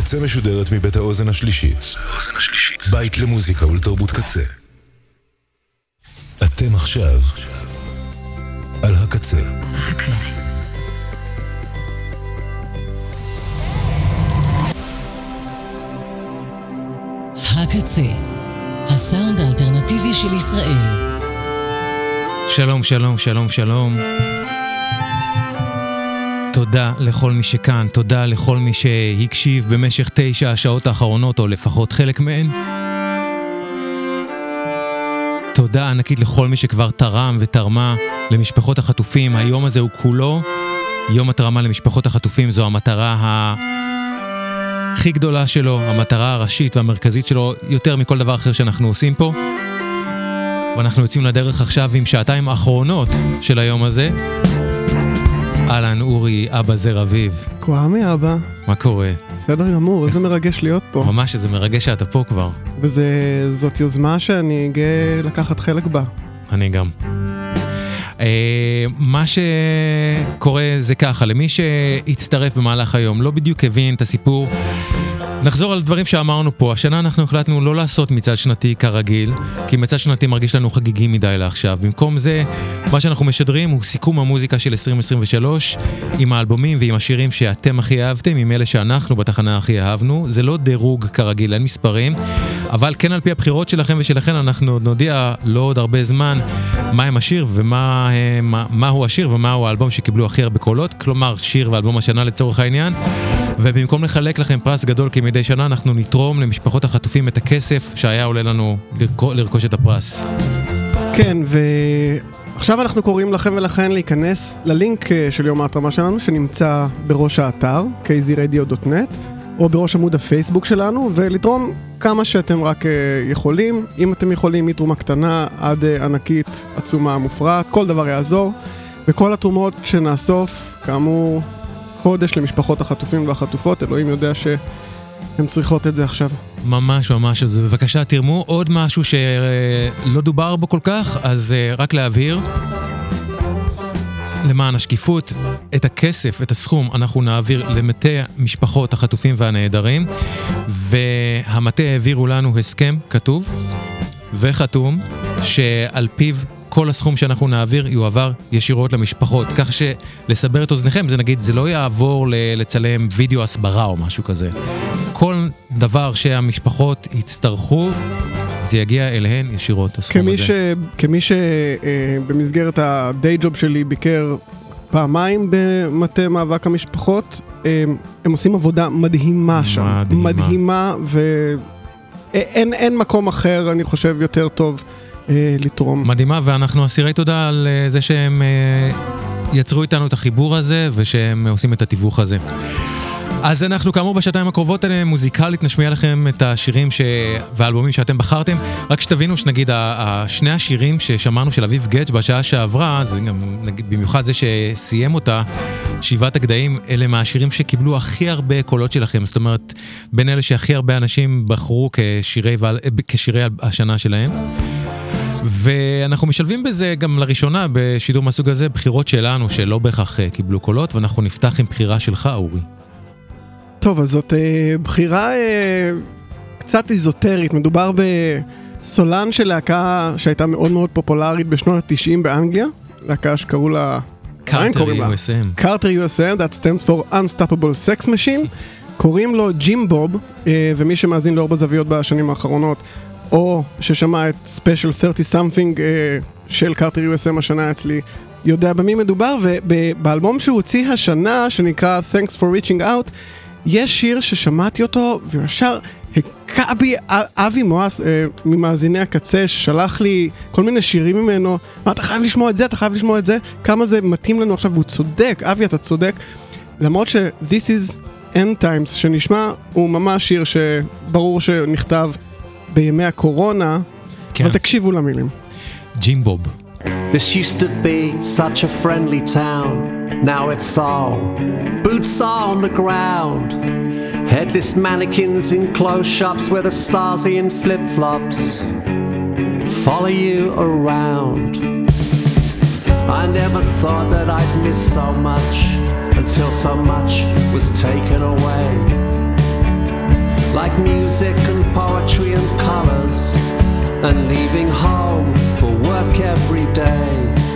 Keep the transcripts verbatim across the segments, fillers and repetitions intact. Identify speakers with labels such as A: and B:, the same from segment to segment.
A: הקצה משודרת מבית האוזן השלישית. בית למוזיקה ולתרבות קצה. אתם עכשיו על הקצה. הקצה.
B: הקצה, הסאונד האלטרנטיבי של ישראל.
C: שלום, שלום, שלום, שלום. תודה לכל מי שכאן, תודה לכל מי שהקשיב במשך תשע השעות האחרונות, או לפחות חלק מהן. תודה ענקית לכל מי שכבר תרם ותרמה למשפחות החטופים. היום הזה הוא כולו יום התרמה למשפחות החטופים, זו המטרה הכי גדולה שלו, המטרה הראשית והמרכזית שלו, יותר מכל דבר אחר שאנחנו עושים פה. ואנחנו יוצאים לדרך עכשיו עם שעתיים האחרונות של היום הזה. אהלן אורי, אבא זר אביב.
D: כואמי אבא.
C: מה קורה?
D: בסדר גמור, איזה מרגש להיות פה.
C: ממש, איזה מרגש שאתה פה כבר.
D: וזאת יוזמה שאני גאה לקחת חלק בה.
C: אני גם. מה שקורה זה ככה, למי שהצטרף במהלך היום, לא בדיוק הבין את הסיפור, נחזור על דברים שאמרנו פה. השנה אנחנו החלטנו לא לעשות מצעד שנתי כרגיל, כי מצעד שנתי מרגיש לנו חגיגי מדי לעכשיו. במקום זה, מה שאנחנו משדרים הוא סיכום המוזיקה של עשרים עשרים ושלוש, עם האלבומים ועם השירים שאתם הכי אהבתם, עם אלה שאנחנו בתחנה הכי אהבנו. זה לא דירוג כרגיל, אין מספרים, אבל כן על פי הבחירות שלכם ושלכן אנחנו נודיע לא עוד הרבה זמן מה הם השיר ומה מה, מה הוא השיר ומה הוא האלבום שקיבלו הכי הרבה קולות, כלומר שיר ואלבום השנה לצורך העניין. ובמקום לחלק לכם פרס גדול כמדי שנה, אנחנו נתרום למשפחות החטופים את הכסף שהיה עולה לנו לרכוש את הפרס.
D: כן, ועכשיו אנחנו קוראים לכם ולכן להיכנס ללינק של יום ההתרמה שלנו, שנמצא בראש האתר, קי זי רדיו דוט נט, או בראש עמוד הפייסבוק שלנו, ולתרום כמה שאתם רק יכולים. אם אתם יכולים מתרומה קטנה עד ענקית, עצומה, מופרעת, כל דבר יעזור. וכל התרומות שנאסוף, כאמור, קודש למשפחות החטופים והחטופות, אלוהים יודע שהן צריכות את זה עכשיו.
C: ממש ממש, אז בבקשה תרמו. עוד משהו שלא דובר בו כל כך, אז רק להבהיר, למען השקיפות, את הכסף, את הסכום, אנחנו נעביר למטה משפחות החטופים והנעדרים, והמטה העבירו לנו הסכם כתוב וחתום, שעל פיו כל הסכום שאנחנו נעביר יועבר ישירות למשפחות, כך שלסבר את אוזניכם, זה נגיד, זה לא יעבור לצלם וידאו הסברה או משהו כזה. כל דבר שהמשפחות יצטרכו, זה יגיע אליהן ישירות, הסכום
D: כמי
C: הזה.
D: ש, כמי שבמסגרת הדיי ג'וב שלי ביקר פעמיים במטה מאבק המשפחות, הם עושים עבודה מדהימה שם. מדהימה. מדהימה, ואין אין מקום אחר, אני חושב, יותר טוב לתרום.
C: מדהימה, ואנחנו אסירי תודה על זה שהם יצרו איתנו את החיבור הזה, ושהם עושים את התיווך הזה. אז אנחנו כאמור בשעתיים הקרובות האלה מוזיקלית נשמיע לכם את השירים ש... והאלבומים שאתם בחרתם. רק שתבינו שנגיד שני השירים ששמענו של אביב גץ' בשעה שעברה, זה גם נגיד, במיוחד זה שסיים אותה, שבעת הגדיים, אלה מהשירים שקיבלו הכי הרבה קולות שלכם, זאת אומרת בין אלה שהכי הרבה אנשים בחרו כשירי, כשירי השנה שלהם. ואנחנו משלבים בזה גם לראשונה בשידור מהסוג הזה בחירות שלנו שלא בהכרח קיבלו קולות, ואנחנו נפתח עם בחירה שלך אורי.
D: טוב, אז זאת אה, בחירה אה, קצת איזוטרית. מדובר בסולן של להקה שהייתה מאוד מאוד פופולרית בשנות ה-תשעים באנגליה, להקה שקראו לה
C: קארטר יו אס אם.
D: קארטר יו אס אם, that stands for Unstoppable Sex Machine. קוראים לו ג'ים בוב, אה, ומי שמאזין לאור בזוויות בשנים האחרונות, או ששמע את ספיישל שלושים something אה, של קארטר יו אס אם השנה אצלי, יודע במי מדובר. ובאלבום שהוא הוציא השנה, שנקרא Thanks for Reaching Out, יש שיר ששמעתי אותו, וישר הקע בי אבי מואס, אה, ממאזיני הקצה, שלח לי כל מיני שירים ממנו, מה, אתה חייב לשמוע את זה, אתה חייב לשמוע את זה, כמה זה מתאים לנו עכשיו, והוא צודק, אבי אתה צודק, למרות ש- This is End Times שנשמע, הוא ממש שיר שברור שנכתב בימי הקורונה, כן. אבל תקשיבו למילים.
C: ג'ים בוב.
E: This used to be such a friendly town, now it's all boots on the ground, headless mannequins in clothes shops where the Stasi in flip-flops follow you around. I never thought that I'd miss so much until so much was taken away. like music and poetry and colors, and leaving home for work every day.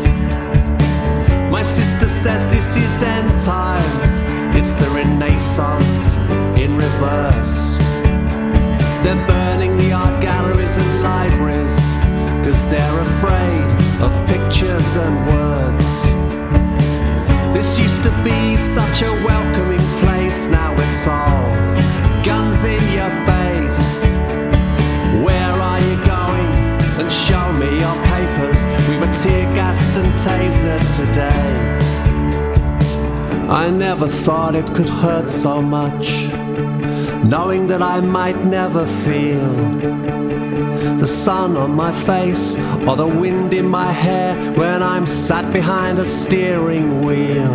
E: My sister says this is end times, it's the Renaissance in reverse. They're burning the art galleries and libraries, cause they're afraid of pictures and words. This used to be such a welcoming place, now it's all guns in your face. Where are you going? And show me your papers. We were tear-gassed and tasered today. I never thought it could hurt so much, knowing that I might never feel the sun on my face or the wind in my hair when I'm sat behind a steering wheel.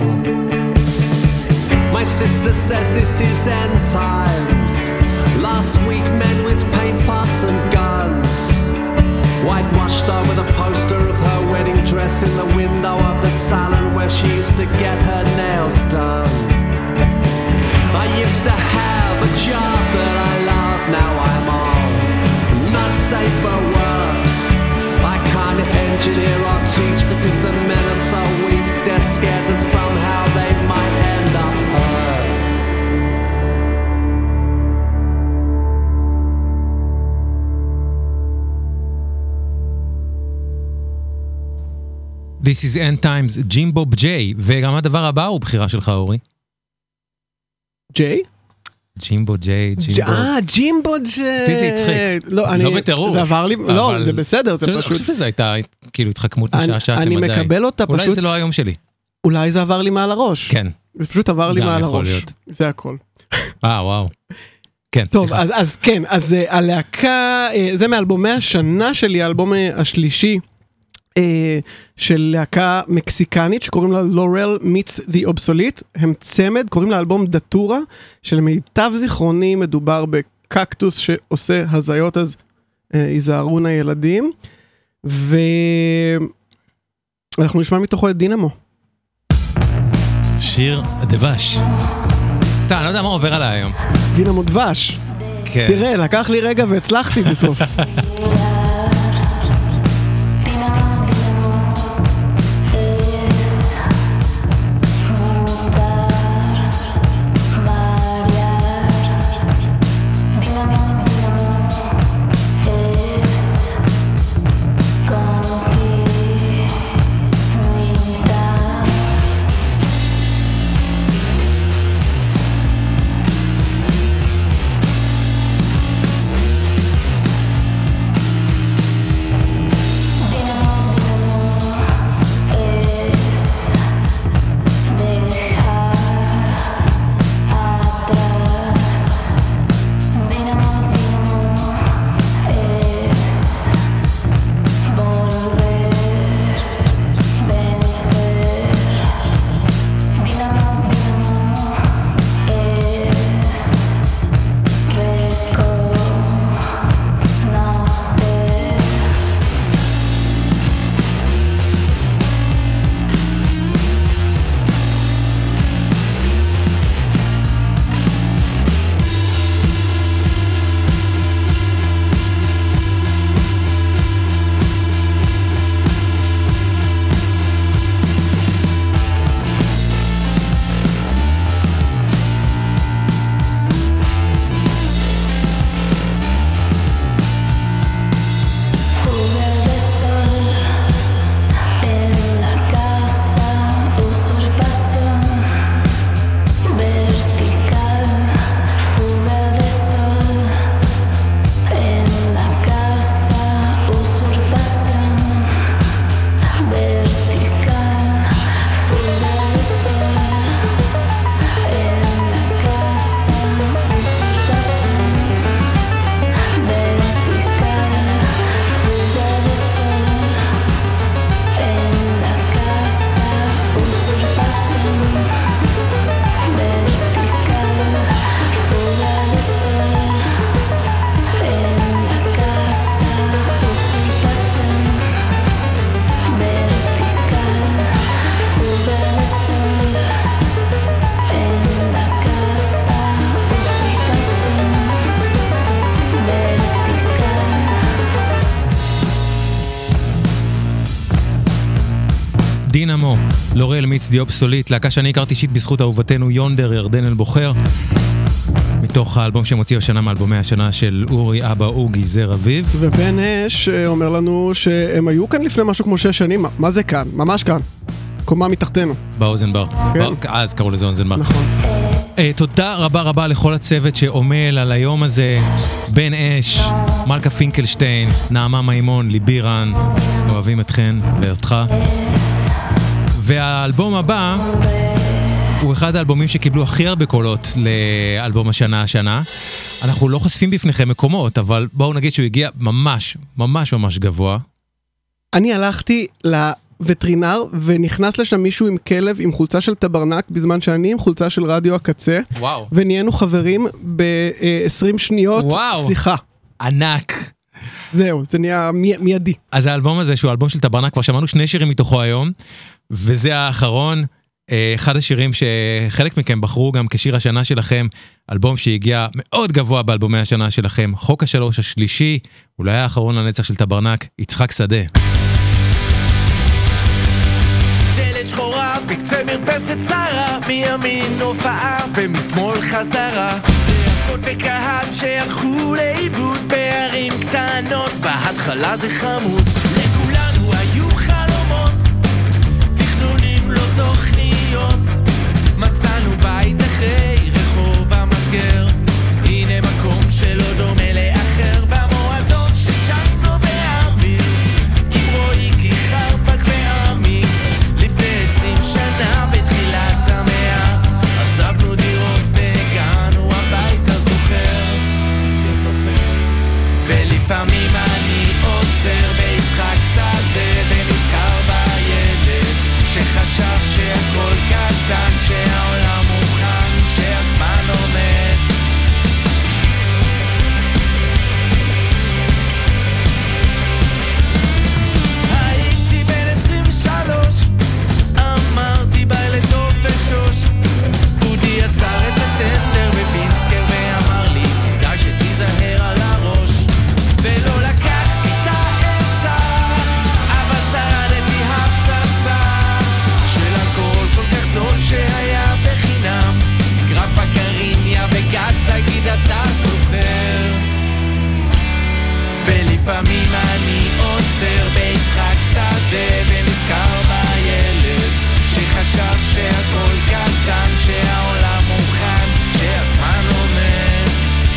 E: My sister says this is end times. Last week men with paint pots and guns, whitewashed over the poster of her wedding dress in the window of the salon where she used to get her nails done. I used to have a job that I love, now I'm on not safe for work. I can't engineer or teach because the men are so weak, they're scared that somehow they might end up hurt.
C: This is End Times, ג'ימבוב ג'יי, וגם הדבר הבא הוא בחירה שלך, אורי.
D: ג'יי?
C: ג'ימבו ג'יי, ג'ימבו.
D: אה, ג'ימבו ג'יי.
C: אותי זה הצחיק. לא בטירוף.
D: זה עבר לי, לא, זה בסדר, זה פשוט.
C: אני חושב שזו הייתה כאילו התחכמות משעשעת למדי.
D: אני מקבל אותה פשוט.
C: אולי זה לא היום שלי.
D: אולי זה עבר לי מעל הראש.
C: כן.
D: זה פשוט עבר לי מעל הראש. זה הכל.
C: אה, וואו. כן,
D: טוב, אז, אז כן, אז הלהקה, זה מאלבומי השנה שלי, האלבום השלישי של להקה מקסיקנית שקוראים לה Laurel Meets the Obsolete. הם צמד, קוראים לה אלבום דטורה, שלמיטב זיכרוני מדובר בקקטוס שעושה הזיות, אז ייזהרון הילדים, ואנחנו נשמע מתוכו את דינמו.
C: שיר הדבש. סתם, אני לא יודע מה עובר עליי היום.
D: דינמו דבש.
C: כן.
D: תראה, לקח לי רגע והצלחתי בסוף.
C: דינמו, לורל מיץ די אובסוליט, להקה שאני הכרתי אישית בזכות אהובתנו יונדר, ירדן אלבוחר, מתוך האלבום שהם הוציאו השנה מאלבומי השנה של אורי אבא אוגי זר אביב.
D: ובן אש אומר לנו שהם היו כאן לפני משהו כמו שש שנים. מה זה כאן? ממש כאן. קומה מתחתנו.
C: באוזן בר.
D: כן.
C: בר, אז קראו לזה אוזן בר.
D: נכון.
C: Uh, תודה רבה רבה לכל הצוות שעומל על היום הזה. בן אש, מלכה פינקלשטיין, נעמה מימון, ליבירן, אוהבים אתכן ואותך. והאלבום הבא הוא אחד האלבומים שקיבלו הכי הרבה קולות לאלבום השנה השנה. אנחנו לא חושפים בפניכם מקומות, אבל בואו נגיד שהוא הגיע ממש, ממש ממש גבוה.
D: אני הלכתי לווטרינר ונכנס לשם מישהו עם כלב עם חולצה של טברנק, בזמן שאני עם חולצה של רדיו הקצה.
C: וואו.
D: ונהיינו חברים ב-עשרים שניות
C: וואו.
D: שיחה.
C: ענק.
D: זהו, זה נהיה מי, מיידי.
C: אז האלבום הזה שהוא האלבום של טברנק, כבר שמענו שני שירים מתוכו היום, וזה האחרון. אחד השירים שחלק מכם בחרו גם כשיר השנה שלכם, אלבום שהגיע מאוד גבוה באלבומי השנה שלכם, חוק השלוש השלישי, אולי האחרון לנצח של טברנק, יצחק שדה.
F: דלת שחורה בקצה מרפסת צרה, מימין הופעה ומשמאל חזרה, להקות וקהל שהלכו לאיבוד בערים קטנות, בהתחלה זה חמוד, לכולנו היו חלומות, תכנונים לא תוכניות, מצאנו בית אחרי רחוב המסגר, הנה מקום שלא דומה לאחר, במועדון של צ'אנטו ואמיר, עם רועי כיחרפק ועמי, לפני עשרים שנה בתחילת המאה, עזבנו דירות והגענו הביתה זוכר, ולפעמים אני עוצר ביצחק שדה ונזכר בילד שחשב שהכל קטן, שהעולם מוכן, שהזמן עומד. הייתי בן עשרים ושלוש, אמרתי ביי לטוב ושוש, דודי עצר את הטנדר בפינסקר ואמר לי די שתיזהר על הראש, ולא לקחתי את העצה, אבל שרדתי הפצצה של הכל כל כך זול שהיה בחינם, קרב בקריניה וגד תגיד אתה זוכר, ולפעמים אני עוצר ביצחק שדה ונזכר בילד שחשב שהכל קטן, שהעולם מוכן, שהזמן עומד.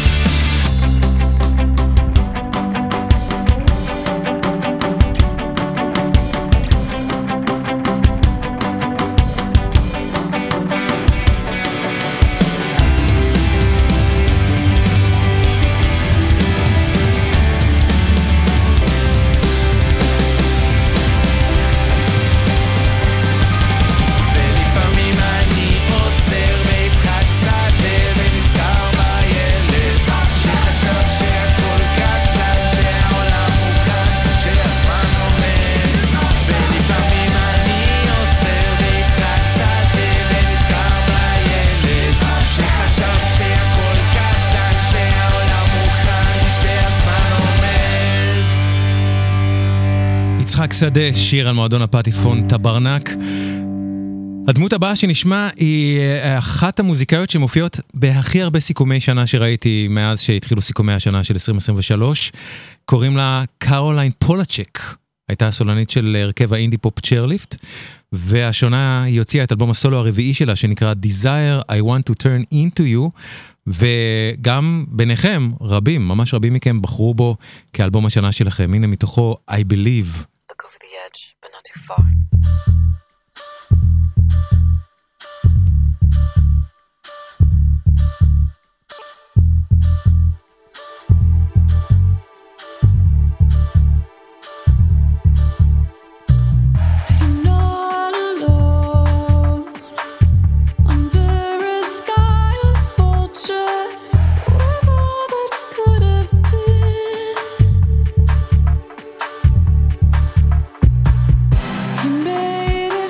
C: יצחק שדה, שיר על מועדון הפטיפון טברנק. הדמות הבאה שנשמע היא אחת המוזיקאיות שמופיעות בהכי הרבה סיכומי שנה שראיתי מאז שהתחילו סיכומי השנה של עשרים עשרים ושלוש. קוראים לה קרוליין פולצ'ק. הייתה הסולנית של הרכב האינדי פופ צ'רליפט, והשונה היא הוציאה את אלבום הסולו הרביעי שלה שנקרא Desire I Want to Turn Into You, וגם ביניכם רבים, ממש רבים מכם בחרו בו כאלבום השנה שלכם. הנה מתוכו I Believe.
G: Look over the edge, but not too far.
H: You made it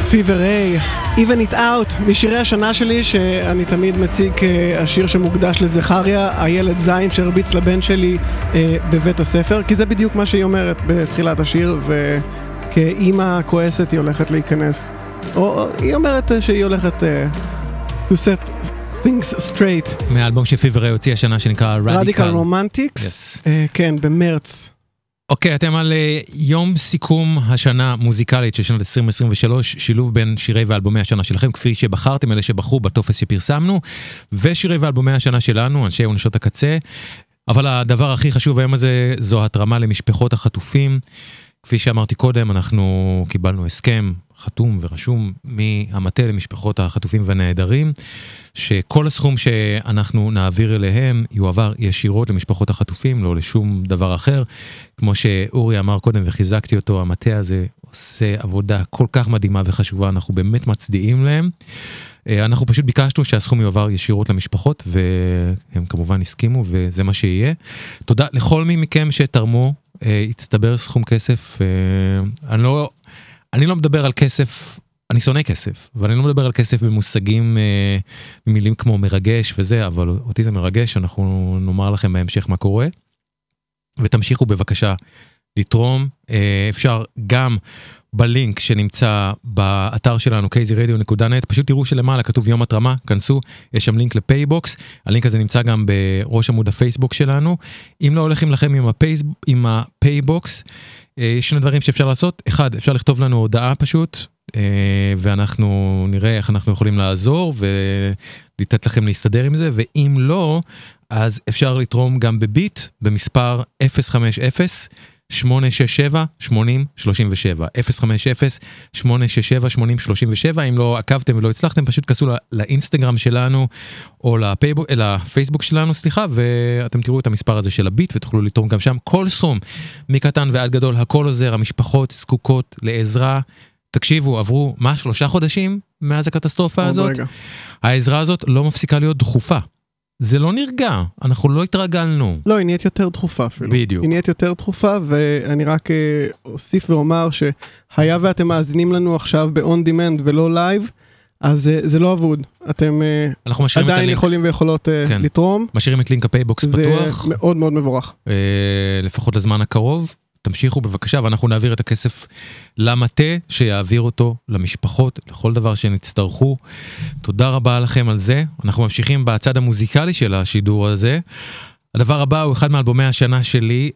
D: פיבר ריי, Even It Out, משירי השנה שלי שאני תמיד מציג השיר שמוקדש לזכריה, הילד זין שהרביץ לבן שלי אה, בבית הספר, כי זה בדיוק מה שהיא אומרת בתחילת השיר, וכאימא כועסת היא הולכת להיכנס, או היא אומרת שהיא הולכת uh, to set things straight.
C: מהאלבום שפיבר ריי הוציא השנה שנקרא Radical.
D: Radical Romantics,
C: yes.
D: uh, כן, במרץ.
C: אוקיי, אתם על יום סיכום השנה מוזיקלית של שנת עשרים עשרים ושלוש, שילוב בין שירי ואלבומי השנה שלכם, כפי שבחרתם, אלה שבחרו בטופס שפרסמנו, ושירי ואלבומי השנה שלנו, אנשי ונשות הקצה. אבל הדבר הכי חשוב היום הזה, זו התרמה למשפחות החטופים. כפי שאמרתי קודם, אנחנו קיבלנו הסכם חתום ורשום מהמטה למשפחות החטופים והנעדרים, שכל הסכום שאנחנו נעביר אליהם יועבר ישירות למשפחות החטופים, לא לשום דבר אחר. כמו שאורי אמר קודם וחיזקתי אותו, המטה הזה עושה עבודה כל כך מדהימה וחשובה, אנחנו באמת מצדיעים להם. אנחנו פשוט ביקשנו שהסכום יועבר ישירות למשפחות, והם כמובן הסכימו, וזה מה שיהיה. תודה לכל מי מכם שתרמו, הצטבר סכום כסף. אני לא, אני לא מדבר על כסף, אני שונא כסף, ואני לא מדבר על כסף במושגים, במילים כמו מרגש וזה, אבל אותי זה מרגש, אנחנו נאמר לכם בהמשך מה קורה, ותמשיכו בבקשה לתרום. אפשר גם בלינק שנמצא באתר שלנו קייזי רדיו נקודה נט, פשוט תראו שלמעלה כתוב יום התרמה, כנסו, יש שם לינק לפייבוקס, הלינק הזה נמצא גם בראש עמוד הפייסבוק שלנו. אם לא הולכים לכם עם הפייס, עם הפייבוקס, יש שני דברים שאפשר לעשות. אחד, אפשר לכתוב לנו הודעה פשוט, ואנחנו נראה איך אנחנו יכולים לעזור ולתת לכם להסתדר עם זה, ואם לא, אז אפשר לתרום גם בביט במספר אפס חמש אפס שמונה שש שבע שמונים שלושים ושבע, אפס חמש אפס שמונה שש שבע שמונים שלושים ושבע. אם לא עקבתם ולא הצלחתם, פשוט כנסו לא, לאינסטגרם שלנו או לפייבוק, לפייסבוק שלנו, סליחה, ואתם תראו את המספר הזה של הביט ותוכלו לתרום גם שם. כל סכום מקטן ועד גדול, הכל עוזר, המשפחות זקוקות לעזרה. תקשיבו, עברו מה, שלושה חודשים מאז הקטסטרופה הזאת? רגע. העזרה הזאת לא מפסיקה להיות דחופה. זה לא נרגע, אנחנו לא התרגלנו.
D: לא, היא נהיית יותר דחופה אפילו.
C: בדיוק.
D: היא נהיית יותר דחופה, ואני רק אוסיף ואומר שהיה ואתם מאזינים לנו עכשיו ב-on demand ולא לייב, אז זה לא עבוד. אתם עדיין יכולים ויכולות כן. לתרום.
C: משאירים את לינק הפייבוקס פתוח.
D: זה מאוד מאוד מבורך.
C: אה, לפחות לזמן הקרוב. תמשיכו בבקשה, ואנחנו נעביר את הכסף למטה, שיעביר אותו למשפחות, לכל דבר שנצטרכו. תודה רבה לכם על זה. אנחנו ממשיכים בצד המוזיקלי של השידור הזה. הדבר הבא הוא אחד מאלבומי השנה שלי.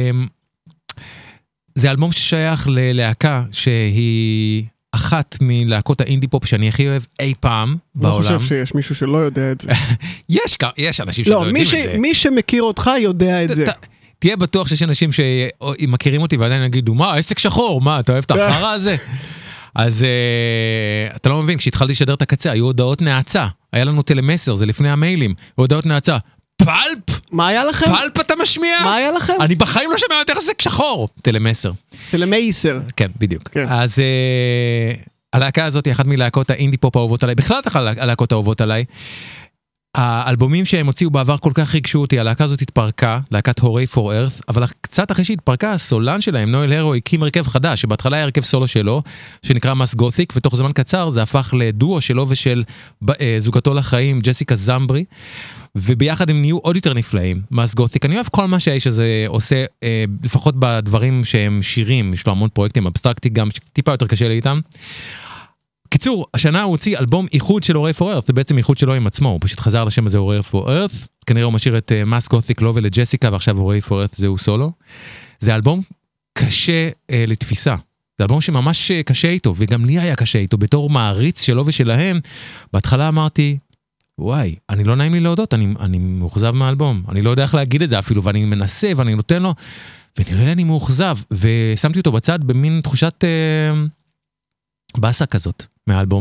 C: זה אלבום ששייך ללהקה שהיא אחת מלהקות האינדי פופ שאני הכי אוהב אי פעם בעולם.
D: לא חושב שיש מישהו שלא יודע את זה.
C: יש, יש אנשים שלא יודעים את זה.
D: לא, מי שמכיר אותך יודע את זה.
C: תהיה בטוח שיש אנשים שמכירים אותי ועדיין יגידו, מה, עסק שחור, מה, אתה אוהב את החרא הזה? אז אתה לא מבין, כשהתחלתי לשדר את הקצה, היו הודעות נעצה, היה לנו טלמסר, זה לפני המיילים, הודעות נעצה, פלפ!
D: מה היה לכם?
C: פלפ אתה משמיע?
D: מה היה לכם?
C: אני בחיים לא שומע יותר עסק שחור, טלמסר.
D: טלמייסר.
C: כן, בדיוק. אז הלהקה הזאת היא אחת מלהקות האינדי פופ האהובות עליי, בכלל הלהקות האהובות עליי. האלבומים שהם הוציאו בעבר כל כך ריגשו אותי, הלהקה הזאת התפרקה, להקת הורי פור ארת, אבל קצת אחרי שהתפרקה, הסולן שלהם, נואל הרו, הקים הרכב חדש, שבהתחלה היה הרכב סולו שלו, שנקרא מס גותיק, ותוך זמן קצר זה הפך לדואו שלו ושל זוגתו לחיים, ג'סיקה זמברי, וביחד הם נהיו עוד יותר נפלאים, מס גותיק. אני אוהב כל מה שהאיש הזה עושה, לפחות בדברים שהם שירים, יש לו המון פרויקטים אבסטרקטי, גם טיפה יותר קשה לי איתם. קיצור, השנה הוא הוציא אלבום איחוד של הורי פור ארת, זה בעצם איחוד שלו עם עצמו, הוא פשוט חזר לשם הזה הורי פור ארת, כנראה הוא משאיר את מס גותיק לו ולג'סיקה, ועכשיו הורי פור ארת זהו סולו. זה אלבום קשה אה, לתפיסה, זה אלבום שממש קשה איתו, וגם לי היה קשה איתו, בתור מעריץ שלו ושלהם, בהתחלה אמרתי, וואי, אני לא נעים לי להודות, אני, אני מאוכזב מהאלבום, אני לא יודע איך להגיד את זה אפילו, ואני מנסה ואני נותן לו, ונראה לי אני מאוכזב, ושמתי אותו בצד במין תחושת אה, באסה כזאת מהאלבום.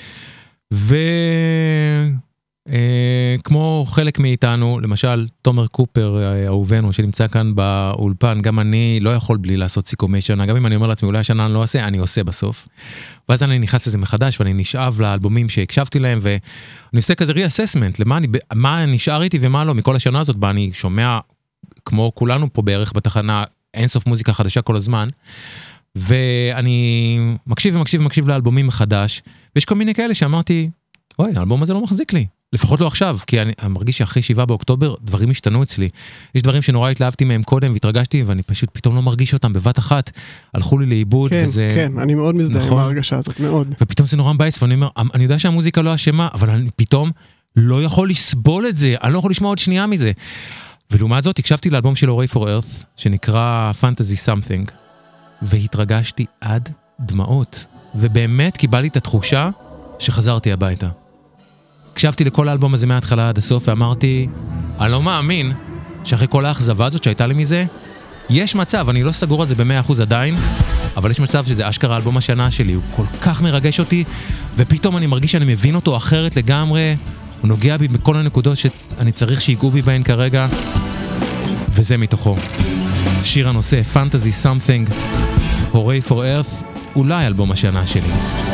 C: וכמו חלק מאיתנו, למשל תומר קופר אהובנו שנמצא כאן באולפן, גם אני לא יכול בלי לעשות סיכומי שנה, גם אם אני אומר לעצמי אולי השנה אני לא אעשה, אני עושה בסוף. ואז אני נכנס לזה מחדש ואני נשאב לאלבומים שהקשבתי להם, ואני עושה כזה רי-אססמנט למה אני, מה נשאר איתי ומה לא מכל השנה הזאת, בה אני שומע כמו כולנו פה בערך בתחנה אינסוף מוזיקה חדשה כל הזמן, ואני מקשיב ומקשיב ומקשיב לאלבומים מחדש, ויש כל מיני כאלה שאמרתי, וואי, האלבום הזה לא מחזיק לי. לפחות לא עכשיו, כי אני, אני מרגיש שאחרי שבעה באוקטובר דברים השתנו אצלי. יש דברים שנורא התלהבתי מהם קודם והתרגשתי, ואני פשוט פתאום לא מרגיש אותם בבת אחת. הלכו לי לאיבוד,
D: כן,
C: וזה...
D: כן, אני מאוד מזדהה
C: נכון.
D: עם ההרגשה הזאת, מאוד.
C: ופתאום זה נורא מבאס, ואני אומר, אני יודע שהמוזיקה לא אשמה, אבל אני פתאום לא יכול לסבול את זה, אני לא יכול לשמוע עוד שנייה מזה. ולעומת זאת, הקשבתי לאלבום של Hooray for Earth, שנקרא Fantasy Something, והתרגשתי עד דמעות, ובאמת קיבלתי את התחושה שחזרתי הביתה. הקשבתי לכל האלבום הזה מההתחלה עד הסוף, ואמרתי, אני לא מאמין שאחרי כל האכזבה הזאת שהייתה לי מזה, יש מצב, אני לא סגור על זה ב-מאה אחוז עדיין, אבל יש מצב שזה אשכרה אלבום השנה שלי, הוא כל כך מרגש אותי, ופתאום אני מרגיש שאני מבין אותו אחרת לגמרי, הוא נוגע בי בכל הנקודות שאני צריך שיגעו בי בהן כרגע, וזה מתוכו. שיר הנושא, Fantasy Something, Hooray for Earth, אולי אלבום השנה שלי.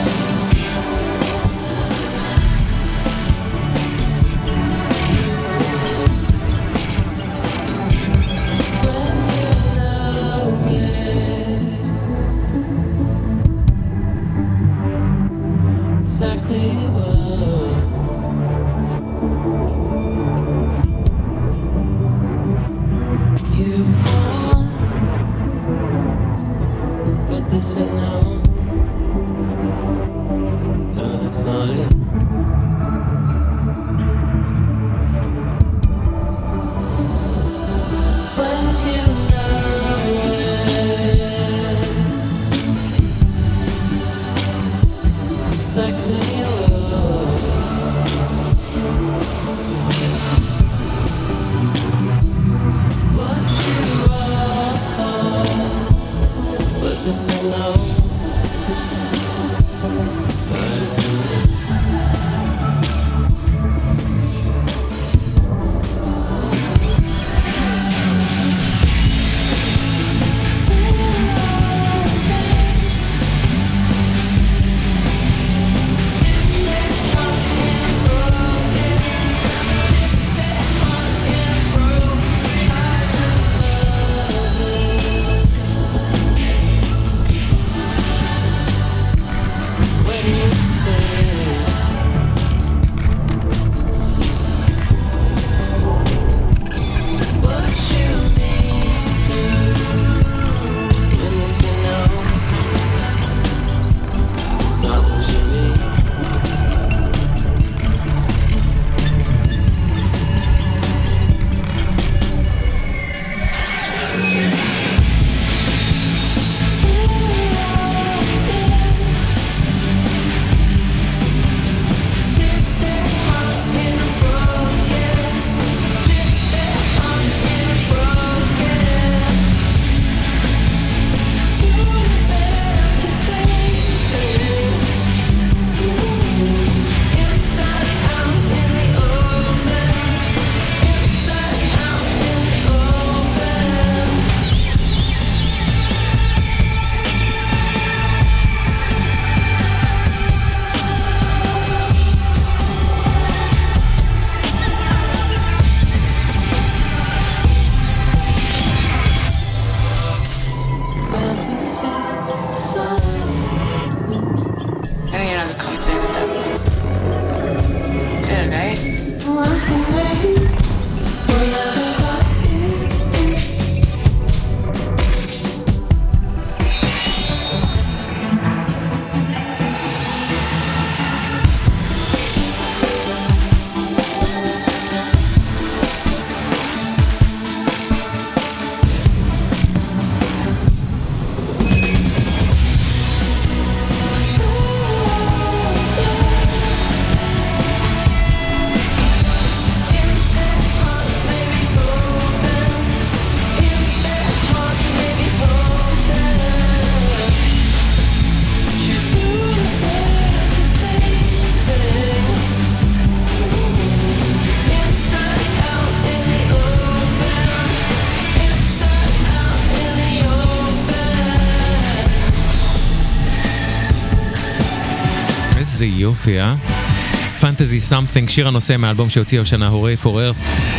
C: איזה יופי, אה? Fantasy Something, שיר הנושא מהאלבום שהוציאו השנה, Hooray for Earth.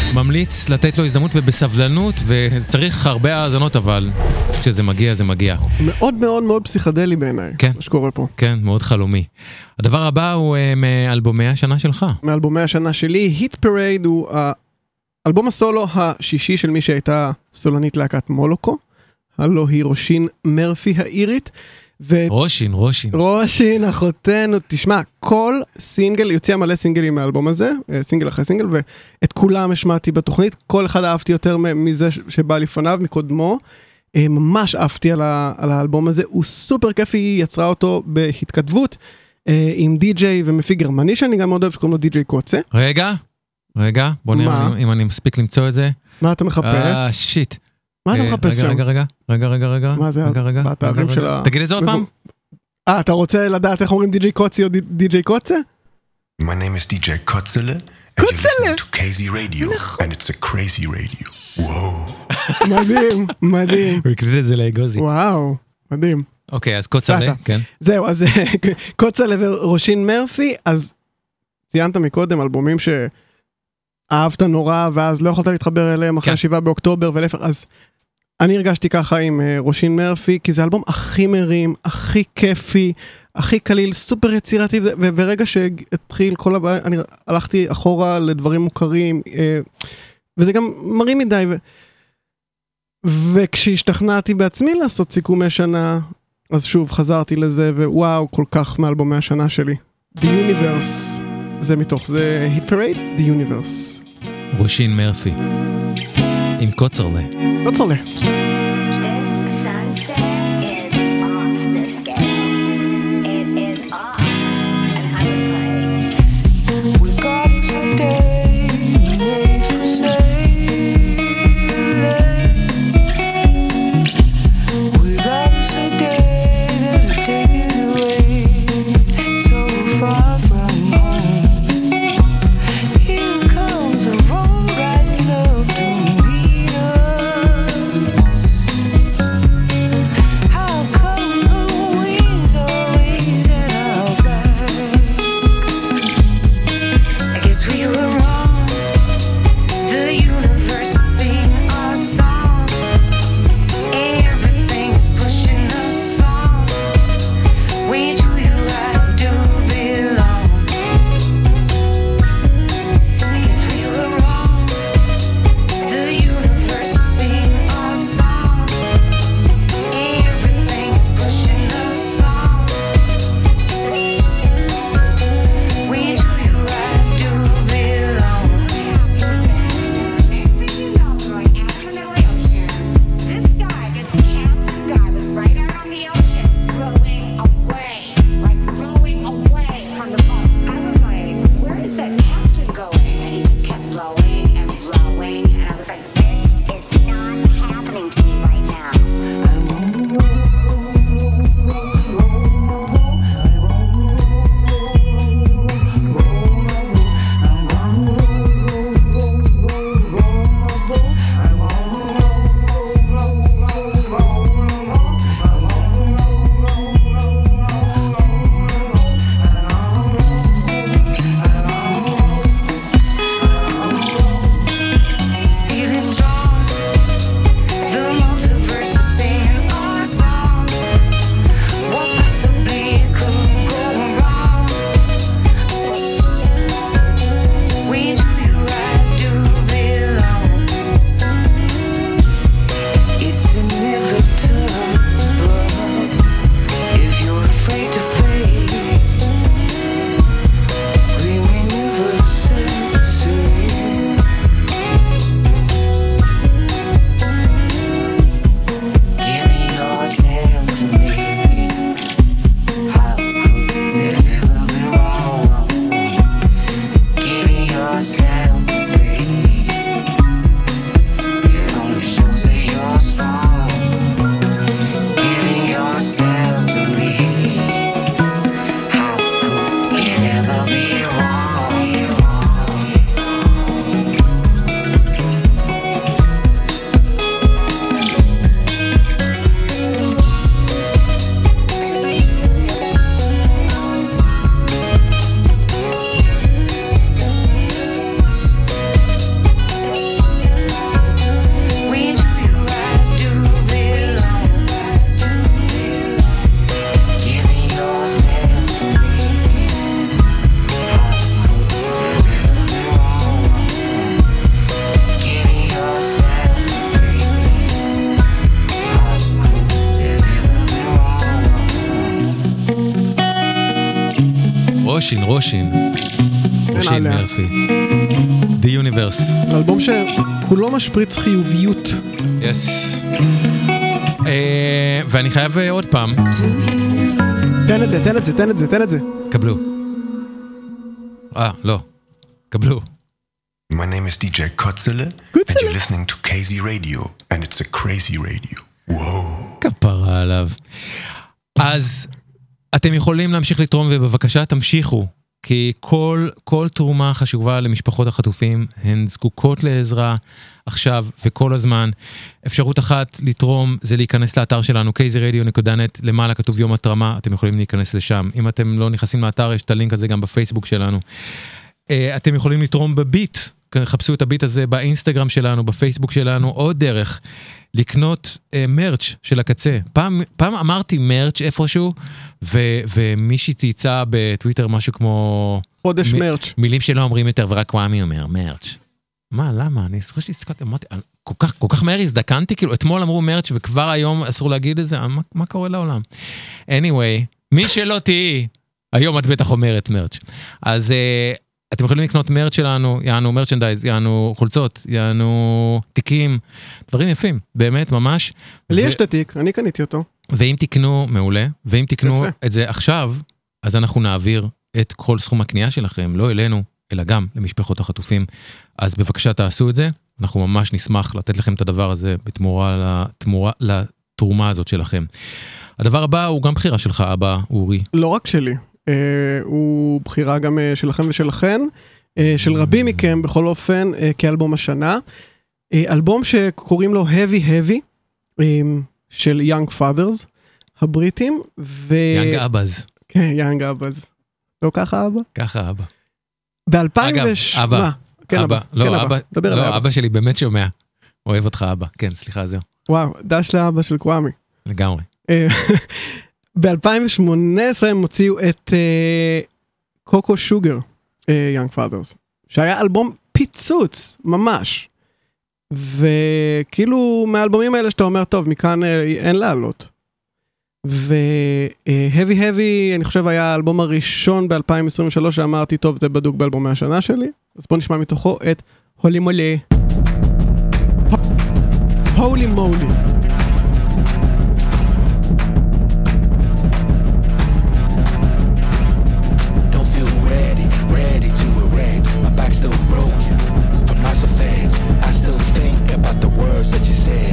C: ממליץ לתת לו הזדמנות ובסבלנות, וצריך הרבה האזנות, אבל כשזה מגיע, זה מגיע.
D: מאוד מאוד מאוד פסיכדלי בעיניי,
C: כן.
D: מה שקורה פה.
C: כן, מאוד חלומי. הדבר הבא הוא מאלבומי השנה שלך.
D: מאלבומי השנה שלי, היט פרייד הוא האלבום הסולו השישי של מי שהייתה סולנית להקת מולוקו, הלו היא רושין מרפי האירית. ו...
C: רושין, רושין.
D: רושין, אחותנו, תשמע, כל סינגל, יוצא מלא סינגלים מהאלבום הזה, סינגל אחרי סינגל, ואת כולם השמעתי בתוכנית, כל אחד אהבתי יותר מזה שבא לפניו, מקודמו, ממש אהבתי על, ה... על האלבום הזה, הוא סופר כיפי, היא יצרה אותו בהתכתבות, עם די-ג'יי ומפיק גרמני, שאני גם מאוד אוהב שקוראים לו די-ג'יי קוצה.
C: רגע, רגע, בוא נראה אם אני מספיק למצוא את זה.
D: מה אתה מחפש?
C: אה, שיט.
D: מה אתה מחפש שם?
C: רגע, רגע, רגע, רגע, רגע.
D: מה זה? בתארים של ה...
C: תגיד את זה עוד פעם.
D: אה, אתה רוצה לדעת איך אומרים די-ג'יי קוצי או די-ג'יי קוצה?
A: My name is די ג'יי קוצלה, and you're listening to קייזי Radio, and it's a crazy radio. וואו.
D: מדהים, מדהים.
C: הוא הקליט את זה לאגוזי.
D: וואו, מדהים.
C: אוקיי, אז קוצלה, כן.
D: זהו, אז קוצלה ורושין מרפי, אז ציינת מקודם אלבומים שאהבת נורא, ואז לא יכולת להתחבר אליהם אחרי שבעה באוקטובר ולהפך, אז אני הרגשתי ככה עם רושין מרפי, כי זה אלבום הכי מרים, הכי כיפי, הכי קליל, סופר יצירתי, וברגע שהתחיל כל הבא, אני הלכתי אחורה לדברים מוכרים, וזה גם מרים מדי, ו... וכשהשתכנעתי בעצמי לעשות סיכומי שנה, אז שוב חזרתי לזה, ווואו, כל כך מאלבומי השנה שלי. The Universe, זה מתוך, זה Hit Parade, The Universe.
C: רושין מרפי, עם קוצרלה.
D: קוצרלה.
F: Here comes the road rising up to meet us.
C: רושין, רושין. רושין מרפי. The Universe.
D: אלבום שכולו משפריץ חיוביות.
C: יס. ואני חייב עוד פעם.
D: תן את זה, תן את זה, תן את זה, תן את זה.
C: קבלו. אה, לא. קבלו.
A: My name is די ג'יי Kotzele, and you're listening to K Z Radio, and it's a crazy radio. וואו.
C: כפרה עליו. אז אתם יכולים להמשיך לתרום, ובבקשה תמשיכו, כי כל, כל תרומה חשובה למשפחות החטופים, הן זקוקות לעזרה עכשיו וכל הזמן. אפשרות אחת לתרום זה להיכנס לאתר שלנו, קייזי רדיו נקודה נט, למעלה כתוב יום התרמה, אתם יכולים להיכנס לשם. אם אתם לא נכנסים לאתר, יש את הלינק הזה גם בפייסבוק שלנו. אתם יכולים לתרום בביט, חפשו את הביט הזה באינסטגרם שלנו, בפייסבוק שלנו, עוד דרך לקנות אה, מרץ' של הקצה. פעם, פעם אמרתי מרץ' איפשהו, ו, ומישהי צייצה בטוויטר משהו כמו...
D: חודש
C: מ,
D: מרץ'.
C: מילים שלא אומרים יותר, ורק וואמי אומר, מרץ'. מה, למה? אני זוכר שהסתכלתי, אמרתי, כל כך, כל כך מהר הזדקנתי, כאילו, אתמול אמרו מרץ' וכבר היום אסור להגיד את זה, מה, מה קורה לעולם? anyway, מי שלא תהי, היום את בטח אומרת מרץ'. אז... אה, אתם יכולים לקנות מרץ' שלנו, יענו מרצ'נדייז, יענו חולצות, יענו תיקים, דברים יפים, באמת, ממש.
D: לי
C: ו...
D: יש את התיק, אני קניתי אותו.
C: ואם תקנו, מעולה, ואם תקנו
D: יפה.
C: את זה עכשיו, אז אנחנו נעביר את כל סכום הקנייה שלכם, לא אלינו, אלא גם למשפחות החטופים. אז בבקשה תעשו את זה, אנחנו ממש נשמח לתת לכם את הדבר הזה בתמורה לתמורה, לתרומה הזאת שלכם. הדבר הבא הוא גם בחירה שלך, אבא אורי.
D: לא רק שלי. Uh, הוא בחירה גם uh, שלכם ושלכן, uh, של רבים מכם בכל אופן, uh, כאלבום השנה. Uh, אלבום שקוראים לו Heavy Heavy, um, של Young Fathers, הבריטים. ו...
C: יאנג אבאז.
D: כן, יאנג אבאז. לא ככה אבא?
C: ככה אבא.
D: ב-אלפיים
C: אגב,
D: וש...
C: אבא.
D: מה? כן
C: אבא.
D: אבא.
C: לא,
D: כן,
C: אבא.
D: דבר
C: לא,
D: אבא.
C: אבא שלי באמת שומע. אוהב אותך אבא. כן, סליחה, זהו.
D: וואו, דש לאבא של קוואמי.
C: לגמרי.
D: ב-אלפיים ושמונה עשרה הם הוציאו את קוקו שוגר, יאנג פאדרס, שהיה אלבום פיצוץ, ממש. וכאילו מהאלבומים האלה שאתה אומר, טוב, מכאן אין לעלות. ו-Heavy Heavy, אני חושב, היה האלבום הראשון ב-אלפיים עשרים ושלוש, שאמרתי, טוב, זה בדוק באלבומי השנה שלי. אז בוא נשמע מתוכו את הולי מולי. הולי מולי.
F: Still broken from lots of fame. I still think about the words that you said.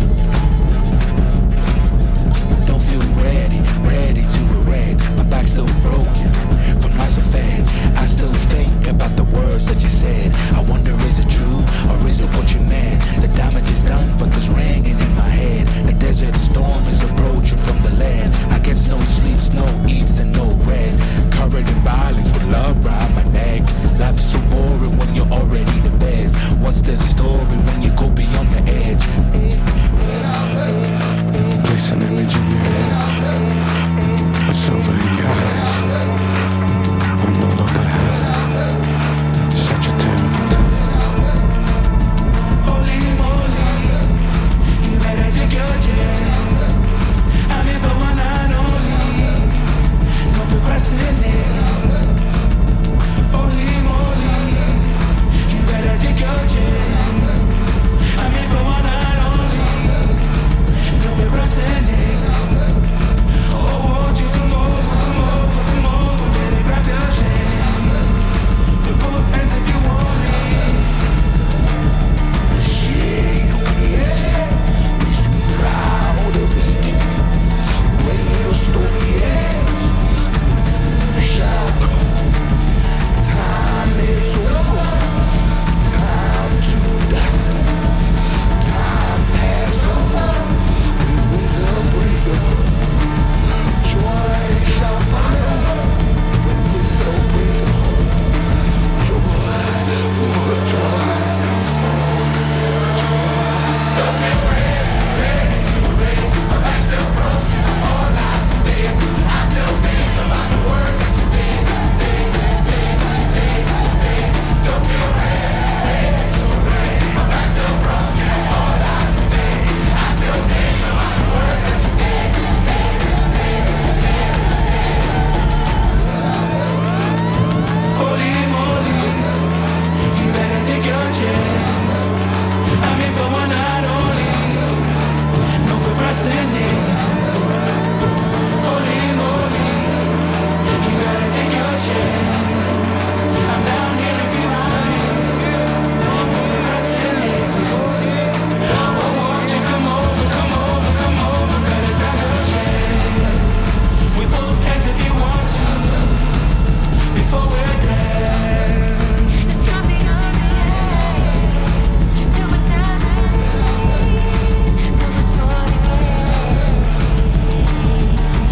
F: Don't feel ready, ready to erect. My back's still broken from lots of fame. I still think about the words that you said. I wonder, is it true or is it what you meant? The damage is done, but there's ringing in my head.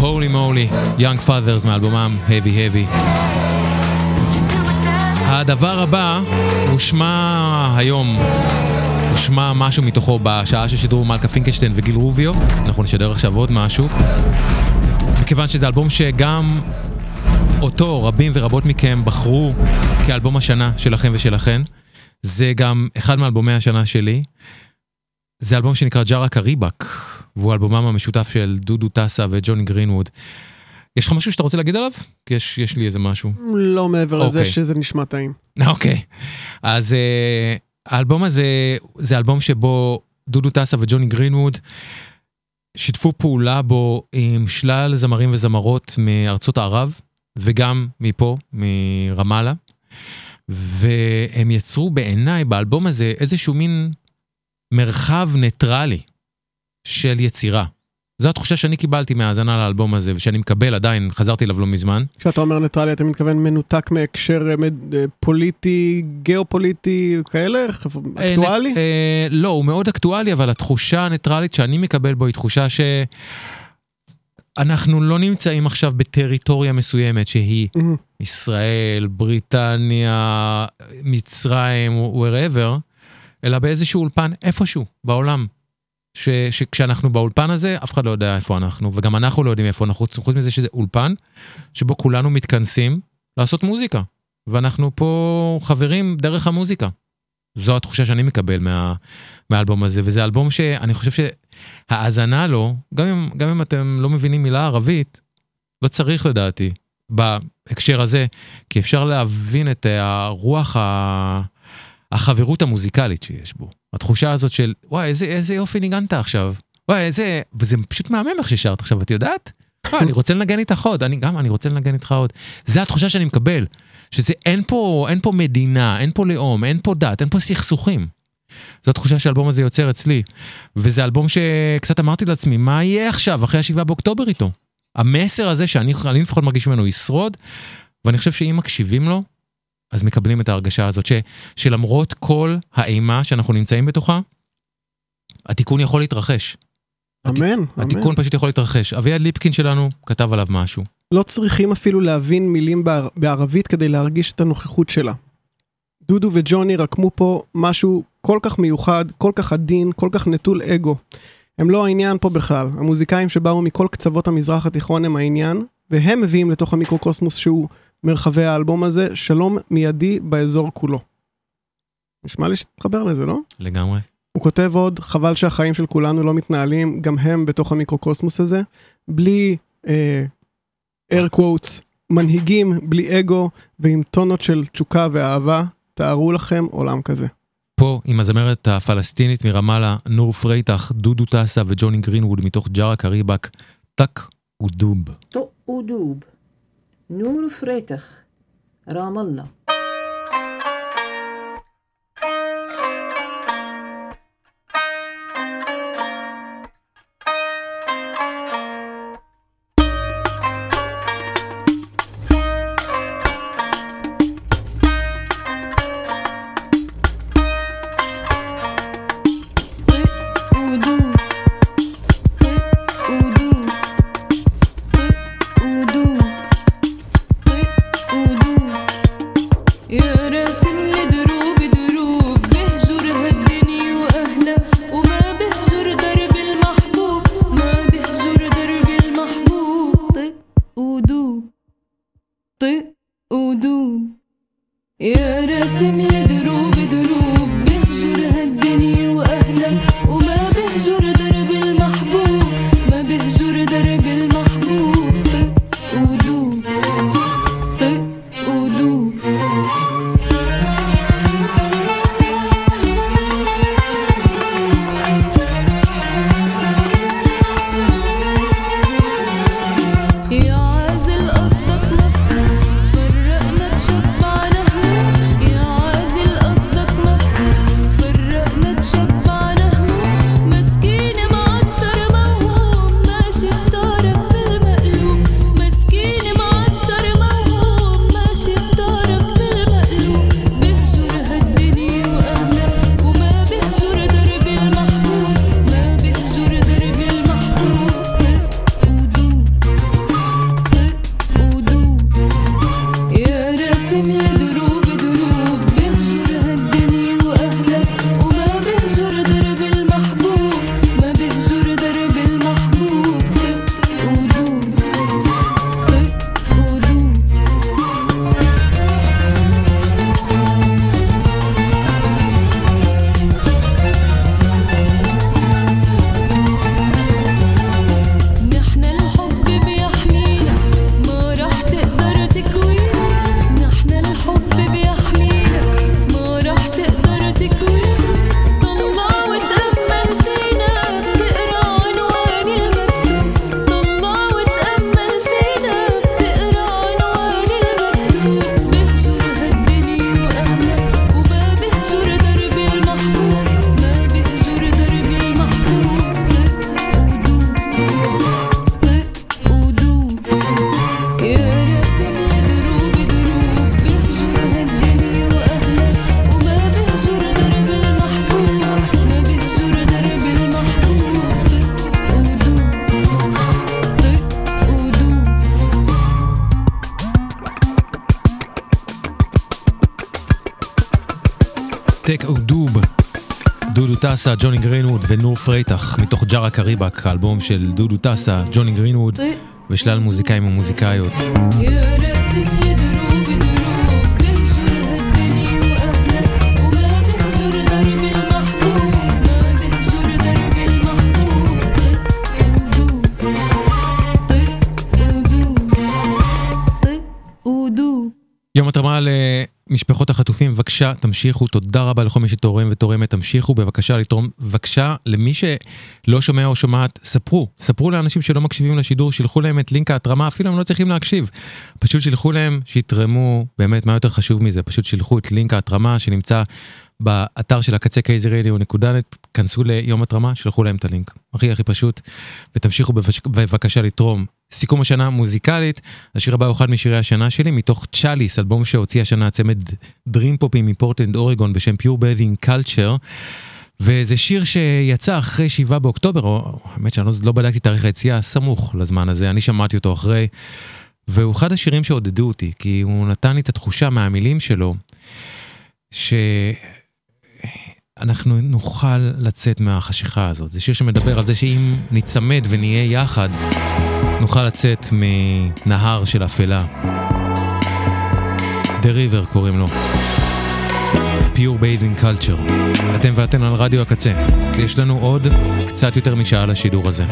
C: Holy Moly, Young Fathers מאלבומם Heavy Heavy. הדבר הבא הוא שמע היום, הוא שמע משהו מתוכו בשעה ששידרו מלכה פינקלשטיין וגיל רוביו. אנחנו נשדר עכשיו עוד משהו, מכיוון שזה אלבום שגם אותו רבים ורבות מכם בחרו כאלבום השנה שלכם ושלכן. זה גם אחד מאלבומי השנה שלי. זה אלבום שנקרא ג'רה קריבק, והוא אלבומם המשותף של דודו טסה וג'וני גרינווד. יש לך משהו שאתה רוצה להגיד עליו? כי יש, יש לי איזה משהו.
D: לא מעבר לזה okay. שזה נשמע טעים.
C: אוקיי. Okay. אז uh, האלבום הזה, זה אלבום שבו דודו טסה וג'וני גרינווד שיתפו פעולה בו עם שלל זמרים וזמרות מארצות הערב, וגם מפה, מרמאללה. והם יצרו בעיניי באלבום הזה איזשהו מין מרחב ניטרלי של יצירה. זו התחושה שאני קיבלתי מהאזנה לאלבום הזה, ושאני מקבל עדיין, חזרתי אליו לא מזמן.
D: כשאתה אומר ניטרלי, אתה מתכוון מנותק מהקשר פוליטי, גיאופוליטי, כאלה? אקטואלי?
C: לא, הוא מאוד אקטואלי, אבל התחושה הניטרלית שאני מקבל בו היא תחושה שאנחנו לא נמצאים עכשיו בטריטוריה מסוימת, שהיא ישראל, בריטניה, מצרים, wherever, אלא באיזשהו אולפן איפשהו בעולם. ש, שכשאנחנו באולפן הזה, אף אחד לא יודע איפה אנחנו, וגם אנחנו לא יודעים איפה אנחנו, חוץ מזה שזה אולפן, שבו כולנו מתכנסים לעשות מוזיקה, ואנחנו פה חברים דרך המוזיקה. זו התחושה שאני מקבל מה, מהאלבום הזה, וזה אלבום שאני חושב שהאזנה לו, גם אם, גם אם אתם לא מבינים מילה ערבית, לא צריך לדעתי, בהקשר הזה, כי אפשר להבין את הרוח ה... החברות המוזיקלית שיש בו. התחושה הזאת של, וואי, איזה, איזה יופי ניגנת עכשיו. וואי, איזה, וזה פשוט מהמם איך ששרת עכשיו, את יודעת? וואי, אני רוצה לנגן איתך עוד, אני גם, אני רוצה לנגן איתך עוד. זה התחושה שאני מקבל, שזה, אין פה, אין פה מדינה, אין פה לאום, אין פה דת, אין פה סכסוכים. זו התחושה שהאלבום הזה יוצר אצלי. וזה אלבום שקצת אמרתי לעצמי, מה יהיה עכשיו, אחרי השבעה באוקטובר איתו? המסר הזה שאני, אני לפחות מרגיש ממנו ישרוד, ואני חושב שאם מקשיבים לו, אז מקבלים את ההרגשה הזאת, ש, שלמרות כל האימה שאנחנו נמצאים בתוכה, התיקון יכול להתרחש.
D: אמן, אמן.
C: התיקון פשוט יכול להתרחש. אביעד ליפקין שלנו כתב עליו משהו.
D: לא צריכים אפילו להבין מילים בער, בערבית כדי להרגיש את הנוכחות שלה. דודו וג'וני רקמו פה משהו כל כך מיוחד, כל כך עדין, כל כך נטול אגו. הם לא העניין פה בכלל. המוזיקאים שבאו מכל קצוות המזרח התיכון הם העניין, והם מביאים לתוך המיקרוקוסמוס שהוא מרחבי האלבום הזה, שלום מיידי באזור כולו. נשמע לי שתתחבר לזה, לא?
C: לגמרי.
D: הוא כותב עוד, חבל שהחיים של כולנו לא מתנהלים, גם הם בתוך המיקרוקוסמוס הזה, בלי אה, air quotes, מנהיגים, בלי אגו, ועם טונות של תשוקה ואהבה, תארו לכם עולם כזה.
C: פה, עם הזמרת הפלסטינית מרמאללה, נור פרייטח, דודו טסה וג'וני גרינווד, מתוך ג'רה קריבק, טק ודוב.
H: טק ודוב. نور فريتخ رام الله
I: يا
C: טק אודוב, דודו טסה, ג'וני גרינווד ונור פרייטח מתוך ג'רה קריבק, האלבום של דודו טסה, ג'וני גרינווד ושלל מוזיקאים ומוזיקאיות. יום התרמה למשפחות החטופים, בבקשה תמשיכו, תודה רבה לכל מי שתורם ותורמת, תמשיכו בבקשה לתרום, בבקשה למי שלא שומע או שומעת, ספרו, ספרו לאנשים שלא מקשיבים לשידור, שילחו להם את לינק ההתרמה, אפילו הם לא צריכים להקשיב, פשוט שילחו להם, שיתרמו, באמת מה יותר חשוב מזה, פשוט שילחו את לינק ההתרמה שנמצא באתר של הקצה קייזי רדיו נקודה נט, כנסו ליום התרמה, שלחו להם את הלינק, הכי הכי פשוט, ותמשיכו בבקשה לתרום. סיכום השנה מוזיקלית, השיר הבא הוא אחד משירי השנה שלי, מתוך צ'אליס, אלבום שהוציא השנה צמד דרים פופים מפורטלנד אורגון בשם Pure Bathing Culture, וזה שיר שיצא אחרי שבעה באוקטובר, או האמת שאני לא, לא בדקתי תאריך היציאה, סמוך לזמן הזה, אני שמעתי אותו אחרי, והוא אחד השירים שעודדו אותי, כי הוא נתן לי את התחושה מהמילים שלו, שאנחנו נוכל לצאת מהחשיכה הזאת. זה שיר שמדבר על זה שאם נצמד ונהיה יחד, נוכל לצאת מנהר של אפלה. The River קוראים לו. Pure Bathing Culture. אתם ואתן על רדיו הקצה. יש לנו עוד קצת יותר משעה לשידור הזה.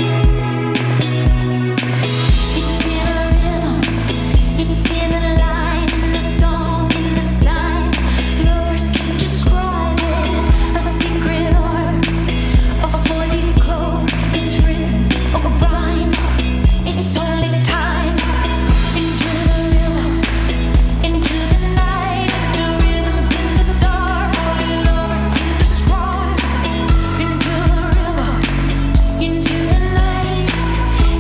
I: Into the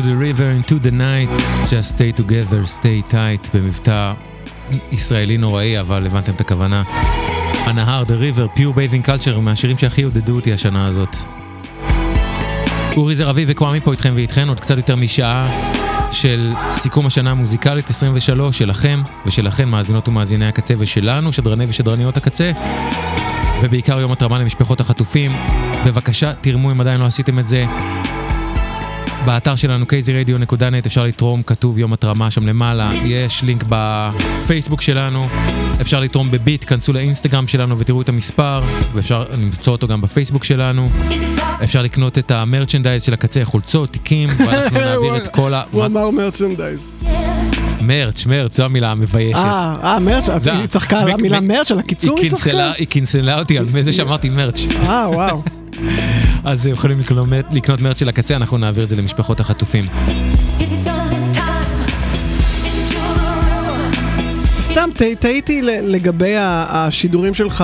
C: the river into the night, just stay together, stay tight, במבטא ישראלי נוראי, אבל הבנתם את הכוונה. הנהר, the river, pure bathing culture, מהשירים שהכי עודדו אותי השנה הזאת. אורי זרעבי וקוואמי פה איתכם ואיתכן, עוד קצת יותר משעה של סיכום השנה המוזיקלית עשרים ושלוש, שלכם ושלכן, מאזינות ומאזיני הקצה, ושלנו, שדרני ושדרניות הקצה, ובעיקר יום התרמה למשפחות החטופים. בבקשה, תרמו אם עדיין לא עשיתם את זה. באתר שלנו קייזי רדיו נקודה נט אפשר לתרום, כתוב יום התרמה שם למעלה, יש לינק בפייסבוק שלנו, אפשר לתרום בביט, כנסו לאינסטגרם שלנו ותראו את המספר, ואפשר למצוא אותו גם בפייסבוק שלנו. אפשר לקנות את המרצ'נדייז של הקצה, חולצות, תיקים, ואנחנו נעביר את כל ה...
D: הוא אמר מרצ'נדייז.
C: מרץ', מרץ', זו המילה המביישת.
D: אה, אה, מרץ', אז היא צחקה על המילה מרץ', על הקיצור היא צחקה?
C: היא קינצלה אותי על זה שאמרתי מרץ'.
D: אה, וואו.
C: אז יכולים לקנות מרץ' של הקצה, אנחנו נעביר את זה למשפחות החטופים.
D: סתם, תהיתי לגבי השידורים שלך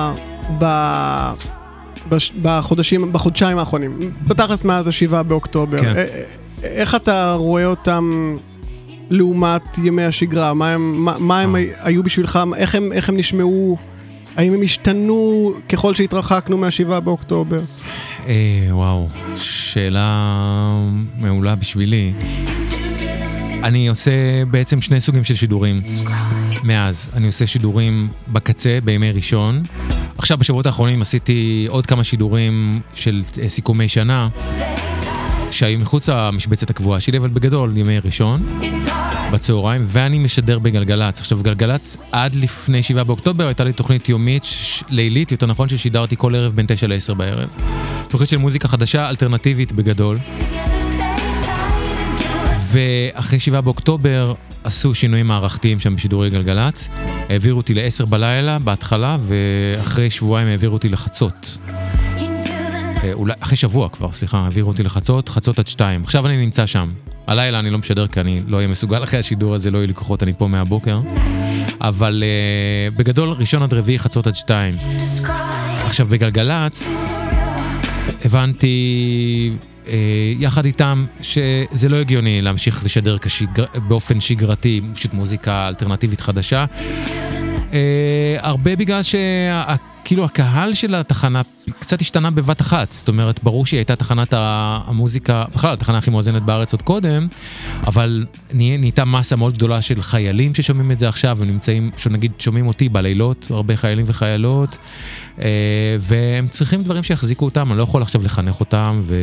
D: בחודשים, בחודשיים האחרונים. בתכלס מאז השבעה באוקטובר. איך אתה רואה אותם לעומת ימי השגרה? מה הם, מה, מה הם היו בשבילך? איך הם, איך הם נשמעו? האם הם השתנו ככל שהתרחקנו מהשבעה באוקטובר?
C: אה, וואו, שאלה מעולה בשבילי. אני עושה בעצם שני סוגים של שידורים מאז. אני עושה שידורים בקצה בימי ראשון. עכשיו בשבועות האחרונים עשיתי עוד כמה שידורים של סיכומי שנה, שהיו מחוץ למשבצת הקבועה שלי, אבל בגדול ימי ראשון, בצהריים, ואני משדר בגלגלץ. עכשיו, גלגלץ עד לפני שבעה באוקטובר הייתה לי תוכנית יומית, ש... לילית, יותר נכון, ששידרתי כל ערב בין תשע לעשר בערב. תוכנית של מוזיקה חדשה, אלטרנטיבית בגדול. ואחרי שבעה באוקטובר עשו שינויים מערכתיים שם בשידורי גלגלץ. העבירו אותי לעשר בלילה בהתחלה, ואחרי שבועיים העבירו אותי לחצות. אולי, אחרי שבוע כבר, סליחה, העבירו אותי לחצות, חצות עד שתיים. עכשיו אני נמצא שם. הלילה אני לא משדר, כי אני לא אהיה מסוגל אחרי השידור הזה, לא יהיו לי כוחות, אני פה מהבוקר. אבל uh, בגדול, ראשון עד רביעי, חצות עד שתיים. עכשיו, בגלגלץ, הבנתי uh, יחד איתם שזה לא הגיוני להמשיך לשדר כשגר... באופן שגרתי, פשוט מוזיקה אלטרנטיבית חדשה. Uh, הרבה בגלל שה... כאילו הקהל של התחנה קצת השתנה בבת אחת, זאת אומרת, ברור שהיא הייתה תחנת המוזיקה, בכלל, התחנה הכי מואזנת בארץ עוד קודם, אבל נהייתה מסה מאוד גדולה של חיילים ששומעים את זה עכשיו, ונמצאים, שנגיד, שומעים אותי בלילות, הרבה חיילים וחיילות, והם צריכים דברים שיחזיקו אותם, אני לא יכול עכשיו לחנך אותם, ו...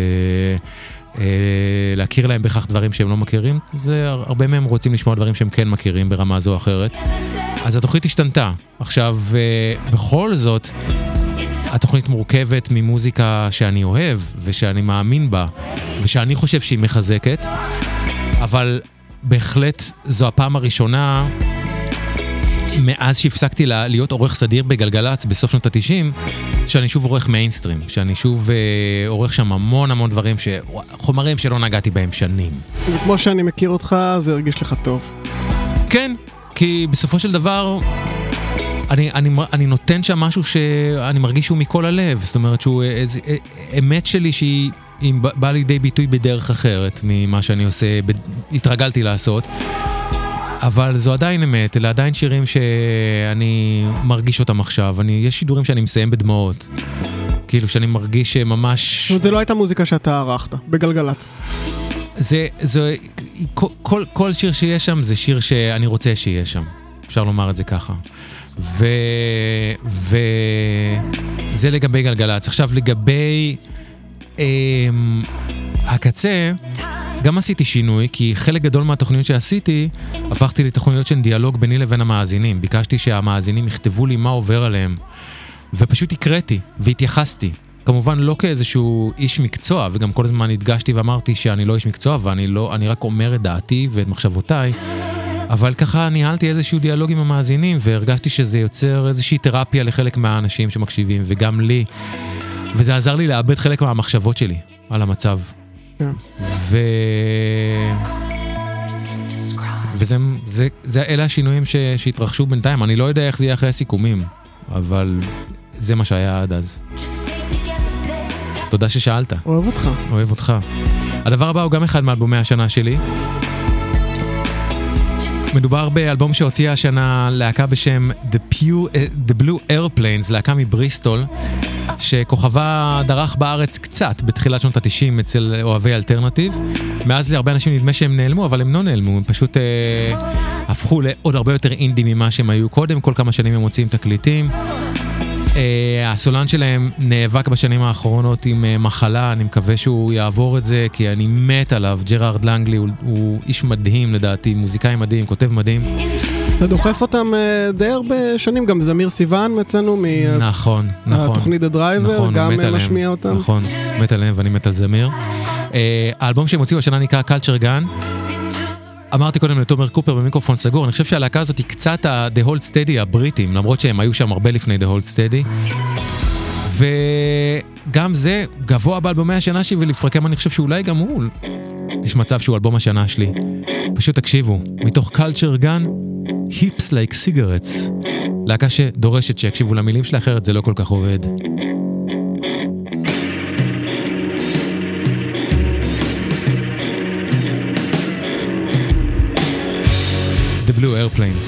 C: להכיר להם בכך דברים שהם לא מכירים, זה הרבה מהם רוצים לשמוע דברים שהם כן מכירים ברמה זו או אחרת. אז התוכנית השתנתה. עכשיו, בכל זאת, התוכנית מורכבת ממוזיקה שאני אוהב ושאני מאמין בה ושאני חושב שהיא מחזקת, אבל בהחלט זו הפעם הראשונה מאז שהפסקתי להיות עורך סדיר בגלגלץ בסוף שנות ה-תשעים, שאני שוב עורך מיינסטרים, שאני שוב אה, עורך שם המון המון דברים, ש... חומרים שלא נגעתי בהם שנים.
D: וכמו שאני מכיר אותך, זה הרגיש לך טוב.
C: כן, כי בסופו של דבר, אני, אני, אני נותן שם משהו שאני מרגיש שהוא מכל הלב, זאת אומרת שהוא איזה אמת שלי שהיא באה לידי ביטוי בדרך אחרת ממה שאני עושה, התרגלתי לעשות. אבל זו עדיין אמת, אלה עדיין שירים שאני מרגיש אותם עכשיו. אני, יש שידורים שאני מסיים בדמעות. כאילו שאני מרגיש ממש...
D: זה לא הייתה מוזיקה שאתה ערכת, בגלגלץ.
C: זה, זה, כל, כל שיר שיש שם זה שיר שאני רוצה שיהיה שם. אפשר לומר את זה ככה. ו... ו... זה לגבי גלגלץ. עכשיו לגבי... אה, הקצה... גם עשיתי שינוי, כי חלק גדול מהתוכניות שעשיתי, הפכתי לתוכניות של דיאלוג ביני לבין המאזינים. ביקשתי שהמאזינים יכתבו לי מה עובר עליהם, ופשוט הקראתי והתייחסתי. כמובן לא כאיזשהו איש מקצוע, וגם כל הזמן הדגשתי ואמרתי שאני לא איש מקצוע, ואני לא, אני רק אומר את דעתי ואת מחשבותיי, אבל ככה ניהלתי איזשהו דיאלוג עם המאזינים, והרגשתי שזה יוצר איזושהי תרפיה לחלק מהאנשים שמקשיבים, וגם לי. וזה עזר לי לאבד חלק מהמחשבות שלי על המצב. ו... וזה, זה, זה אלה השינויים ש, שהתרחשו בינתיים. אני לא יודע איך זה יהיה אחרי הסיכומים, אבל זה מה שהיה עד אז. תודה ששאלת.
D: אוהב אותך.
C: אוהב אותך. הדבר הבא הוא גם אחד מאלבומי השנה שלי. מדובר באלבום שהוציאה השנה להקה בשם The, Pure, uh, The Blue Airplanes, להקה מבריסטול, שכוכבה דרך בארץ קצת בתחילת שנות ה-תשעים אצל אוהבי אלטרנטיב. מאז להרבה אנשים נדמה שהם נעלמו, אבל הם לא נעלמו, הם פשוט uh, הפכו לעוד הרבה יותר אינדי ממה שהם היו קודם. כל כמה שנים הם מוציאים תקליטים. Uh, הסולן שלהם נאבק בשנים האחרונות עם uh, מחלה, אני מקווה שהוא יעבור את זה, כי אני מת עליו. ג'רארד לנגלי הוא, הוא איש מדהים לדעתי, מוזיקאי מדהים, כותב מדהים.
D: אתה דוחף אותם uh, די הרבה שנים, גם זמיר סיוון מצאנו
C: נכון, נכון.
D: מהתוכנית הדרייבר,
C: נכון,
D: גם
C: מת
D: משמיע אותם.
C: נכון, מת עליהם ואני מת על זמיר. Uh, האלבום שהם הוציאו השנה נקרא Culture Gun. אמרתי קודם לתומר קופר במיקרופון סגור, אני חושב שהלהקה הזאת היא קצת ה-The Hold Steady הבריטים, למרות שהם היו שם הרבה לפני The Hold Steady. וגם זה גבוה באלבומי השנה שלי, ולפרקם אני חושב שאולי גם הוא, יש מצב שהוא אלבום השנה שלי. פשוט תקשיבו, מתוך Culture Gun, Hips Like Cigarettes. להקה שדורשת שיקשיבו למילים שלה, אחרת זה לא כל כך עובד. The Blue Airplanes.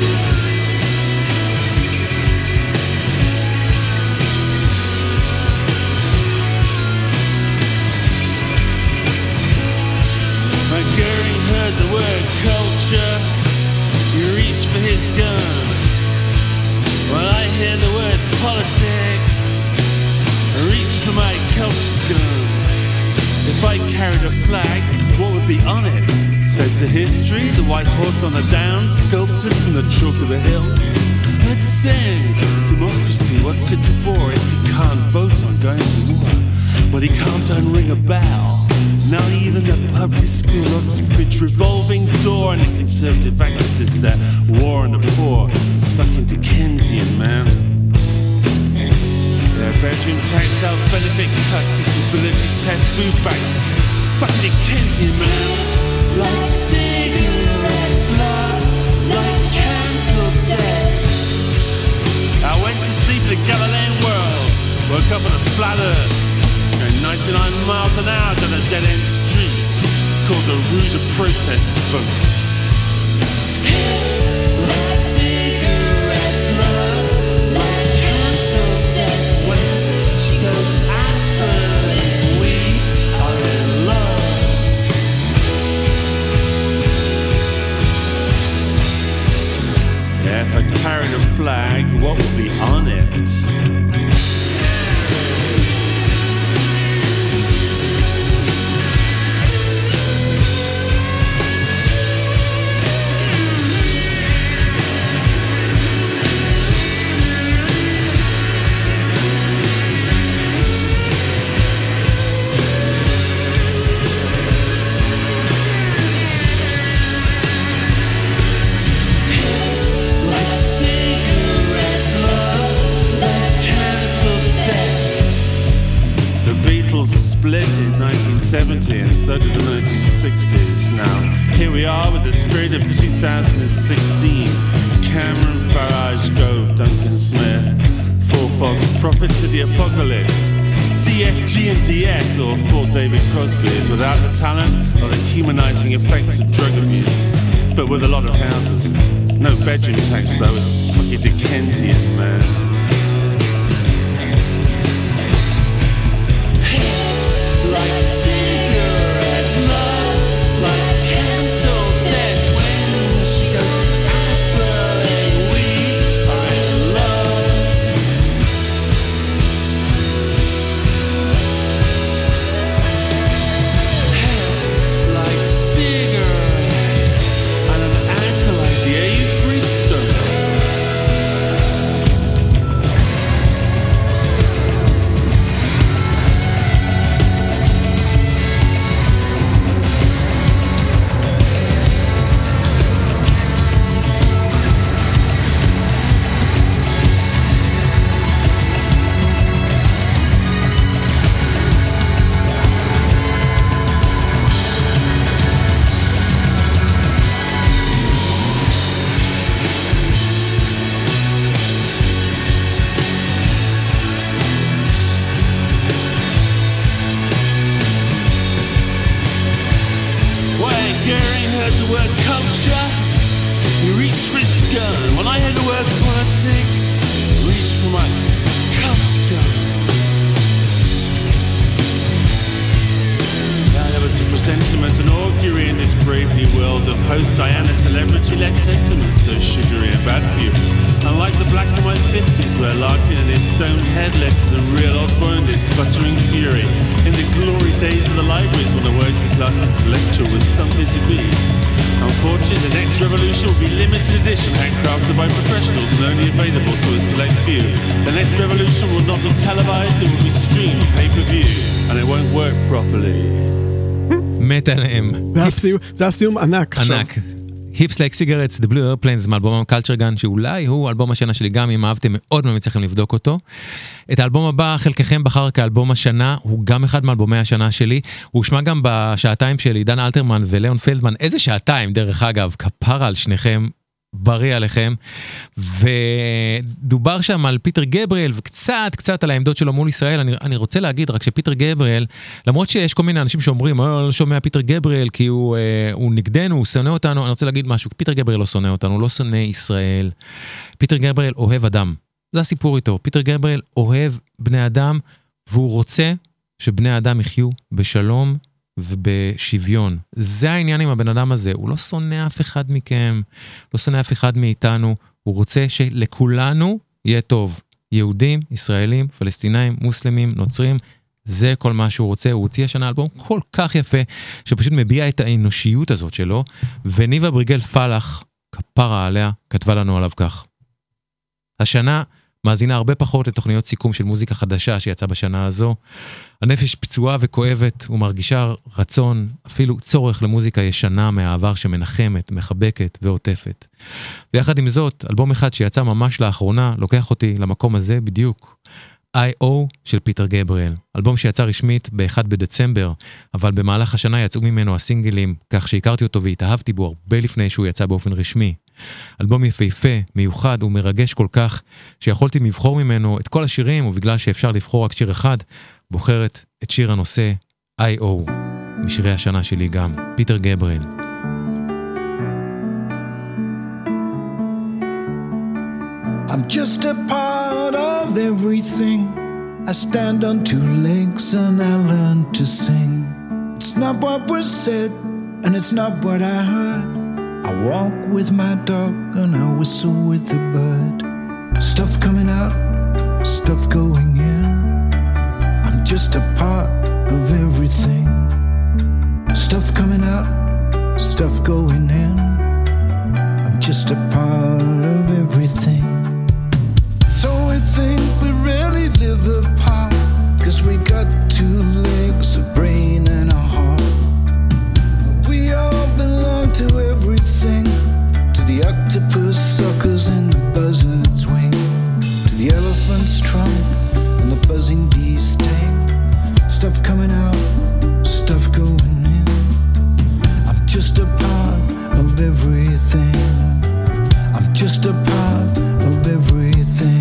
I: When Goering heard the word culture, he reached for his gun. When I hear the word politics, I reach for my culture gun. If I carried a flag, what would be on it? So to history, the white horse on the downs, sculpted from the chalk of the hill. Let's sing democracy, what's it for if you can't vote on going to war? Well, he can't unring a bell. Not even the public school Oxbridge revolving door and the conservative axis that war on the poor. It's fucking Dickensian, man. Yeah, bedroom tax, self-benefit cuts, disability test, food banks. It's fucking Dickensian, man. Like cigarettes, love, like cancelled debts. I went to sleep in the Galilean world, woke up on a flat earth, going ninety-nine miles an hour down a dead-end street, called the Rue de Protest vote. Hips like cigarettes, love, like cancelled debts. When she goes apple and we are in love. Yeah, if I carried a flag, what would be on it? Split in nineteen seventy and so did the nineteen sixties. Now, here we are with the spirit of two thousand sixteen. Cameron, Farage, Gove, Duncan Smith, four false prophets of the apocalypse. C F G and D S, or four David Crosbys, without the talent or the humanizing effects of drug abuse, but with a lot of houses. No bedroom tax though, it's fucking Dickensian, man. Like cigarettes, love, like cancelled debts. When she goes apple and we are in love. Hips like cigarettes, and an ankle like the Avebury Stone. brave new world of post-Diana celebrity-led sentiment, so sugary and bad for you. Unlike the black and white fifties, where Larkin and his domed head led to the real Osborne and his sputtering fury. In the glory days of the libraries, when the working class intellectual was something to be. Unfortunately, the next revolution will be limited edition, handcrafted by professionals and only available to a select few. The next revolution will not be televised, it will be streamed pay-per-view, and it won't work properly.
C: מת עליהם.
D: זה הסיום ענק.
C: ענק. היפס לייק סיגרטס, The Blue Airplanes, מאלבומם Culture Gun, שאולי הוא אלבום השנה שלי, גם אם אהבתם מאוד ממליץ לכם לבדוק אותו. את האלבום הבא, חלקכם בחר כאלבום השנה, הוא גם אחד מאלבומי השנה שלי, הוא הושמע גם בשעתיים שלי, דן אלתרמן וליאון פלדמן, איזה שעתיים דרך אגב, כפרה על שניכם, בריא עליכם, ודובר שם על פיטר גבריאל, וקצת קצת על העמדות שלו מול ישראל. אני, אני רוצה להגיד רק שפיטר גבריאל, למרות שיש כל מיני אנשים שאומרים, אני לא שומע פיטר גבריאל, כי הוא, אה, הוא נגדנו, הוא שונא אותנו, אני רוצה להגיד משהו, פיטר גבריאל לא שונא אותנו, הוא לא שונא ישראל. פיטר גבריאל אוהב אדם, זה הסיפור איתו, פיטר גבריאל אוהב בני אדם, והוא רוצה שבני אדם יחיו בשלום, ובשוויון. זה העניין עם הבן אדם הזה, הוא לא שונא אף אחד מכם, לא שונא אף אחד מאיתנו, הוא רוצה שלכולנו יהיה טוב, יהודים, ישראלים, פלסטינאים, מוסלמים, נוצרים, זה כל מה שהוא רוצה. הוא הוציא השנה אלבום כל כך יפה, שפשוט מביע את האנושיות הזאת שלו, וניבה בריגל פלח, כפרה עליה, כתבה לנו עליו כך. השנה מאזינה הרבה פחות לתוכניות סיכום של מוזיקה חדשה שיצאה בשנה הזו. הנפש פצועה וכואבת ומרגישה רצון, אפילו צורך למוזיקה ישנה מהעבר שמנחמת, מחבקת ועוטפת. ויחד עם זאת, אלבום אחד שיצא ממש לאחרונה, לוקח אותי למקום הזה בדיוק. איי או של פיטר גבריאל. אלבום שיצא רשמית ב-אחד בדצמבר, אבל במהלך השנה יצאו ממנו הסינגלים, כך שהכרתי אותו והתאהבתי בו הרבה לפני שהוא יצא באופן רשמי. אלבום יפהפה, מיוחד ומרגש כל כך, שיכולתי לבחור ממנו את כל השירים, ובגלל שאפשר לבחור רק שיר אחד, בוחרת את שיר הנושא איי או, משירי השנה שלי גם, פיטר גבריאל.
J: I'm just a part of everything. I stand on two legs and I learn to sing. It's not what was said and it's not what I heard. I walk with my dog and I whistle with the bird. Stuff coming out, stuff going in. I'm just a part of everything. Stuff coming out, stuff going in. I'm just a part of everything. So we think we really live apart, 'cause we got two legs, a brain and a heart. We all belong to everything, to the octopus suckers and the buzzard's wing, to the elephant's trunk and the buzzing bee's sting. Stuff coming out, stuff going in. I'm just a part of everything. I'm just a part of everything.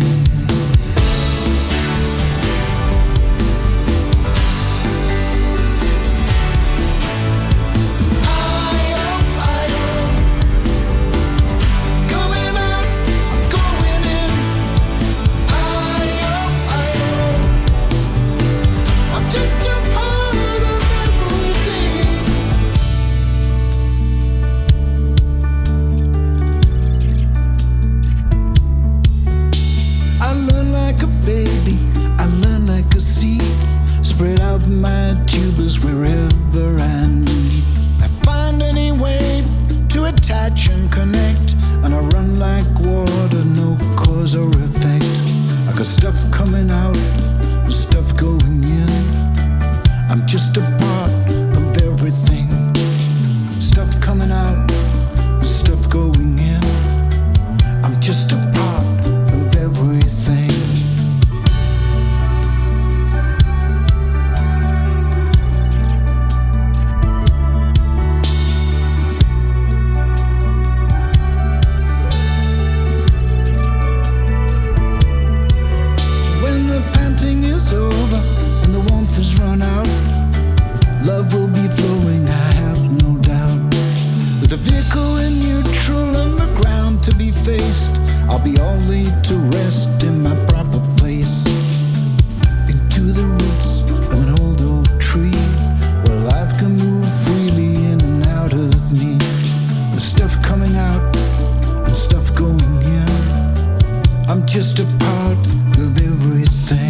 J: Spread out my tubers wherever I need. I find any way to attach and connect, and I run like water, no cause or effect. I got stuff coming out and stuff going in. I'm just a part of everything. Stuff coming out and stuff going in. I'm just a part of everything. Love will be flowing, I have no doubt. With a vehicle in neutral and the ground to be faced, I'll be all laid to rest in my part of everything.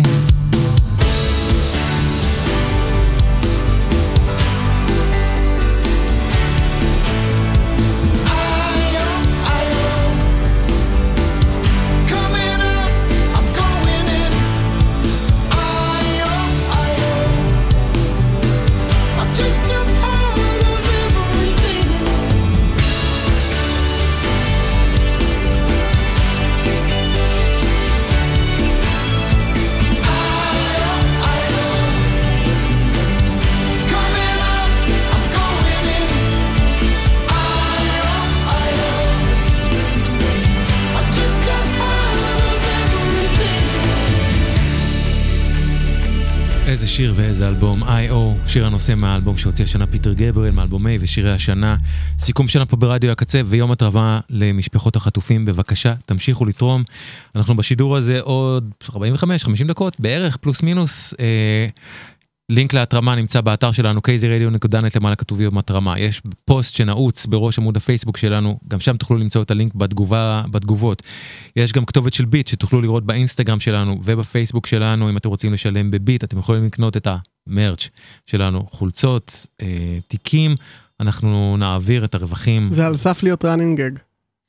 C: איזה שיר ואיזה אלבום, איי או, שיר הנושא מהאלבום שהוציא השנה פיטר גבריאל, מאלבומי ושירי השנה. סיכום שנה פה ברדיו הקצה ויום התרבה למשפחות החטופים, בבקשה, תמשיכו לתרום. אנחנו בשידור הזה עוד ארבעים וחמש חמישים דקות, בערך פלוס מינוס. אה, לינק להתרמה נמצא באתר שלנו, קייזי רדיו נקודה נט, למעלה כתוב יום התרמה. יש פוסט שנעוץ בראש עמוד הפייסבוק שלנו, גם שם תוכלו למצוא את הלינק בתגובה, בתגובות. יש גם כתובת של ביט שתוכלו לראות באינסטגרם שלנו ובפייסבוק שלנו. אם אתם רוצים לשלם בביט, אתם יכולים לקנות את המרץ' שלנו, חולצות, אה, תיקים, אנחנו נעביר את הרווחים.
D: זה על סף להיות running gag.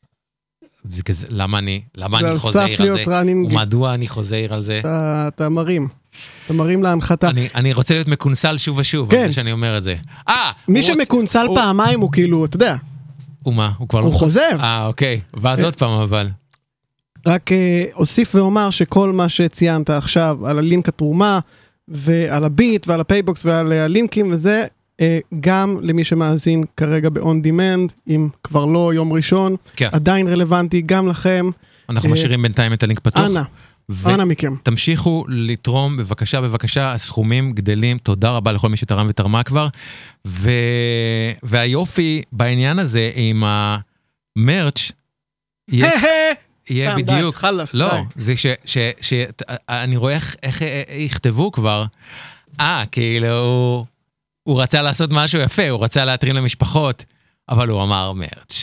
C: זה כזה, למה אני, למה אני חוזר על זה? ומדוע אני חוזר על זה?
D: אתה, אתה מרים. אתה מרים להנחתה.
C: אני, אני רוצה להיות מקונסל שוב ושוב,
D: כן.
C: על זה שאני אומר את זה. אה!
D: מי
C: רוצ...
D: שמקונסל
C: הוא...
D: פעמיים הוא כאילו, אתה יודע.
C: הוא מה? הוא כבר
D: הוא
C: לא...
D: חוזר.
C: אה, אוקיי. ואז עוד פעם אבל.
D: רק אה, אוסיף ואומר שכל מה שציינת עכשיו על הלינק התרומה, ועל הביט ועל הפייבוקס ועל הלינקים וזה, אה, גם למי שמאזין כרגע ב-on demand, אם כבר לא יום ראשון,
C: כן.
D: עדיין רלוונטי גם לכם.
C: אנחנו
D: אה,
C: משאירים בינתיים את הלינק פתוח.
D: אנא. אנא מכם.
C: תמשיכו לתרום, בבקשה, בבקשה, הסכומים גדלים, תודה רבה לכל מי שתרם ותרמה כבר, ו... והיופי בעניין הזה עם המרץ' יהיה, יהיה בדיוק,
D: די, חלס,
C: לא,
D: די.
C: זה ש... ש... ש... אני רואה איך, איך, איך יכתבו כבר, אה, כאילו, הוא... הוא רצה לעשות משהו יפה, הוא רצה להטרין למשפחות, אבל הוא אמר מרץ'.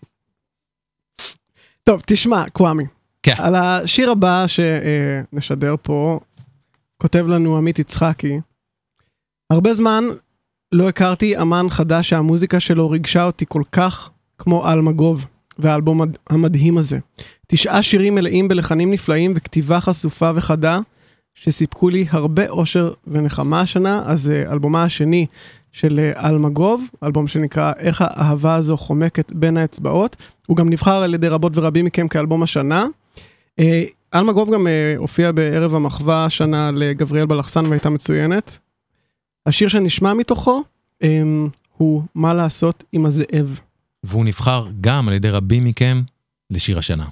D: טוב, תשמע, קוואמי.
C: כן.
D: על השיר הבא שנשדר פה, כותב לנו עמית יצחקי, הרבה זמן לא הכרתי אמן חדש שהמוזיקה שלו ריגשה אותי כל כך כמו אלמגוב והאלבום המדהים הזה. תשעה שירים מלאים בלחנים נפלאים וכתיבה חשופה וחדה, שסיפקו לי הרבה אושר ונחמה השנה. אז אלבומה השני של אלמגוב, אלבום שנקרא איך האהבה הזו חומקת בין האצבעות, הוא גם נבחר על ידי רבות ורבים מכם כאלבום השנה. אלמגוב גם הופיע בערב המחווה השנה לגבריאל בלחסן והייתה מצוינת. השיר שנשמע מתוכו הוא מה לעשות עם הזאב.
C: והוא נבחר גם על ידי רבים מכם לשיר השנה.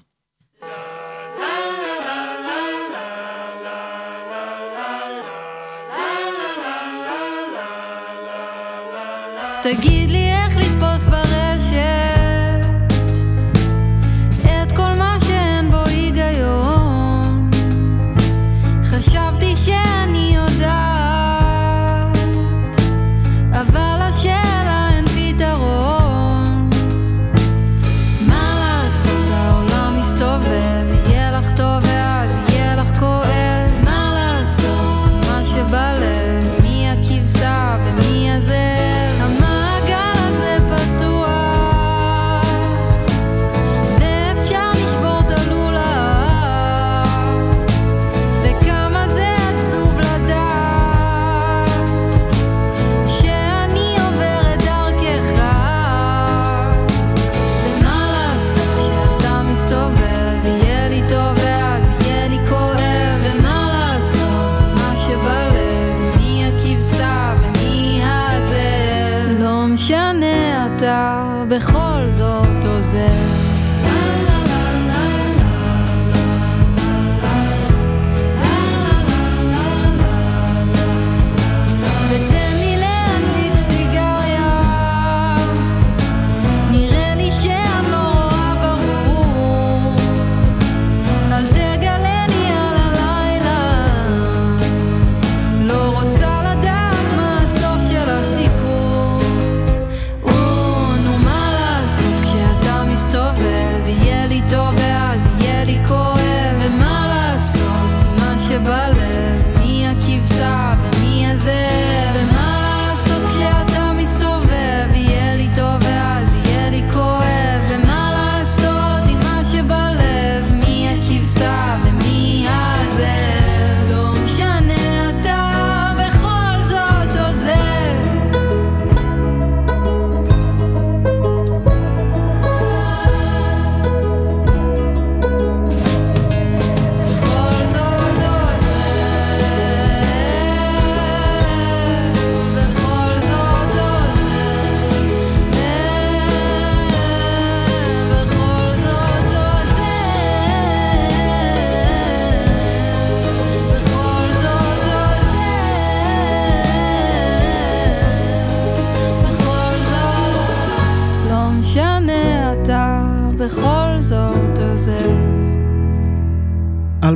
K: תגיד לי איך לתפוס ברשת את כל מה שאין בו היגיון. חשבתי שאני יודעת, אבל השאלה אין פתרון. מה לעשות, העולם מסתובב, יהיה לך טוב ואז יהיה לך כואב. מה לעשות, מה שבלב, מי הכבשה ומי הזאב. המעגל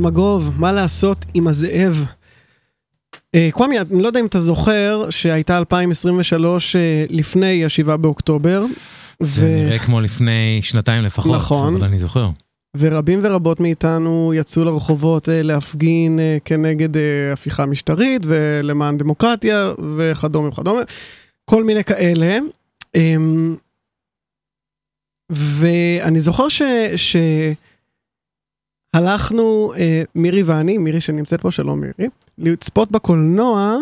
D: אלמגוב, מה לעשות עם הזאב? קוואמי, אני לא יודע אם אתה זוכר שהייתה אלפיים עשרים ושלוש לפני השבעה באוקטובר.
C: זה נראה כמו לפני שנתיים לפחות,
D: נכון.
C: אבל אני זוכר.
D: ורבים ורבות מאיתנו יצאו לרחובות להפגין כנגד הפיכה משטרית ולמען דמוקרטיה וכדומה וכדומה. כל מיני כאלה. ואני זוכר ש... ש... הלכנו, אה, מירי ואני, מירי שנמצאת פה, שלום מירי, לצפות בקולנוע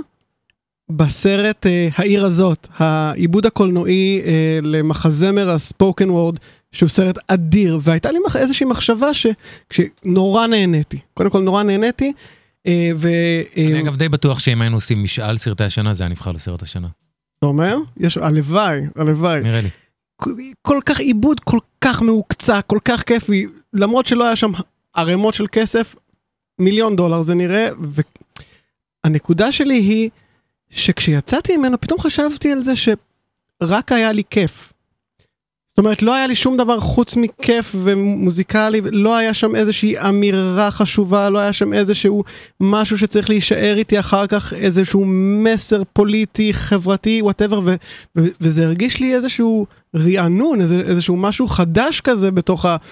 D: בסרט אה, העיר הזאת, העיבוד הקולנועי אה, למחזמר הספוקן וורד, שהוא סרט אדיר, והייתה לי מח... איזושהי מחשבה שנורא נהניתי. קודם כל נורא נהניתי, אה, ו...
C: אני אה, אגב די בטוח שאם היינו עושים משאל סרטי השנה, זה היה נבחר לסרט השנה.
D: אתה אומר? יש, הלוואי, הלוואי.
C: נראה לי.
D: כל כך עיבוד, כל כך מעוקצה, כל כך כיפי, למרות שלא היה שם ערימות של כסף, מיליון דולר זה נראה, והנקודה שלי היא, שכשיצאתי ממנו, פתאום חשבתי על זה שרק היה לי כיף. זאת אומרת, לא היה לי שום דבר חוץ מכיף ומוזיקלי, לא היה שם איזושהי אמירה חשובה, לא היה שם איזשהו משהו שצריך להישאר איתי אחר כך, איזשהו מסר פוליטי, חברתי, whatever, ו- ו- וזה הרגיש לי איזשהו רענון, איזה- איזשהו משהו חדש כזה בתוך ה...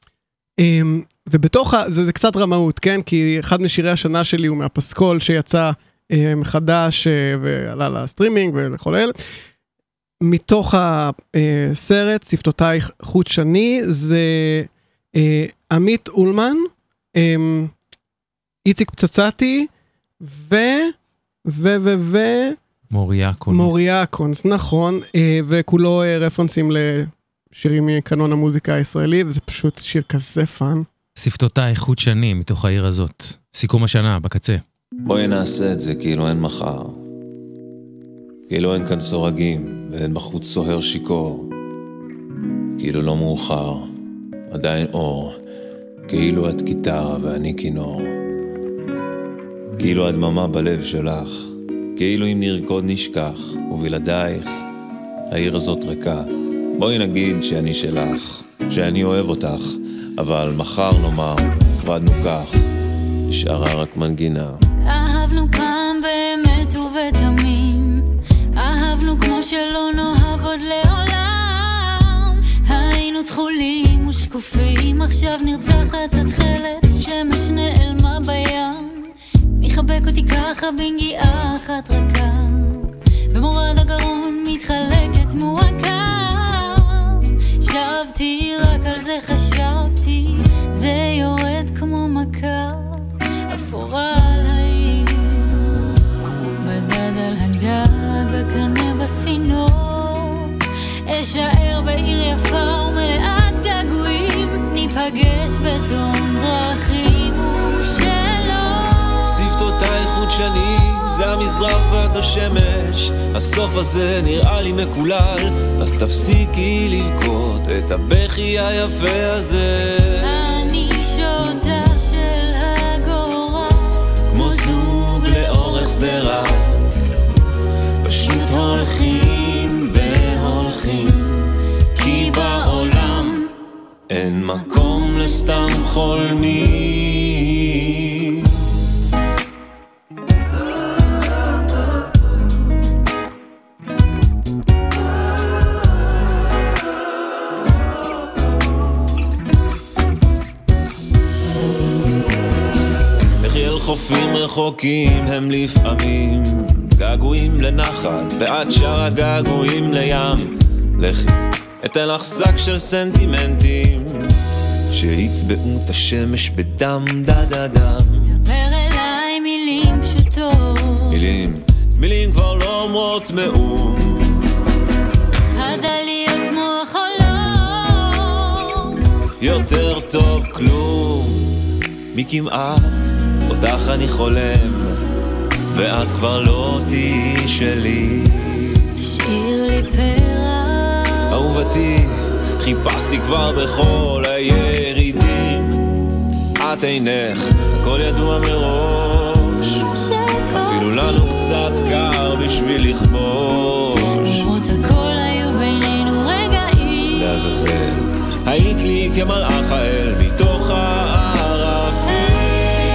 D: ובתוך ה... זה, זה קצת רמאות, כן? כי אחד משירי השנה שלי הוא מהפסקול שיצא אה, מחדש אה, ועלה לסטרימינג ולכל אלה. מתוך הסרט, שפתותייך חוט שני, זה אה, עמית אולמן, אה, איציק פצצתי, ו... ו... ו... ו...
C: מוריה קונס.
D: מוריה קונס, נכון, אה, וכולו אה, רפרנסים לשירים מקנון המוזיקה הישראלי, וזה פשוט שיר כזה פאן.
C: שפתותייך חוט שני מתוך העיר הזאת. סיכום השנה, בקצה.
L: בואי נעשה את זה כאילו אין מחר. כאילו אין כאן סורגים, ואין בחוץ סוהר שיקור. כאילו לא מאוחר, עדיין אור. כאילו את גיטרה ואני כינור. כאילו הדממה בלב שלך. כאילו אם נרקוד נשכח, ובלעדייך, העיר הזאת ריקה. בואי נגיד שאני שלך, שאני אוהב אותך, אבל מחר נאמר, הפרדנו כך, נשארה רק מנגינה.
K: אהבנו פעם באמת ובתמים, אהבנו כמו שלא נאהב עוד לעולם. היינו תחולים ושקופים, עכשיו נרצחת התחלת, שמש נעלמה בים. מחבק אותי ככה בנגיעה אחת רכה, במורד הגרון מתחלקת מועקה. שבתי רק על זה חשבתי, זה יורד כמו מכה. אפורה על העיר, בדד על הגג, בקנה בספינות. אשאר בעיר יפה ומלאת געגועים, ניפגש בתום דרכים ושלום.
L: שפתותייך חוט שני, זה המזרח ואת השמש. הסוף הזה נראה לי מקולל, אז תפסיקי לבכות את הבכי היפה הזה.
K: אני שוטה של הגורל,
L: כמו זוג לאורך סדרה, פשוט הולכים והולכים, כי בעולם אין מקום לסתם חולמים. חופים רחוקים הם לפעמים געגועים לנחל, ועד שאר הגעגועים לים. לכי, אתן לך שק של סנטימנטים שיצבעו את השמש בדם דה דה דם.
K: דבר אליי מילים פשוטות,
L: מילים, מילים כבר לא אומרות מאום.
K: אחד עליות כמו החולות,
L: יותר טוב כלום מכמעט. אותך אני חולם, ואת כבר לא תהיי שלי.
K: תשאיר לי פרח,
L: אהובתי, חיפשתי כבר בכל הירידים. את אינך, הכל ידוע מראש, אפילו לנו קצת קר בשביל לכבוש.
K: למרות הכל היו בינינו רגעים,
L: לעזאזל, היית לי כמלאך האל מתוך הערפים.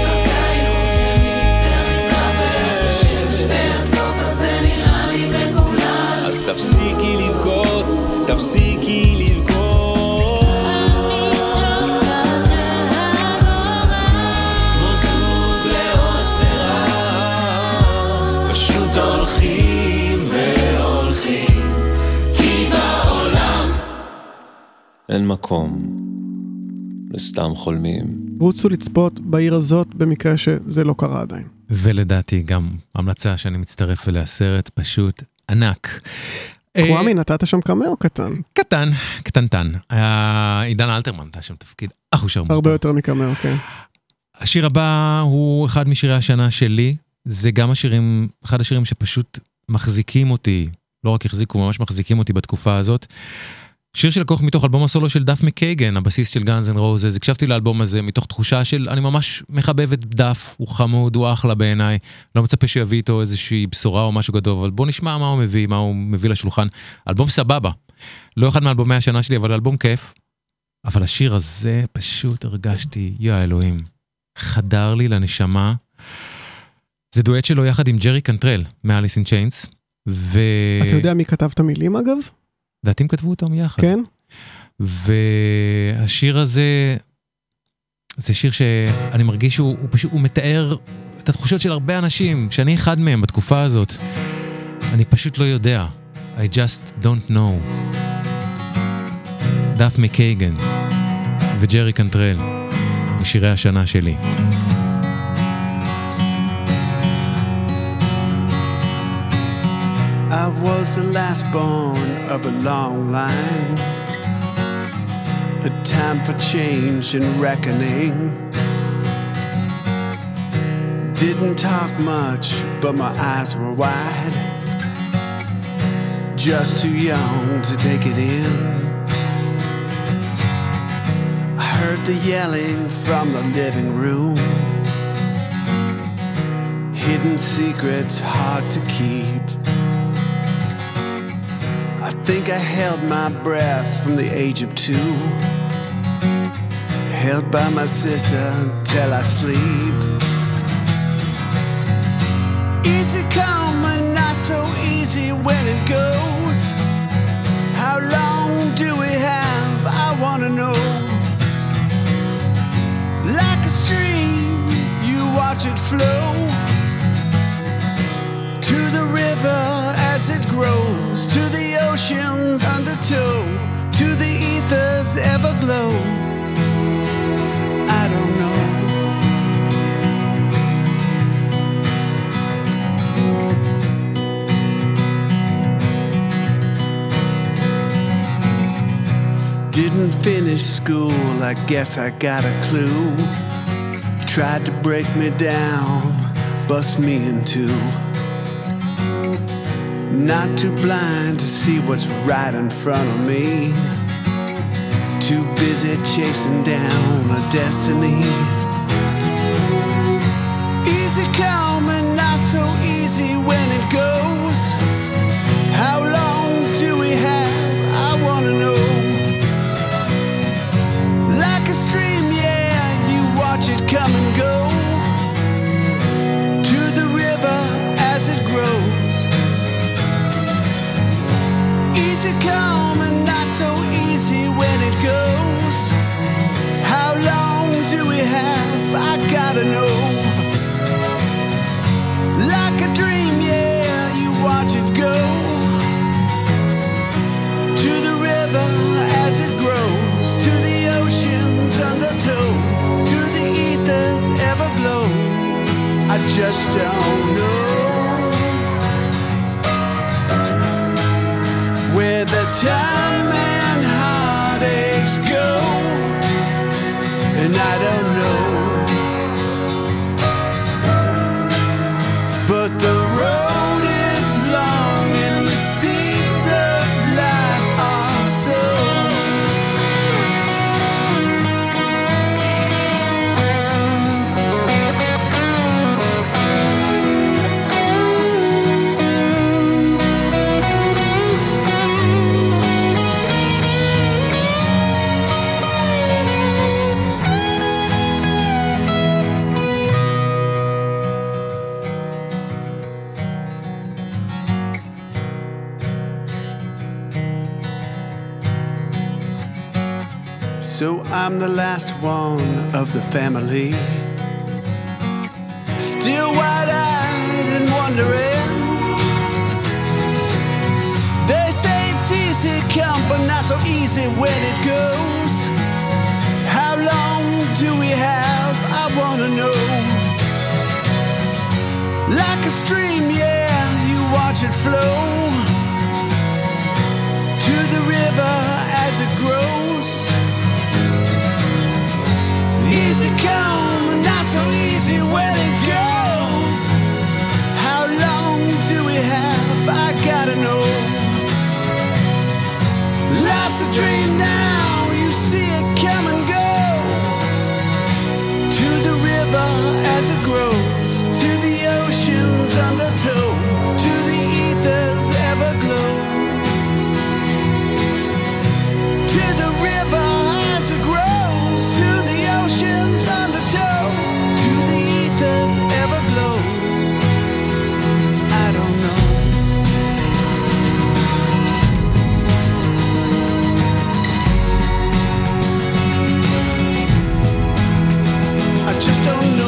L: אין מקום לסתם חולמים.
D: רוצו לצפות בעיר הזאת במקרה שזה לא קרה עדיין.
C: ולדעתי גם המלצה שאני מצטרף אליה, סרט פשוט ענק.
D: קוואמי, נתת שם קמאו קטן.
C: קטן, קטנטן. עידן אלתרמן, נתן שם תפקיד אחושר.
D: הרבה יותר מקמאו, כן.
C: השיר הבא הוא אחד משירי השנה שלי, זה גם השירים, אחד השירים שפשוט מחזיקים אותי, לא רק החזיקו, ממש מחזיקים אותי בתקופה הזאת. שיר שלקוח מתוך אלבום הסולו של דף מקייגן, הבסיס של גאנז אנד רוזז. הקשבתי לאלבום הזה מתוך תחושה של אני ממש מחבב את דף, הוא חמוד, הוא אחלה בעיניי, לא מצפה שיביא איתו איזושהי בשורה או משהו גדול, אבל בוא נשמע מה הוא מביא, מה הוא מביא לשולחן. אלבום סבבה, לא אחד מאלבומי השנה שלי, אבל אלבום כיף. אבל השיר הזה פשוט הרגשתי, יא אלוהים, חדר לי לנשמה. זה דואט שלו יחד עם ג'רי קנטרל, מאליס אין צ'יינס. ו...
D: אתה יודע מי כתב את המילים אגב?
C: דעתים כתבו אותם יחד.
D: כן.
C: והשיר הזה, זה שיר שאני מרגיש שהוא הוא פשוט, הוא מתאר את התחושות של הרבה אנשים, שאני אחד מהם בתקופה הזאת. אני פשוט לא יודע. I just don't know. דף מקייגן וג'רי קנטרל, משירי השנה שלי.
M: I was the last born of a long line, a time for change and reckoning. Didn't talk much, but my eyes were wide, just too young to take it in. I heard the yelling from the living room, hidden secrets hard to keep. I think I held my breath from the age of two, held by my sister till I sleep. Easy come and not so easy when it goes. How long do we have? I wanna know. Like a stream, you watch it flow to the river as it grows, to the ocean's undertow, to the ether's everglow. I don't know. Didn't finish school, I guess I got a clue. Tried to break me down, bust me in two. Not too blind to see what's right in front of me, too busy chasing down a destiny. Easy come and not so easy when it goes. How long do we have? I wanna know. Like a stream, yeah, you watch it come and go to the river as it grows. Easy come and not so easy when it goes. How long do we have? I gotta know. Like a dream, yeah, you watch it go to the river as it grows, to the ocean's undertow, to the ether's everglow. I just don't know where the time and heartaches go, and I don't know, but the road is long and the seeds of life are sown. So I'm the last one of the family, still wide-eyed and wondering. They say it's easy company not so easy when it goes. How long do we have? I wanna know. Like a stream, yeah, you watch it flow to the river as it grows. Easy come, not so easy when it goes. How long do we have? I gotta know. Life's a dream now, you see it come and go. To the river as it grows, to the ocean's undertow, to the ether's everglow. To the river as it grows, to the ocean's undertow, to the ether's everglow. I don't know. I just don't know.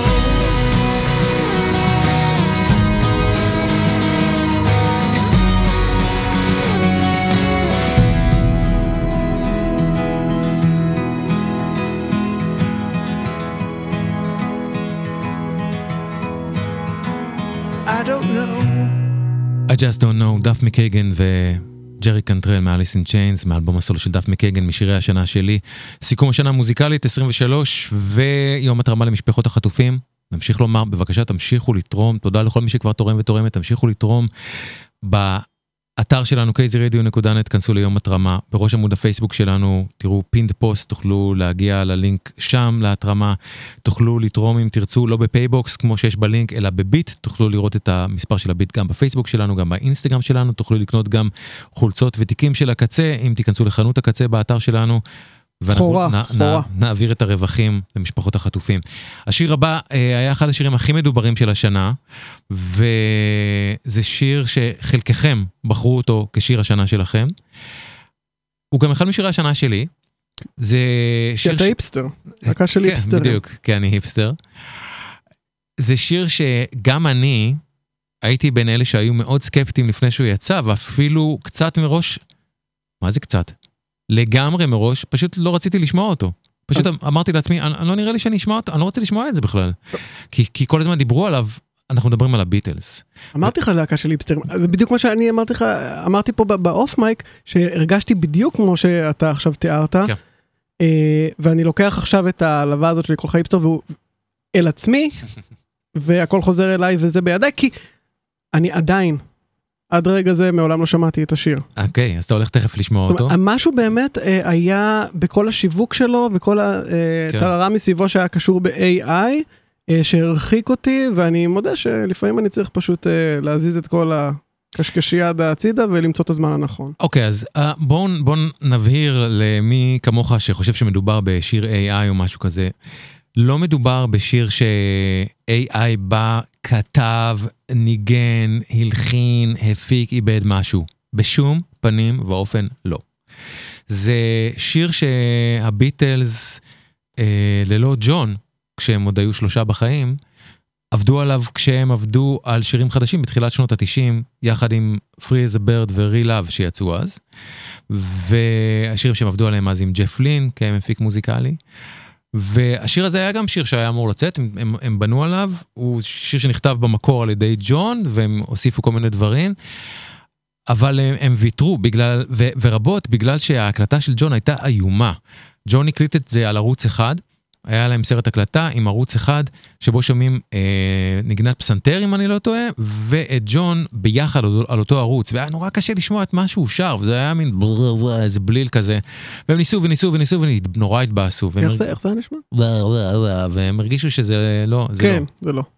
M: I don't know.
C: I just don't know, דף מקייגן וג'רי קנטרל מאליס אין צ'יינס, מאלבום הסולו של דף מקייגן, משירי השנה שלי. סיכום השנה המוזיקלית עשרים ושלוש, ויום התרמה למשפחות החטופים. נמשיך לומר, בבקשה תמשיכו לתרום, תודה לכל מי שכבר תורם ותורמת, תמשיכו לתרום באתר שלנו קייזי רדיו נקודה נט, כנסו ליום התרמה, בראש עמוד הפייסבוק שלנו, תראו פינד פוסט, תוכלו להגיע ללינק שם להתרמה, תוכלו לתרום אם תרצו, לא בפייבוקס כמו שיש בלינק, אלא בביט, תוכלו לראות את המספר של הביט גם בפייסבוק שלנו, גם באינסטגרם שלנו, תוכלו לקנות גם חולצות ותיקים של הקצה, אם תיכנסו לחנות הקצה באתר שלנו,
D: סחורה,
C: ואנחנו
D: סחורה.
C: נ, נעביר את הרווחים למשפחות החטופים. השיר הבא היה אחד השירים הכי מדוברים של השנה, וזה שיר שחלקכם בחרו אותו כשיר השנה שלכם. הוא גם אחד משירי השנה שלי. זה שיר...
D: כי אתה היפסטר, הקה של היפסטר.
C: בדיוק, כי אני היפסטר. זה שיר שגם אני הייתי בין אלה שהיו מאוד סקפטיים לפני שהוא יצא, ואפילו קצת מראש, מה זה קצת? לגמרי מראש, פשוט לא רציתי לשמוע אותו. פשוט אמרתי לעצמי, אני לא נראה לי שאני אשמע אותו, אני לא רוצה לשמוע את זה בכלל. כי, כי כל הזמן דיברו עליו, אנחנו מדברים על הביטלס.
D: אמרתי לך להקה של היפסטרים, זה בדיוק מה שאני אמרתי לך, אמרתי פה באוף מייק, שהרגשתי בדיוק כמו שאתה עכשיו תיארת, ואני לוקח עכשיו את ההלווה הזאת של כל היפסטר, והוא אל עצמי, והכל חוזר אליי וזה בידיי, כי אני עדיין, עד רגע זה מעולם לא שמעתי את השיר.
C: אוקיי, אז אתה הולך תכף לשמוע אותו.
D: משהו באמת היה בכל השיווק שלו, וכל הטררה מסביבו שהיה קשור ב-איי איי, שהרחיק אותי, ואני מודה שלפעמים אני צריך פשוט להזיז את כל הקשקשייה עד הצידה, ולמצוא את הזמן הנכון.
C: אוקיי, אז בואו נבהיר למי כמוך שחושב שמדובר בשיר איי איי או משהו כזה. לא מדובר בשיר ש-איי איי בא, כתב, ניגן, הלחין, הפיק, איבד משהו. בשום פנים ואופן לא. זה שיר שהביטלס, אה, ללא ג'ון, כשהם עוד היו שלושה בחיים, עבדו עליו כשהם עבדו על שירים חדשים בתחילת שנות ה-תשעים, יחד עם Free as a Bird ו-Real Love שיצאו אז. והשירים שהם עבדו עליהם אז עם ג'ף לין, כמפיק מוזיקלי. והשיר הזה היה גם שיר שהיה אמור לצאת, הם, הם, הם בנו עליו, הוא שיר שנכתב במקור על ידי ג'ון, והם הוסיפו כל מיני דברים, אבל הם, הם ויתרו, בגלל, ו, ורבות בגלל שההקלטה של ג'ון הייתה איומה. ג'ון הקליט את זה על ערוץ אחד, היה להם סרט הקלטה עם ערוץ אחד, שבו שומעים אה, נגנת פסנתר, אם אני לא טועה, ואת ג'ון ביחד על אותו ערוץ, והיה נורא קשה לשמוע את מה שהוא שר, וזה היה מין איזה בליל כזה, והם ניסו וניסו וניסו ונורא התבאסו.
D: איך זה, איך זה נשמע?
C: והם הרגישו שזה לא, זה
D: כן,
C: לא.
D: זה לא.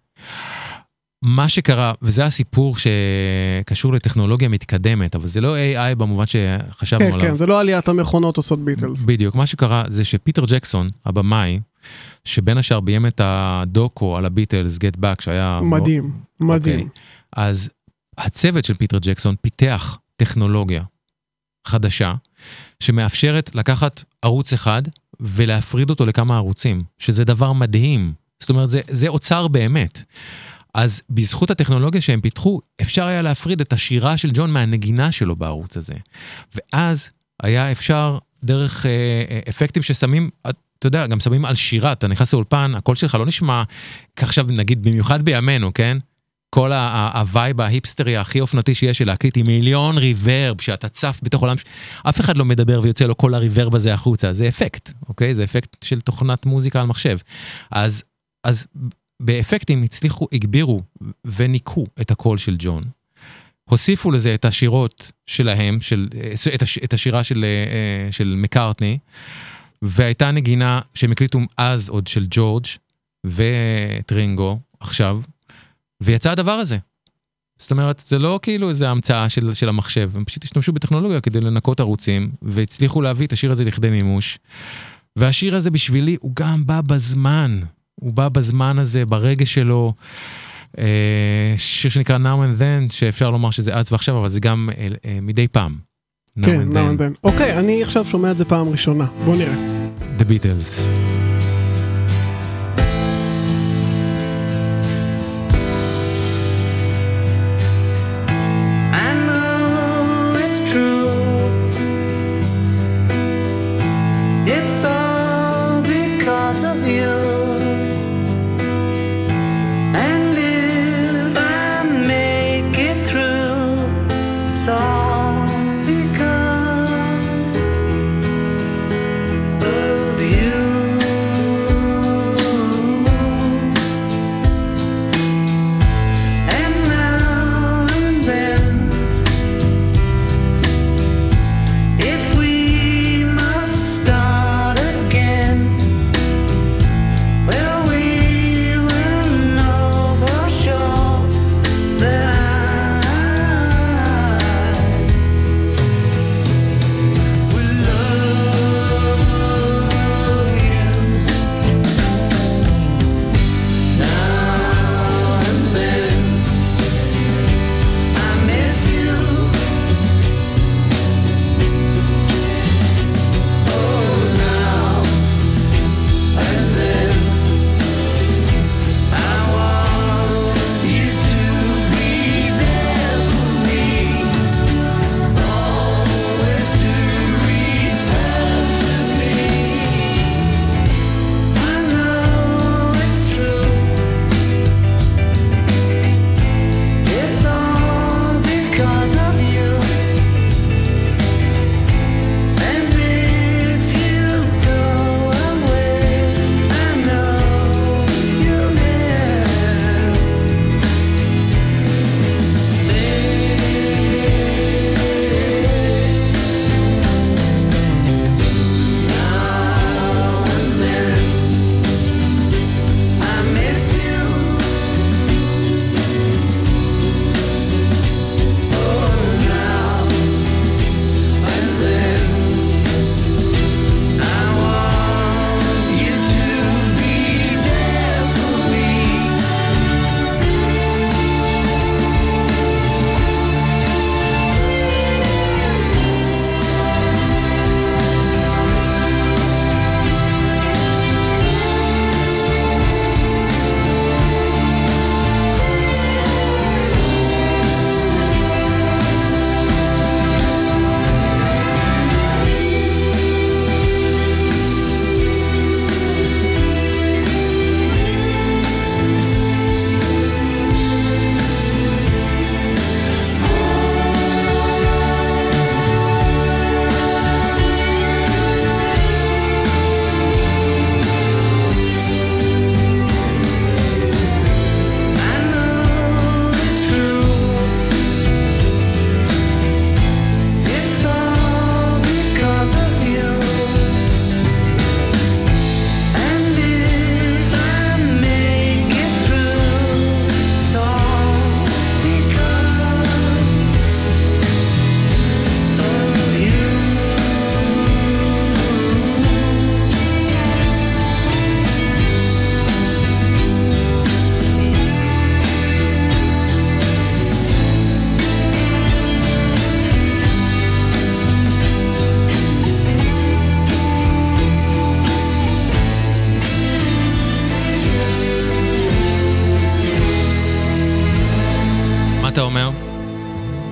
C: מה שקרה, וזה הסיפור שקשור לטכנולוגיה מתקדמת, אבל זה לא איי איי במובן שחשבנו
D: כן,
C: עליו.
D: כן, זה לא עליית המכונות עושות ביטלס.
C: בדיוק, מה שקרה זה שפיטר ג'קסון, הבמאי, שבין השאר ביים את הדוקו על הביטלס, Get Back, שהיה...
D: מדהים, מדהים.
C: Okay. אז הצוות של פיטר ג'קסון פיתח טכנולוגיה חדשה, שמאפשרת לקחת ערוץ אחד, ולהפריד אותו לכמה ערוצים, שזה דבר מדהים. זאת אומרת, זה, זה אוצר באמת. אז בזכות הטכנולוגיה שהם פיתחו, אפשר היה להפריד את השירה של ג'ון מהנגינה שלו בערוץ הזה. ואז היה אפשר דרך אה, אפקטים ששמים, אתה יודע, גם שמים על שירה, אתה נכנס לאולפן, הקול שלך לא נשמע, עכשיו נגיד במיוחד בימינו, כן? כל הווייב ההיפסטרי הכי אופנתי שיש של להקליט עם מיליון ריברב, שאתה צף בתוך עולם, אף אחד לא מדבר ויוצא לו כל הריברב הזה החוצה, זה אפקט, אוקיי? זה אפקט של תוכנת מוזיקה על מחשב. אז, אז באפקטים הצליחו, הגבירו וניקו את הקול של ג'ון, הוסיפו לזה את השירות שלהם, של, את, הש, את השירה של, של מקארטני, והייתה נגינה שהם הקליטו אז עוד של ג'ורג' וטרינגו, עכשיו, ויצא הדבר הזה. זאת אומרת, זה לא כאילו איזו המצאה של, של המחשב, הם פשוט השתמשו בטכנולוגיה כדי לנקות ערוצים, והצליחו להביא את השיר הזה לכדי מימוש, והשיר הזה בשבילי הוא גם בא בזמן, הוא בא בזמן הזה, ברגע שלו, שיר שנקרא Now and Then, שאפשר לומר שזה אז ועכשיו, אבל זה גם מדי פעם.
D: כן, Now and Then. אוקיי, אני עכשיו שומע את זה פעם ראשונה, בוא נראה.
C: The Beatles.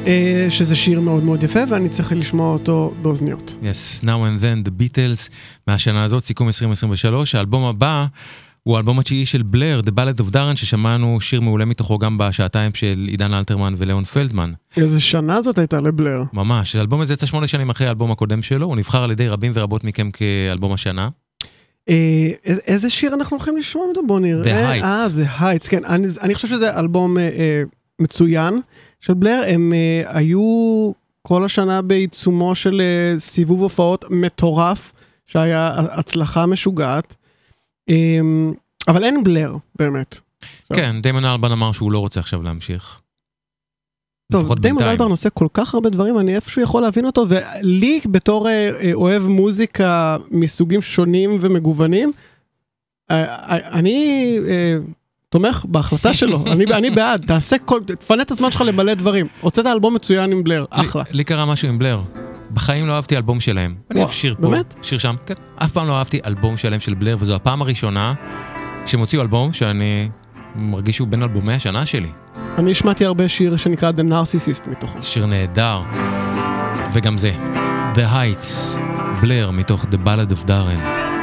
D: שזה שיר מאוד מאוד יפה, ואני צריך לשמוע אותו באוזניות.
C: Yes, Now and Then, The Beatles, מהשנה הזאת, סיכום עשרים עשרים ושלוש, האלבום הבא, הוא האלבום התשיעי של בלר, The Ballad of Darren, ששמענו שיר מעולה מתוכו גם בשעתיים של עידן אלתרמן ולאון פלדמן.
D: איזה שנה זאת הייתה לבלר?
C: ממש, האלבום הזה יצא שמונה שנים אחרי האלבום הקודם שלו, הוא נבחר על ידי רבים ורבות מכם כאלבום השנה.
D: איזה שיר אנחנו הולכים לשמוע אותו? בוא נראה.
C: The Heights.
D: אה, The Heights, כן. אני, אני חושב שזה אלבום מצוין של בלר. הם היו כל השנה בעיצומו של סיבוב הופעות מטורף, שהיה הצלחה משוגעת. אבל אין בלר, באמת.
C: כן, דיימון אלברן אמר שהוא לא רוצה עכשיו להמשיך.
D: טוב, דיימון אלברן עושה כל כך הרבה דברים, אני איפשהו יכול להבין אותו, ולי בתור אוהב מוזיקה מסוגים שונים ומגוונים, אני תומך בהחלטה שלו, אני בעד, תעשה כל, תפנה את הזמן שלך למלא דברים. הוצאת אלבום מצוין עם בלר, אחלה.
C: לי קרה משהו עם בלר. בחיים לא אהבתי אלבום שלהם. אני אוהב שיר פה, שיר שם, כן. אף פעם לא אהבתי אלבום שלהם של בלר, וזו הפעם הראשונה שהם הוציאו אלבום שאני מרגיש שהוא בין אלבומי השנה שלי.
D: אני שמעתי הרבה שיר שנקרא The Narcissist מתוכו.
C: שיר נהדר. וגם זה, The Heights, בלר מתוך The Ballad of Darren.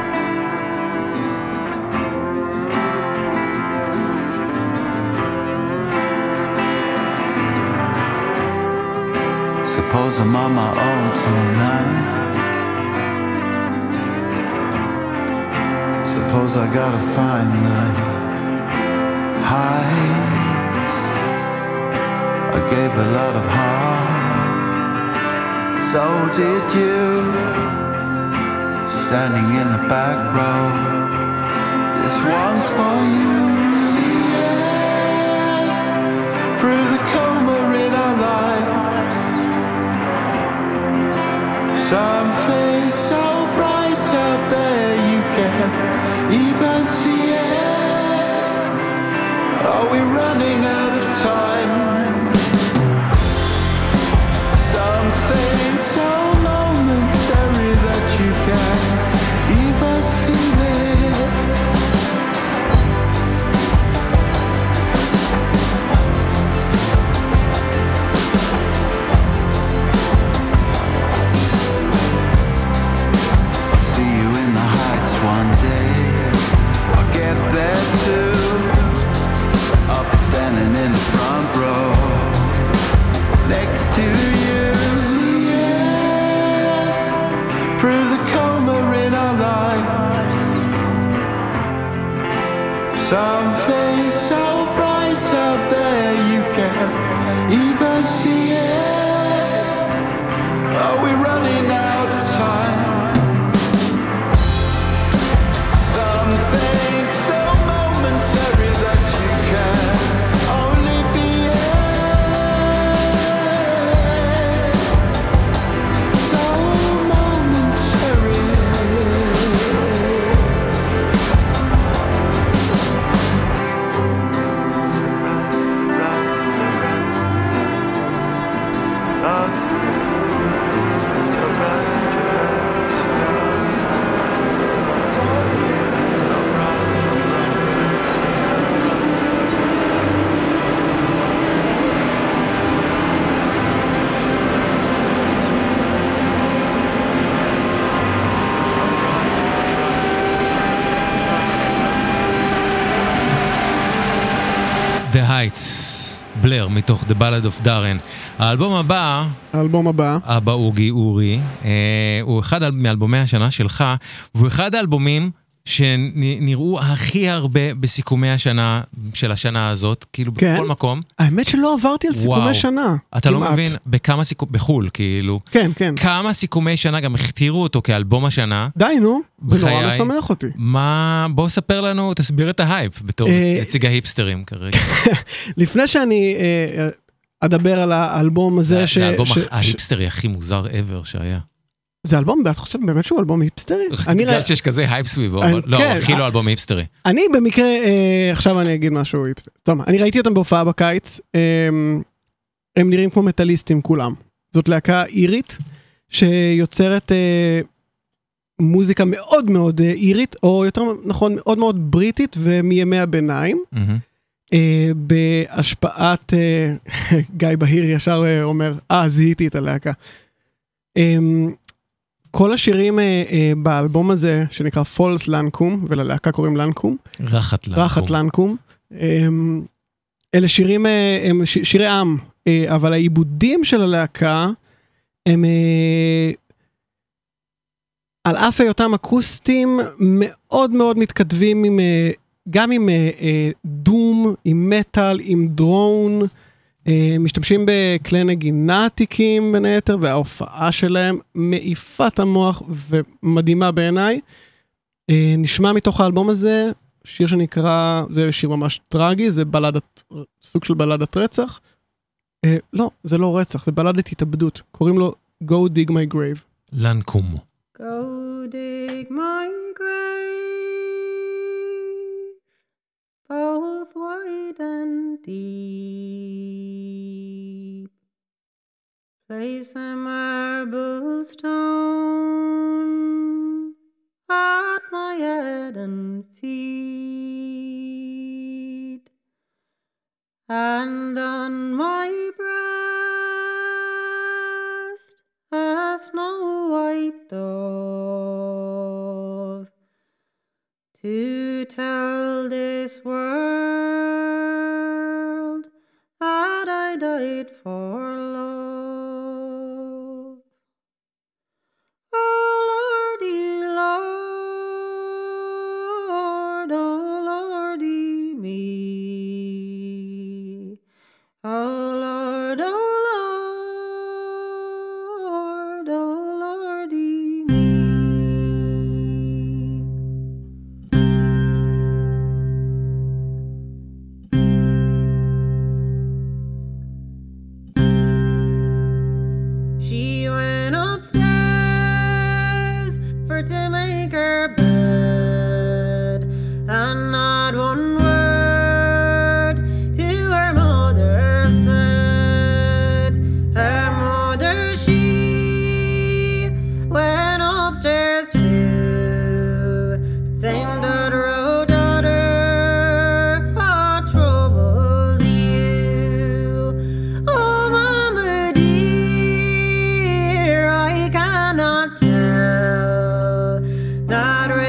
M: Suppose I'm on my own tonight. Suppose I gotta find the heights. I gave a lot of heart. So did you. Standing in the back row. This one's for you. See it through the coma in our lives. Something so bright out there you can't even see it. Are we running out of time? Something so momentary that you can't even feel it. One day I'll get there too. I'll be standing in the front row next to you. See it through the coma in our lives. Something so bright out there you can't even see it. Are we running out of time? Something so momentary that you can only be it. So momentary.
C: The Heights, בלר מתוך The Ballad of Darren. האלבום הבא,
D: האלבום הבא,
C: אבא אוגי אורי, אה, הוא אחד מאלבומי השנה שלך, והוא אחד האלבומים שנראו הכי הרבה בסיכומי השנה של השנה הזאת, כאילו כן? בכל מקום.
D: האמת שלא עברתי על סיכומי וואו. שנה.
C: אתה כמעט. לא מבין בכמה סיכומי, בחול כאילו.
D: כן, כן.
C: כמה סיכומי שנה גם הכתירו אותו כאלבום השנה.
D: די נו, זה נורא משמח אותי.
C: מה, בוא ספר לנו, תסביר את ההייפ בתור נציג ההיפסטרים כרגע.
D: לפני שאני אדבר על האלבום הזה.
C: זה, ש... זה האלבום ש... ההיפסטרי הכי מוזר ever שהיה.
D: זה אלבום, אתה חושב באמת שהוא אלבום היפסטרי?
C: בגלל שיש כזה הייפ סביבו, לא, הכי לא אלבום היפסטרי.
D: אני במקרה, עכשיו אני אגיד משהו היפסטרי. טוב, אני ראיתי אותם בהופעה בקיץ, הם נראים כמו מטליסטים כולם. זאת להקה אירית, שיוצרת מוזיקה מאוד מאוד אירית, או יותר נכון מאוד מאוד בריטית, ומימי הביניים. בהשפעת, גיא בהיר ישר אומר, אה, זיהיתי את הלהקה. כל השירים באלבום הזה, שנקרא פולס לנקום, וללהקה קוראים לנקום.
C: רחת לנקום.
D: רחת לנקום. אלה שירים, הם שירי עם, אבל העיבודים של הלהקה, הם על אף היותם אקוסטיים, מאוד מאוד מתכתבים עם, גם עם דום, עם מטל, עם דרון, משתמשים בכלי נגינה עתיקים בין היתר, וההופעה שלהם מעיפת המוח ומדהימה בעיניי. נשמע מתוך האלבום הזה, שיר שנקרא, זה שיר ממש טרגי, זה בלדת, סוג של בלדת רצח. לא, זה לא רצח, זה בלדת התאבדות. קוראים לו Go Dig My Grave.
C: לנקום.
N: Go dig my grave, both wide and deep. Place a marble stone at my head and feet, and on my breast a snow white dove, to tell this world that I died for love. Oh Lordy, Lord, oh Lordy me, oh Lord, oh Lord, oh Lordy me. She went upstairs for to make her bed, and not one word to her mother said. Her mother, she went upstairs too, saying, daughter, oh daughter, what troubles you? Oh mama dear, I cannot tell that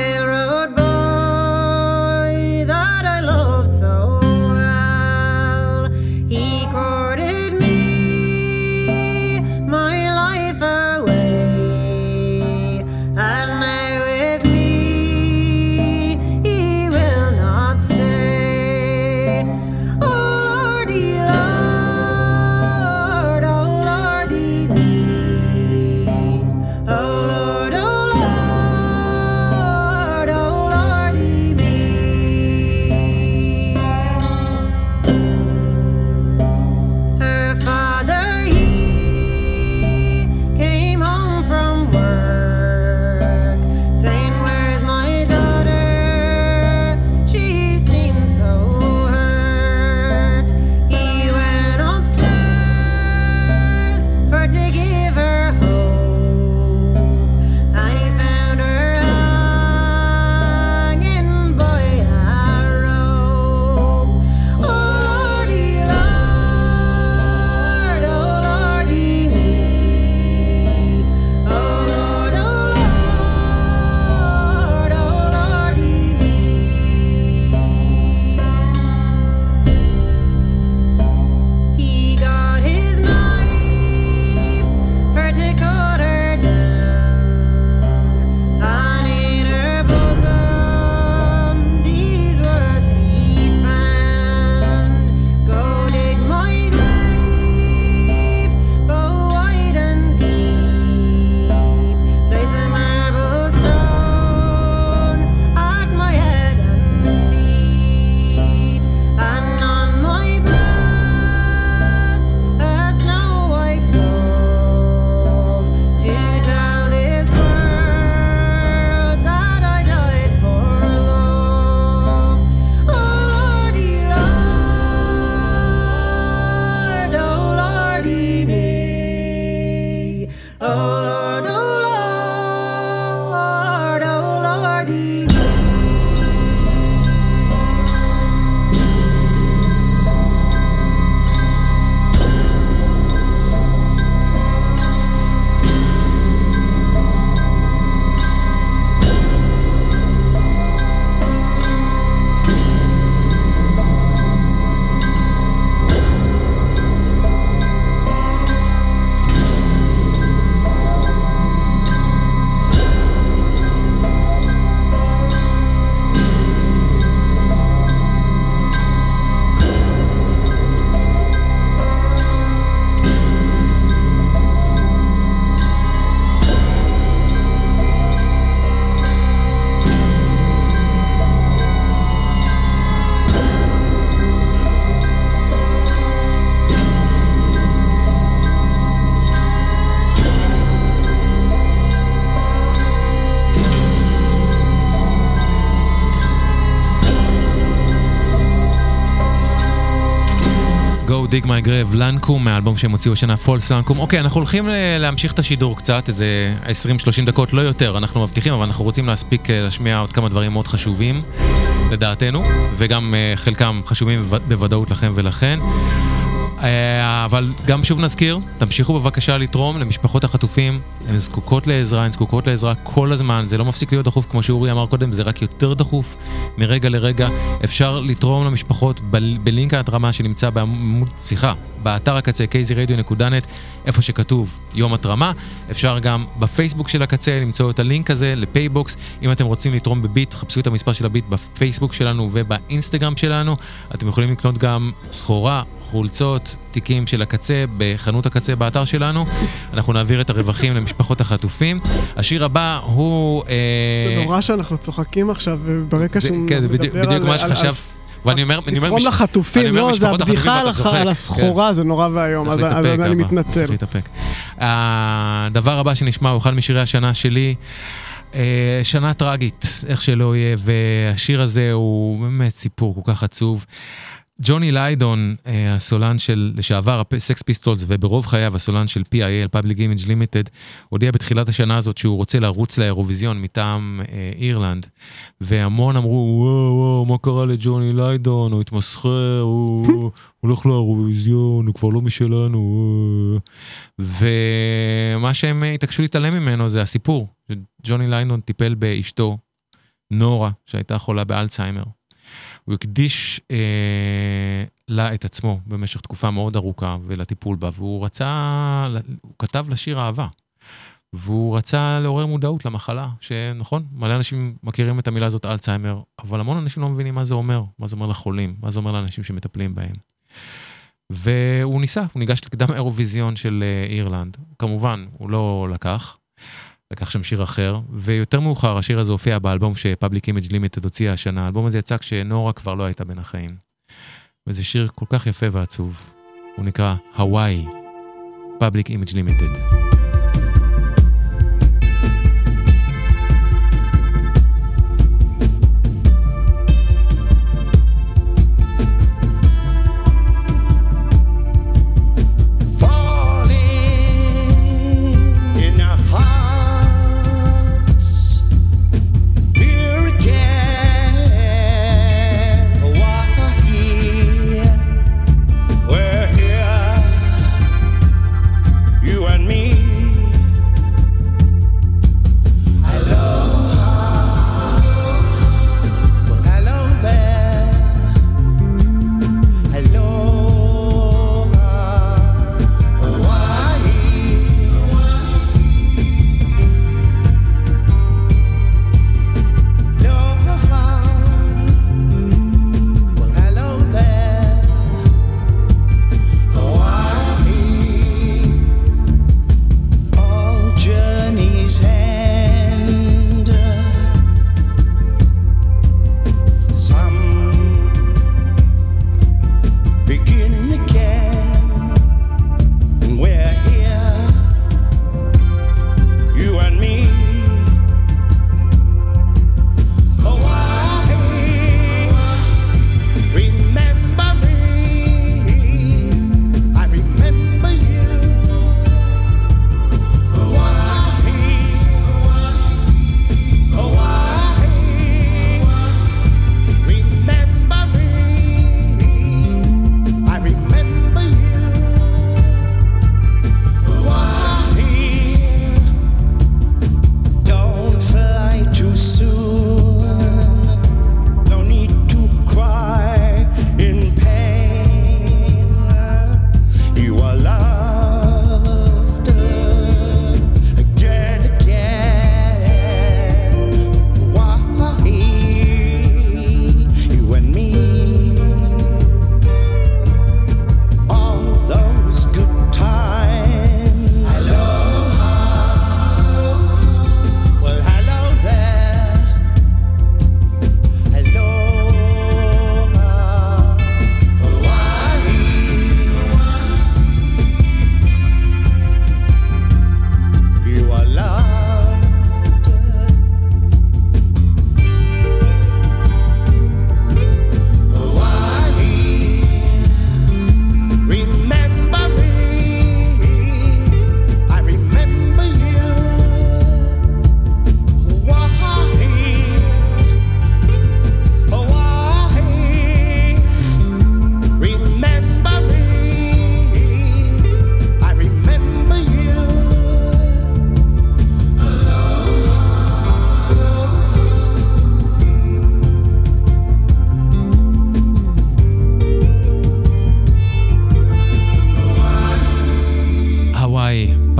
C: Go Dig My Grave, לנקום, מהאלבום שהם הוציאו השנה, פולס לנקום. אוקיי, אנחנו הולכים להמשיך את השידור קצת, איזה עשרים שלושים דקות, לא יותר, אנחנו מבטיחים, אבל אנחנו רוצים להספיק להשמיע עוד כמה דברים מאוד חשובים, לדעתנו, וגם חלקם חשובים בוודאות לכם ולכן. אבל גם שוב נזכיר, תמשיכו בבקשה לתרום למשפחות החטופים, הן זקוקות לעזרה, הן זקוקות לעזרה כל הזמן, זה לא מפסיק להיות דחוף כמו שאורי אמר קודם, זה רק יותר דחוף מרגע לרגע. אפשר לתרום למשפחות ב- בלינק ההתרמה שנמצא בעמוד, סליחה, באתר הקצה קייזי רדיו נקודה נט, איפה שכתוב יום התרמה. אפשר גם בפייסבוק של הקצה למצוא את הלינק הזה לפייבוקס. אם אתם רוצים לתרום בביט, חפשו את המספר של הביט בפייסבוק שלנו ובאינסטגרם שלנו. אתם יכולים לקנות גם סחורה, חולצות, תיקים של הקצה בחנות הקצה באתר שלנו. אנחנו נעביר את הרווחים למשפחות החטופים. השיר הבא הוא...
D: זה נורא שאנחנו צוחקים עכשיו ברקע שהוא
C: מדבר על... כן, בדיוק מה שחשב. ואני אומר...
D: לתרום לחטופים, לא, זה הבדיחה על הסחורה, זה נורא והיום, אז אני מתנצל.
C: צריך להתאפק. הדבר הבא שנשמע הוא אחד משירי השנה שלי, שנה טרגית, איך שלא יהיה, והשיר הזה הוא באמת סיפור כל כך עצוב. ג'וני ליידון, הסולן של לשעבר סקס פיסטולס וברוב חייו הסולן של פי איי אל, Public Image Limited, הודיע בתחילת השנה הזאת שהוא רוצה לרוץ לאירוויזיון מטעם אה, אירלנד, והמון אמרו, וואו וואו, מה קרה לג'וני ליידון, הוא התמסחר, הוא הולך לאירוויזיון, הוא כבר לא משלנו, ומה שהם התעקשו להתעלם ממנו זה הסיפור, ג'וני ליידון טיפל באשתו, נורה, שהייתה חולה באלצהיימר. הוא הקדיש אה, לה את עצמו במשך תקופה מאוד ארוכה ולטיפול בה, והוא רצה, הוא כתב לשיר אהבה, והוא רצה לעורר מודעות למחלה, שנכון, מלא אנשים מכירים את המילה הזאת אלצהיימר, אבל המון אנשים לא מבינים מה זה אומר, מה זה אומר לחולים, מה זה אומר לאנשים שמטפלים בהם. והוא ניסה, הוא ניגש לקדם אירוויזיון של אירלנד, כמובן, הוא לא לקח, לקח שם שיר אחר, ויותר מאוחר השיר הזה הופיע באלבום שפאבליק אימג' לימיטד הוציאה השנה. האלבום הזה יצא כשנורה כבר לא הייתה בין החיים. וזה שיר כל כך יפה ועצוב. הוא נקרא הוואי, פאבליק אימג' לימיטד.
O: Me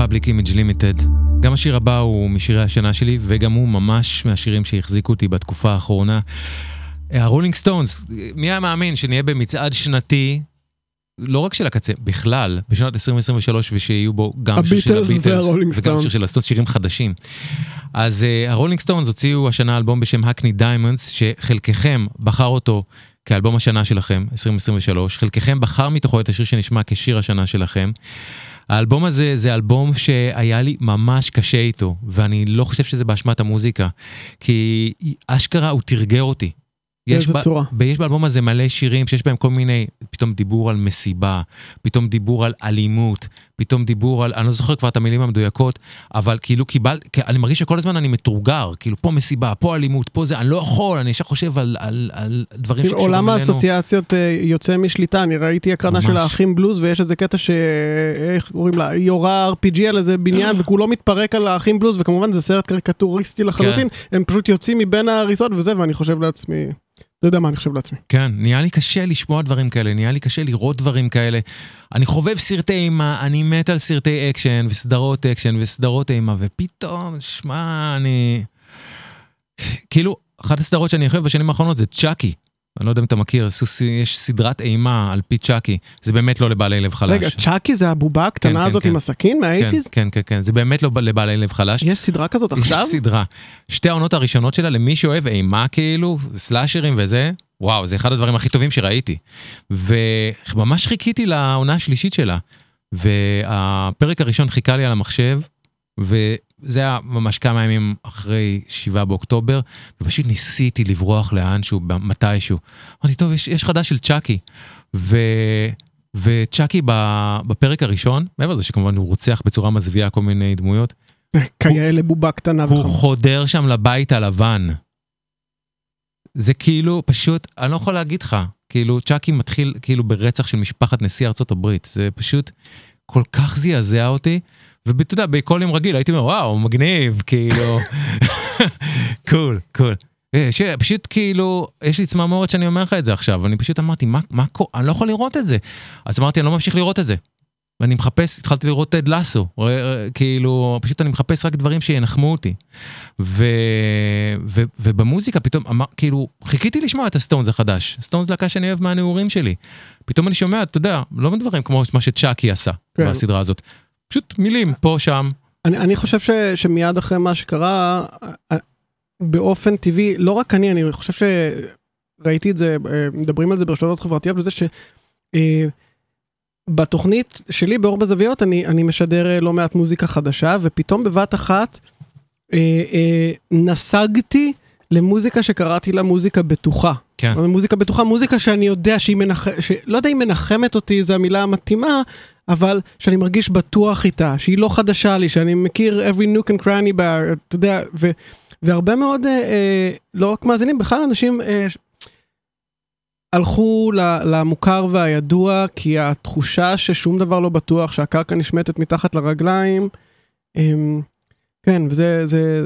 C: Public Image Limited. גם השיר הבא הוא משירי השנה שלי, וגם הוא ממש מהשירים שהחזיקו אותי בתקופה האחרונה. הרולינג סטונס, מי היה מאמין שנהיה במצעד שנתי, לא רק של הקצה, בכלל, בשנת עשרים עשרים ושלוש, ושיהיו בו גם שיר של הביטלס, וגם שיר של הסטונס, שירים חדשים. אז uh, הרולינג סטונס הוציאו השנה אלבום בשם הקני דיימונדס, שחלקכם בחר אותו כאלבום השנה שלכם, עשרים עשרים ושלוש, חלקכם בחר מתוכו את השיר שנשמע כשיר השנה שלכם. האלבום הזה זה אלבום שהיה לי ממש קשה איתו, ואני לא חושב שזה באשמת המוזיקה, כי אשכרה הוא תרגר אותי.
D: באיזה צורה?
C: יש באלבום הזה מלא שירים שיש בהם כל מיני, פתאום דיבור על מסיבה, פתאום דיבור על אלימות, פתאום דיבור על, אני לא זוכר כבר את המילים המדויקות, אבל כאילו קיבל, אני מרגיש שכל הזמן אני מתורגר, כאילו פה מסיבה, פה אלימות, פה זה, אני לא יכול, אני ישר חושב על, על, על דברים שקשורים אלינו.
D: עולם האסוציאציות יוצא משליטה, אני ראיתי הקרנה של האחים בלוז, ויש איזה קטע ש... איך קוראים לה? יורה אר פי ג'י על איזה בניין, וכולו מתפרק על האחים בלוז, וכמובן זה סרט קריקטוריסטי לחלוטין, הם פשוט יוצאים מבין ההריסות וזה, ואני חושב לעצמי, לא יודע מה אני חושב לעצמי.
C: כן, נהיה לי קשה לשמוע דברים כאלה, נהיה לי קשה לראות דברים כאלה. אני חובב סרטי אימה, אני מת על סרטי אקשן, וסדרות אקשן, וסדרות אימה, ופתאום, שמע, אני... כאילו, אחת הסדרות שאני חושב בשנים האחרונות זה צ'אקי. אני לא יודע אם אתה מכיר, יש סדרת אימה על פי צ'אקי, זה באמת לא לבעלי לב חלש.
D: רגע, צ'אקי זה הבובה הקטנה הזאת עם הסכין מהאייטיז?
C: כן, כן, כן, זה באמת לא לבעלי לב חלש.
D: יש סדרה כזאת עכשיו?
C: יש סדרה. שתי העונות הראשונות שלה, למי שאוהב אימה כאילו, סלאשרים וזה, וואו, זה אחד הדברים הכי טובים שראיתי. וממש חיכיתי לעונה השלישית שלה, והפרק הראשון חיכה לי על המחשב, וזה היה ממש כמה ימים אחרי שבעה באוקטובר, ופשוט ניסיתי לברוח לאנשהו, מתישהו. אמרתי, טוב, יש, יש חדש של צ'אקי, ו... וצ'אקי בפרק הראשון, מעבר לזה שכמובן הוא רוצח בצורה מזוויעה כל מיני דמויות,
D: כאלה בובה קטנה.
C: הוא חודר שם לבית הלבן. זה כאילו, פשוט, אני לא יכול להגיד לך, כאילו, צ'אקי מתחיל כאילו ברצח של משפחת נשיא ארצות הברית, זה פשוט כל כך זעזע אותי, ואתה יודע, בכל יום רגיל, הייתי אומר, וואו, מגניב, כאילו, קול, קול. פשוט כאילו, יש לי צמרמורת שאני אומר לך את זה עכשיו, ואני פשוט אמרתי, מה, מה, אני לא יכול לראות את זה. אז אמרתי, אני לא ממשיך לראות את זה. ואני מחפש, התחלתי לראות טד לסו, כאילו, פשוט אני מחפש רק דברים שינחמו אותי. ו, ו, ובמוזיקה פתאום, אמר, כאילו, חיכיתי לשמוע את הסטונס החדש. הסטונס להקה שאני אוהב מהנעורים שלי. פתאום אני שומע, אתה יודע, לא מדברים כמו מה שצ'אקי עשה בסדרה הזאת. פשוט מילים, פה, שם.
D: אני, אני חושב ש, שמיד אחרי מה שקרה, באופן טבעי, לא רק אני, אני חושב שראיתי את זה, מדברים על זה ברשתות חברתיות, וזה ש... בתוכנית שלי באור בזוויות אני, אני משדר לא מעט מוזיקה חדשה, ופתאום בבת אחת אה, אה, נסגתי למוזיקה שקראתי לה מוזיקה בטוחה.
C: כן.
D: מוזיקה בטוחה, מוזיקה שאני יודע שהיא מנחמת, לא יודע אם מנחמת אותי, זו המילה המתאימה, אבל שאני מרגיש בטוח איתה, שהיא לא חדשה לי, שאני מכיר every nook and cranny בה, אתה יודע, ו, והרבה מאוד, אה, אה, לא רק מאזינים, בכלל אנשים... אה, הלכו למוכר והידוע, כי התחושה ששום דבר לא בטוח, שהקרקע נשמטת מתחת לרגליים, כן, וזה, זה,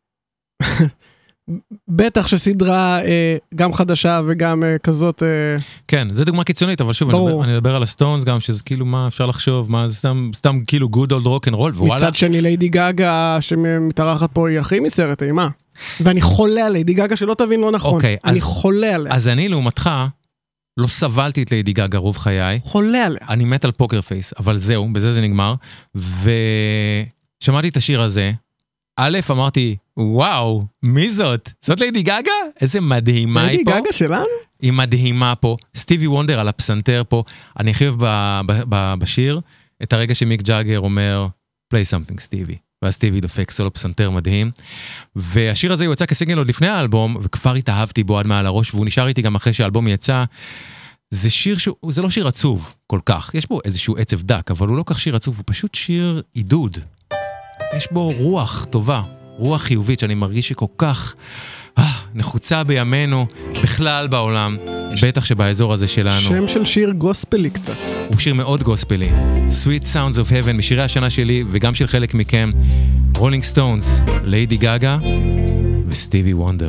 D: בטח שסדרה גם חדשה וגם כזאת.
C: כן, זה דוגמה קיצונית, אבל שוב, אני, אני אדבר על הסטונס גם, שזה כאילו מה אפשר לחשוב, מה זה סתם, סתם כאילו good old rock and roll, ווואלה.
D: מצד שני, ליידי גגה שמתארחת פה היא הכי מסרט אימה. ואני חולה על ליידי גגה, שלא תבין לא נכון.
C: אוקיי,
D: אני
C: אז,
D: חולה עליה.
C: אז אני לעומתך, לא סבלתי את ליידי גגה רוב חיי.
D: חולה עליה.
C: אני מת על פוקר פייס, אבל זהו, בזה זה נגמר. ושמעתי את השיר הזה, א', אמרתי, וואו, מי זאת? זאת ליידי גגה? איזה מדהימה היא פה.
D: ליידי גגה שלנו?
C: היא מדהימה פה. סטיבי וונדר על הפסנתר פה. אני חייב ב- ב- ב- בשיר את הרגע שמיק ג'אגר אומר, play something סטיבי. ואז סטיבי דופק סולו פסנתר מדהים. והשיר הזה הוא יצא כסינגל עוד לפני האלבום, וכבר התאהבתי בו עד מעל הראש, והוא נשאר איתי גם אחרי שהאלבום יצא. זה שיר שהוא, זה לא שיר עצוב כל כך. יש בו איזשהו עצב דק, אבל הוא לא כך שיר עצוב, הוא פשוט שיר עידוד. יש בו רוח טובה, רוח חיובית, שאני מרגיש שכל כך אה, נחוצה בימינו, בכלל בעולם, בטח שבאזור הזה שלנו.
D: שם של שיר גוספלי קצת.
C: הוא שיר מאוד גוספלי. Sweet Sounds of Heaven, משירי השנה שלי, וגם של חלק מכם, רולינג סטונס, ליידי גגה וסטיבי וונדר.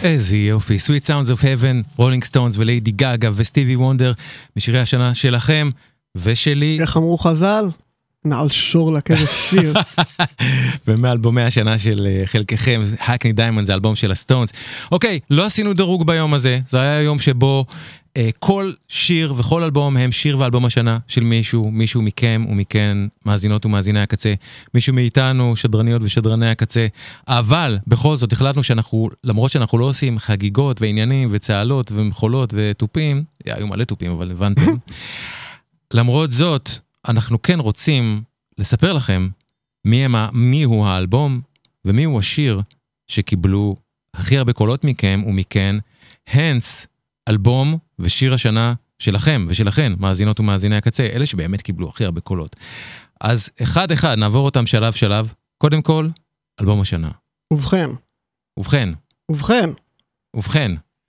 C: איזה יופי, Sweet Sounds of Heaven, רולינג סטונס וליידי גאגה וסטיבי וונדר, משירי השנה שלכם ושלי.
D: איך אמרו חז"ל? נעל שור לה כזה שיר.
C: ומאלבומי השנה של חלקכם, Hackney Diamond זה אלבום של הסטונס. אוקיי, לא עשינו דירוג ביום הזה, זה היה היום שבו אה, כל שיר וכל אלבום הם שיר ואלבום השנה של מישהו, מישהו מכם ומכן, מאזינות ומאזיני הקצה, מישהו מאיתנו, שדרניות ושדרני הקצה, אבל בכל זאת החלטנו שאנחנו, למרות שאנחנו לא עושים חגיגות ועניינים וצהלות ומחולות וטופים, היו מלא טופים אבל הבנתם, למרות זאת, אנחנו כן רוצים לספר לכם מי, הם, מי הוא האלבום ומי הוא השיר שקיבלו הכי הרבה קולות מכם ומכן, הנס, אלבום ושיר השנה שלכם ושלכן, מאזינות ומאזיני הקצה, אלה שבאמת קיבלו הכי הרבה קולות. אז אחד אחד נעבור אותם שלב שלב, קודם כל, אלבום השנה.
D: ובכן.
C: ובכן.
D: ובכן.
C: ובכן.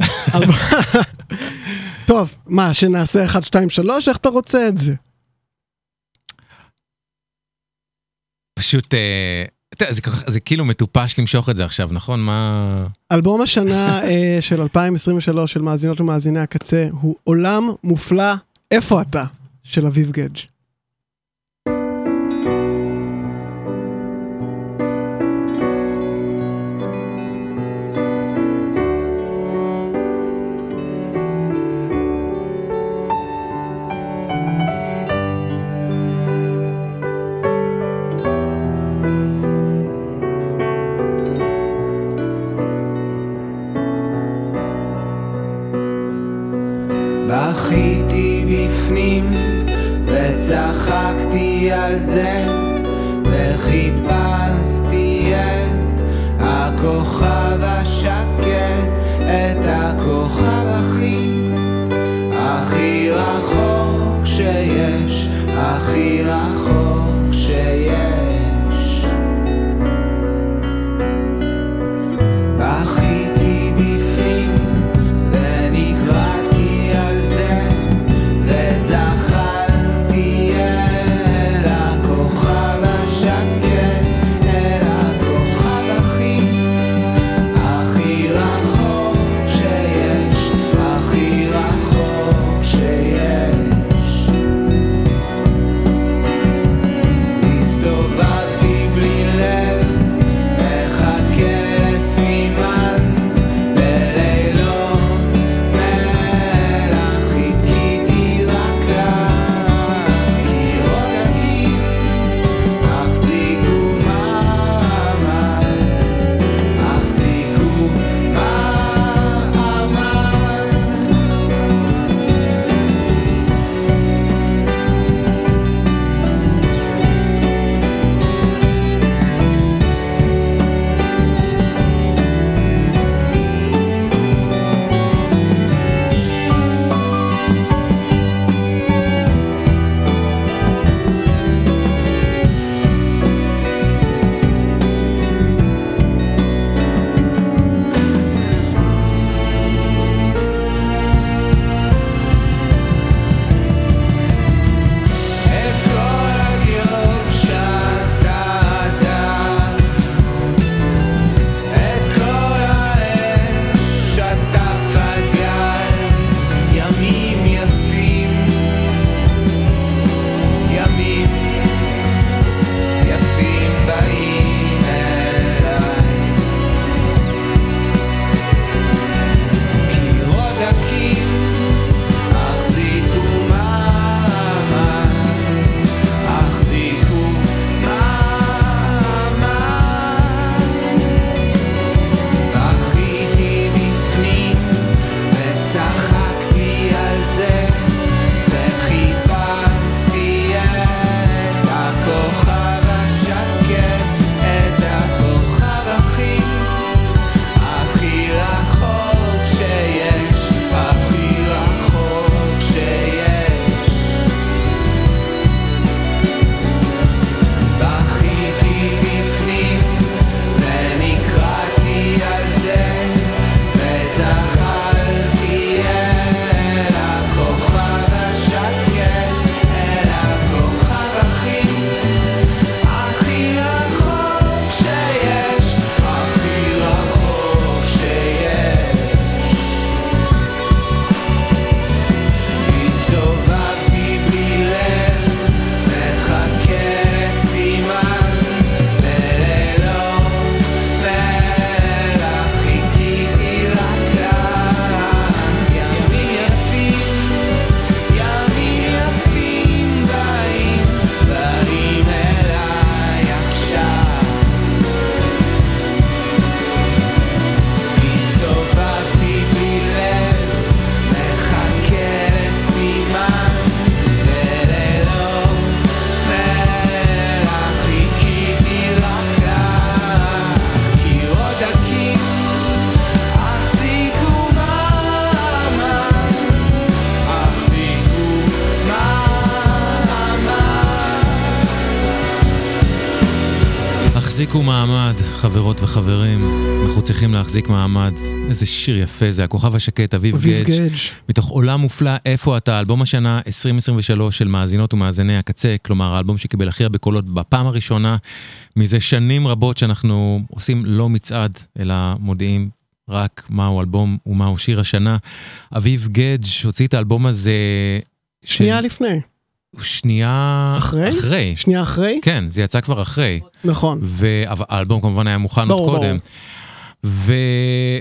D: טוב, מה, שנעשה אחת, שתיים, שלוש, איך אתה רוצה את זה?
C: פשוט, זה, זה כאילו מטופש למשוך את זה עכשיו, נכון? מה...
D: אלבום השנה של אלפיים עשרים ושלוש של מאזינות ומאזיני הקצה הוא עולם מופלא, איפה אתה? של אביב גדג'.
F: בכיתי בפנים וצחקתי על זה וחיפשתי את הכוכב השקט, את הכוכב הכי הכי רחוק שיש, הכי רחוק שיש. בכיתי בפנים ונקראתי על זה וזכרתי אל הכוכב
C: תחזיקו מעמד, חברות וחברים. אנחנו צריכים להחזיק מעמד. איזה שיר יפה זה, הכוכב השקט, אביב גדג'. מתוך עולם מופלא, איפה אתה? אלבום השנה עשרים עשרים ושלוש של מאזינות ומאזיני הקצה, כלומר האלבום שקיבל הכי הרבה קולות בפעם הראשונה. מזה שנים רבות שאנחנו עושים לא מצעד, אלא מודיעים רק מהו אלבום ומהו שיר השנה. אביב גדג' הוציא את האלבום הזה...
D: שנייה ש... לפני.
C: שנייה
D: אחרי?
C: אחרי.
D: שנייה אחרי?
C: כן, זה יצא כבר אחרי.
D: נכון.
C: והאלבום כמובן היה מוכן עוד קודם. ואני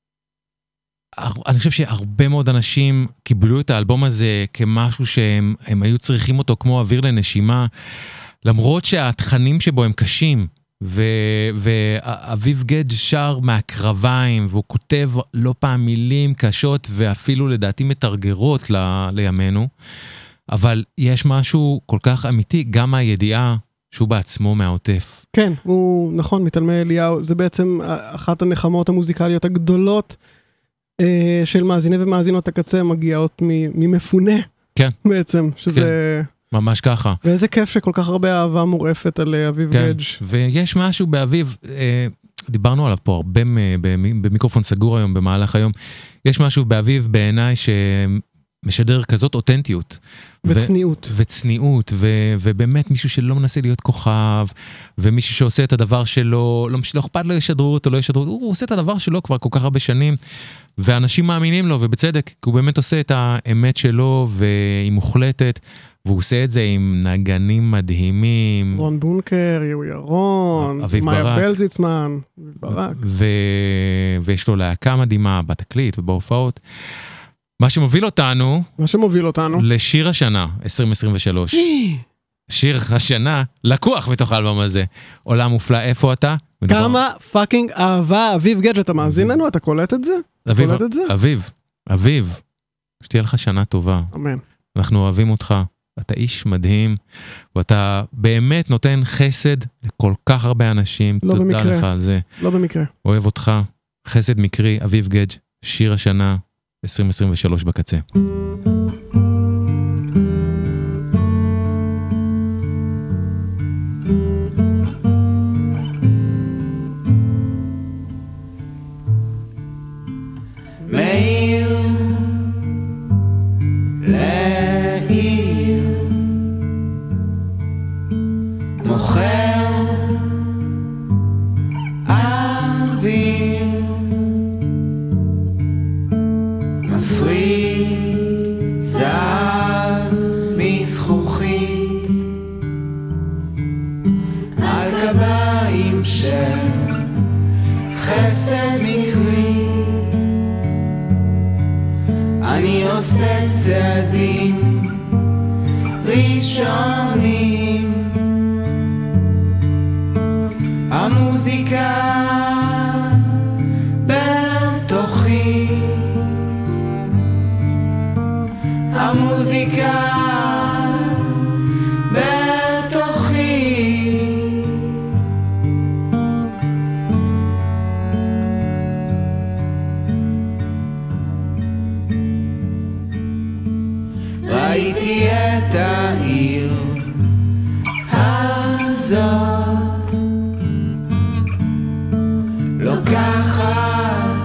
C: חושב שהרבה מאוד אנשים קיבלו את האלבום הזה כמשהו שהם היו צריכים אותו כמו אוויר לנשימה, למרות שהתכנים שבו הם קשים, ואביב גדג' שר מהקרביים, והוא כותב לא פעם מילים קשות, ואפילו לדעתי מתרגרות לימינו, אבל יש משהו כל כך אמיתי, גם מהידיעה שהוא בעצמו מהעוטף.
D: כן, הוא נכון, מתעלמי אליהו, זה בעצם אחת הנחמות המוזיקליות הגדולות אה, של מאזיני ומאזינות הקצה, מגיעות ממפונה.
C: כן.
D: בעצם, שזה...
C: כן, ממש ככה.
D: ואיזה כיף שכל כך הרבה אהבה מורפת על אביב
C: כן.
D: גדג'.
C: ויש משהו באביב, אה, דיברנו עליו פה הרבה במיקרופון סגור היום, במהלך היום, יש משהו באביב בעיניי ש... משדר כזאת אותנטיות.
D: וצניעות.
C: ו- וצניעות, ו- ובאמת מישהו שלא מנסה להיות כוכב, ומישהו שעושה את הדבר שלו, לא, לא אכפת לו ישדרו אותו, לא ישדרו, הוא עושה את הדבר שלו כבר כל כך הרבה שנים, ואנשים מאמינים לו, ובצדק, כי הוא באמת עושה את האמת שלו, והיא מוחלטת, והוא עושה את זה עם נגנים מדהימים.
D: רון בונקר, יהוא ירון, מאיה בלזיצמן, ברק.
C: ו- ויש לו להקה מדהימה בתקליט ובהופעות. מה שמוביל אותנו,
D: מה שמוביל אותנו,
C: לשיר השנה, עשרים עשרים ושלוש. שיר השנה, לקוח מתוך האלבום הזה. עולם מופלא, איפה אתה?
D: כמה פאקינג אהבה, אביב גדג', אתה מאזין לנו? אתה קולט את זה?
C: אביב, אביב, אביב, שתהיה לך שנה טובה.
D: אמן.
C: אנחנו אוהבים אותך, אתה איש מדהים, ואתה באמת נותן חסד לכל כך הרבה אנשים.
D: לא
C: תודה
D: במקרה.
C: לך על זה.
D: לא במקרה.
C: אוהב אותך, חסד מקרי, אביב גדג', שיר השנה, עשרים עשרים ושלוש בקצה.
M: מאיר לעיר מוכר אוויר מפריד זהב מזכוכית על קביים של חסד מקרי אני עושה צעדים ראשונים המוזיקה בתוכי המוזיקה בתוכי ראיתי את העיר הזאת לוקחת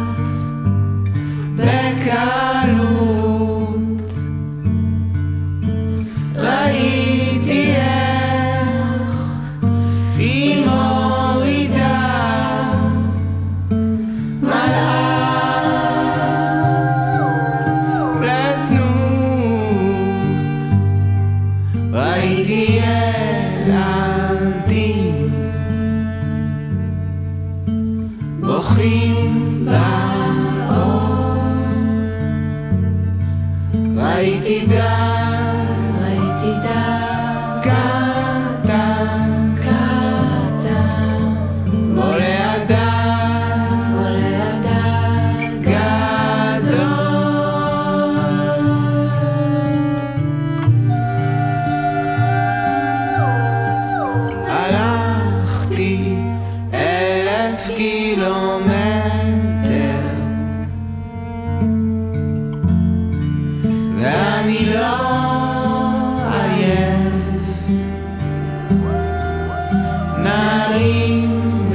M: בקלות ראיתי איך היא מורידה מלאה לצנות ראיתי ילדים בוכים באור ראיתי דם ראיתי דם קטן קטן בולע דם בולע דם גדול הלכתי אלף קילומטר ואני לא עייף נעים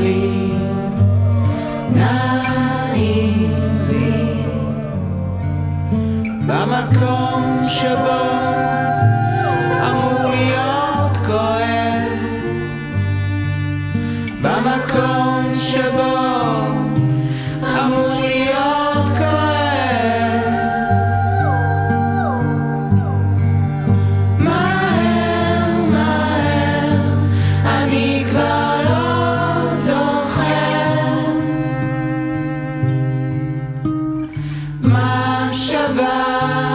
F: שבו אמור להיות כואב. מהר, מהר, אני כבר לא זוכר מה שווה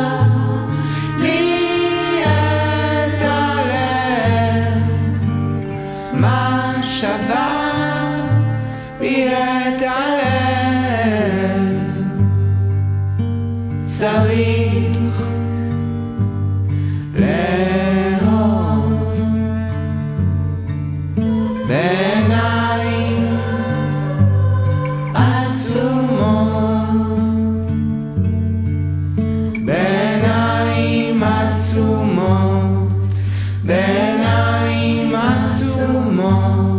F: לי את הלב, מה שווה לי את הלב. צריך לאהוב בעיניים עצומות, בעיניים עצומות, בעיניים עצומות.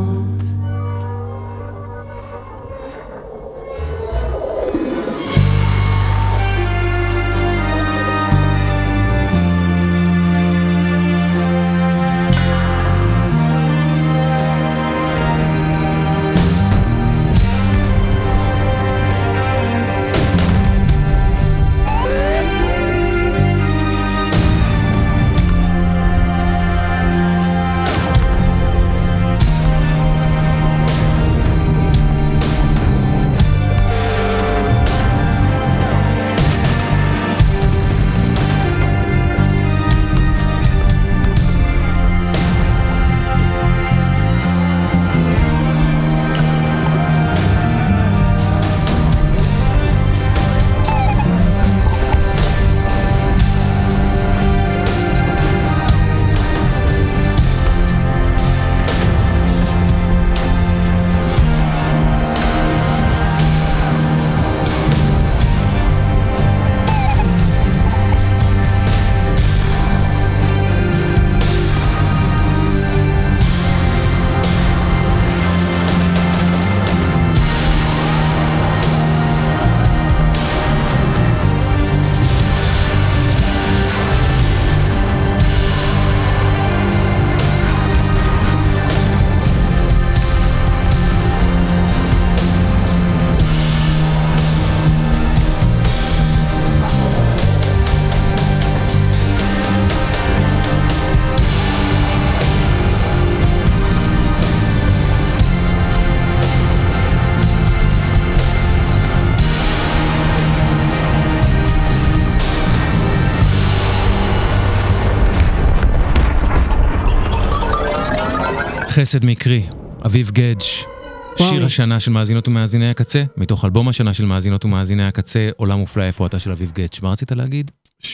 C: חסד מקרי, אביב גדג', שיר השנה של מאזינות ומאזיני הקצה, מתוך אלבום השנה של מאזינות ומאזיני הקצה, עולם מופלא, איפה אתה של אביב גדג'. מה רצית להגיד?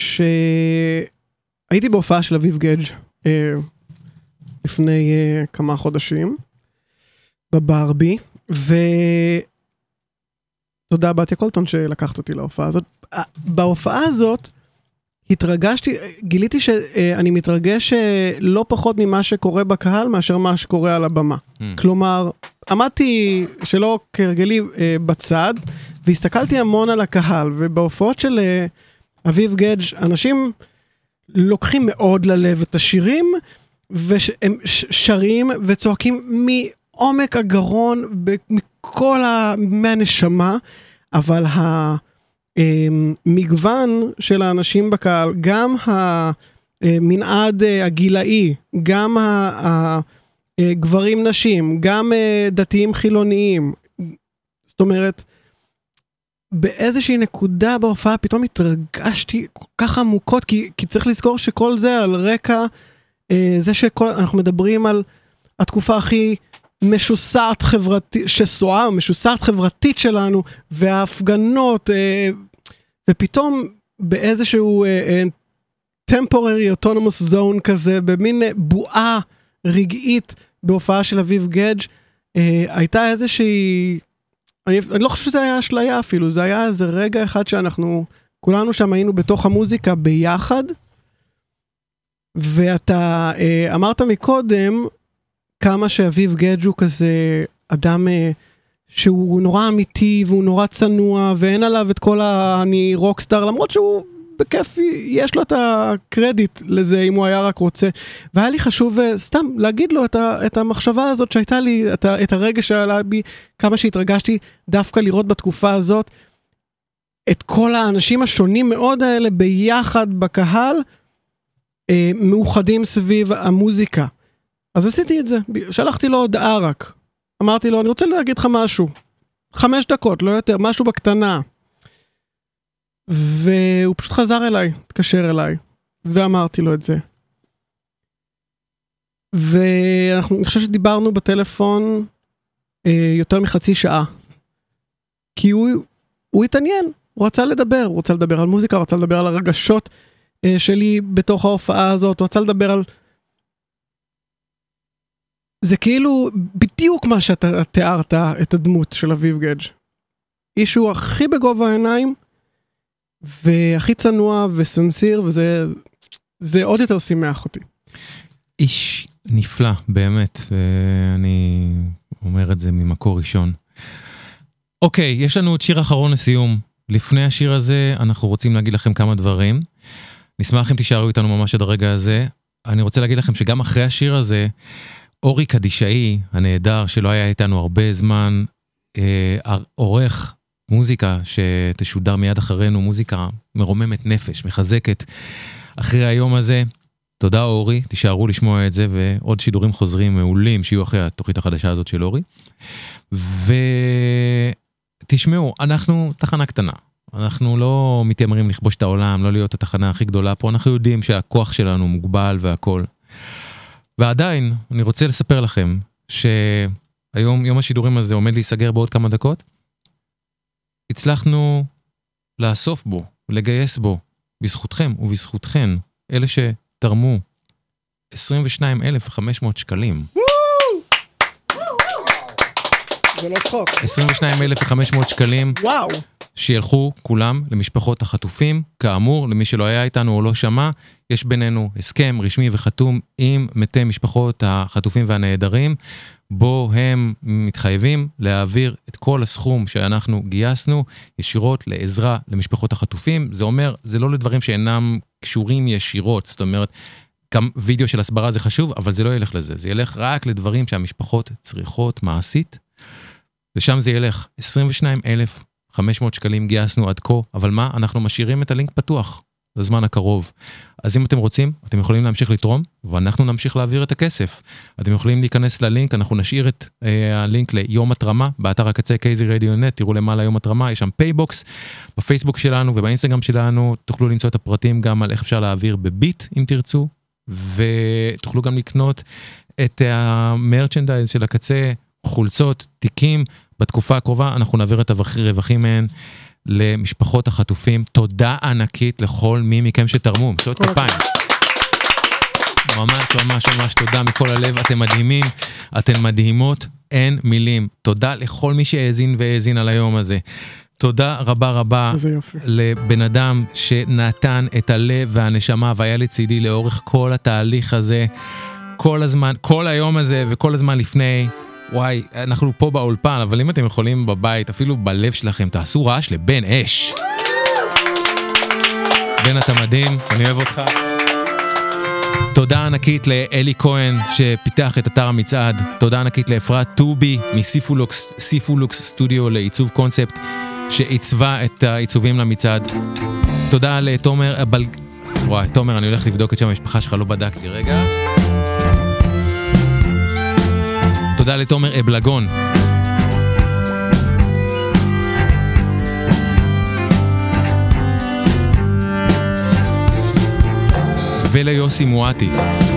D: שהייתי בהופעה של אביב גדג' אה, לפני אה, כמה חודשים, בברבי, ותודה בתיה קולטון שלקחת אותי להופעה הזאת. בהופעה הזאת, התרגשתי, גיליתי שאני מתרגש לא פחות ממה שקורה בקהל, מאשר מה שקורה על הבמה. Mm. כלומר, עמדתי שלא כרגלי בצד, והסתכלתי המון על הקהל, ובהופעות של אביב גדג' אנשים לוקחים מאוד ללב את השירים, והם שרים וצועקים מעומק הגרון, מכל מהנשמה, אבל ה... מגוון של האנשים בקהל, גם המנעד הגילאי, גם הגברים נשים, גם דתיים חילוניים, זאת אומרת, באיזושהי נקודה בהופעה פתאום התרגשתי כל כך עמוקות, כי, כי צריך לזכור שכל זה על רקע, זה שאנחנו מדברים על התקופה הכי משוסעת חברתית, שסועה, משוסעת חברתית שלנו, וההפגנות, ופתאום באיזשהו temporary autonomous zone כזה, במין בועה רגעית בהופעה של אביב גדג', הייתה איזושהי, אני, אני לא חושב שזה היה אשליה אפילו, זה היה איזה רגע אחד שאנחנו, כולנו שם היינו בתוך המוזיקה ביחד, ואתה אמרת מקודם, כמה שאביב גדג' הוא כזה אדם שהוא נורא אמיתי והוא נורא צנוע ואין עליו את כל ה... אני רוקסטאר, למרות שהוא בכיף יש לו את הקרדיט לזה אם הוא היה רק רוצה, והיה לי חשוב סתם להגיד לו את, ה, את המחשבה הזאת שהייתה לי, את, ה, את הרגע שעלה בי, כמה שהתרגשתי דווקא לראות בתקופה הזאת, את כל האנשים השונים מאוד האלה ביחד בקהל, אה, מאוחדים סביב המוזיקה. אז עשיתי את זה, שלחתי לו הודעה רק, אמרתי לו, אני רוצה להגיד לך משהו, חמש דקות, לא יותר, משהו בקטנה. והוא פשוט חזר אליי, התקשר אליי, ואמרתי לו את זה. ואנחנו, אני חושב שדיברנו בטלפון אה, יותר מחצי שעה. כי הוא, הוא התעניין, הוא רצה לדבר, הוא רצה לדבר על מוזיקה, הוא רצה לדבר על הרגשות אה, שלי בתוך ההופעה הזאת, הוא רצה לדבר על... זה כאילו בדיוק מה שאתה תיארת את הדמות של אביב גדג'. איש הוא הכי בגובה העיניים, והכי צנוע וסנסיר, וזה זה עוד יותר שימח אותי.
C: איש נפלא, באמת, ואני אומר את זה ממקור ראשון. אוקיי, יש לנו עוד שיר אחרון לסיום. לפני השיר הזה, אנחנו רוצים להגיד לכם כמה דברים. נשמח אם תישארו איתנו ממש עד הרגע הזה. אני רוצה להגיד לכם שגם אחרי השיר הזה, אורי קדישאי, הנהדר, שלא היה איתנו הרבה זמן, אה, עורך מוזיקה שתשודר מיד אחרינו, מוזיקה מרוממת נפש, מחזקת אחרי היום הזה. תודה אורי, תישארו לשמוע את זה, ועוד שידורים חוזרים מעולים שיהיו אחרי התוכנית החדשה הזאת של אורי. ותשמעו, אנחנו תחנה קטנה, אנחנו לא מתיימרים לכבוש את העולם, לא להיות התחנה הכי גדולה פה, אנחנו יודעים שהכוח שלנו מוגבל והכל. ועדיין, אני רוצה לספר לכם שהיום, יום השידורים הזה עומד להיסגר בעוד כמה דקות, הצלחנו לאסוף בו, לגייס בו, בזכותכם ובזכותכן, אלה שתרמו עשרים ושניים אלף וחמש מאות שקלים.
D: זה לא צחוק.
C: עשרים ושניים אלף וחמש מאות שקלים.
D: וואו.
C: שילכו כולם למשפחות החטופים. כאמור, למי שלא היה איתנו או לא שמע, יש בינינו הסכם רשמי וחתום עם מתי משפחות החטופים והנעדרים, בו הם מתחייבים להעביר את כל הסכום שאנחנו גייסנו ישירות לעזרה למשפחות החטופים. זה אומר, זה לא לדברים שאינם קשורים ישירות, זאת אומרת, גם וידאו של הסברה זה חשוב, אבל זה לא ילך לזה, זה ילך רק לדברים שהמשפחות צריכות מעשית, ושם זה ילך. עשרים ושניים אלף וחמש מאות שקלים גייסנו עד כה, אבל מה? אנחנו משאירים את הלינק פתוח לזמן הקרוב. אז אם אתם רוצים, אתם יכולים להמשיך לתרום, ואנחנו נמשיך להעביר את הכסף. אתם יכולים להיכנס ללינק, אנחנו נשאיר את אה, הלינק ליום התרמה, באתר הקצה קייזי רדיו דוט נט, תראו למעלה יום התרמה, יש שם פייבוקס, בפייסבוק שלנו ובאינסטגרם שלנו, תוכלו למצוא את הפרטים גם על איך אפשר להעביר בביט, אם תרצו, ותוכלו גם לקנות את המרצ'נדייז של הקצה, חולצות, תיקים, בתקופה הקרובה אנחנו נעביר את הרווחים מהן למשפחות החטופים. תודה ענקית לכל מי מכם שתרמו, מחיאות כפיים. ממש ממש ממש תודה מכל הלב, אתם מדהימים, אתן מדהימות, אין מילים. תודה לכל מי שהאזין והאזין על היום הזה. תודה רבה רבה לבן אדם שנתן את הלב והנשמה והיה לצידי לאורך כל התהליך הזה, כל הזמן, כל היום הזה וכל הזמן לפני. וואי, אנחנו פה באולפן, אבל אם אתם יכולים בבית, אפילו בלב שלכם, תעשו רעש לבן אש. בן, אתה מדהים, אני אוהב אותך. תודה ענקית לאלי כהן שפיתח את אתר המצעד. תודה ענקית לאפרת טובי מסיפולוקס, סיפולוקס סטודיו לעיצוב קונספט, שעיצבה את העיצובים למצעד. תודה לתומר, אבל... וואי, תומר, אני הולך לבדוק את שם המשפחה שלך, לא בדקתי, רגע. תודה לתומר אבלגון. וליוסי מואטי.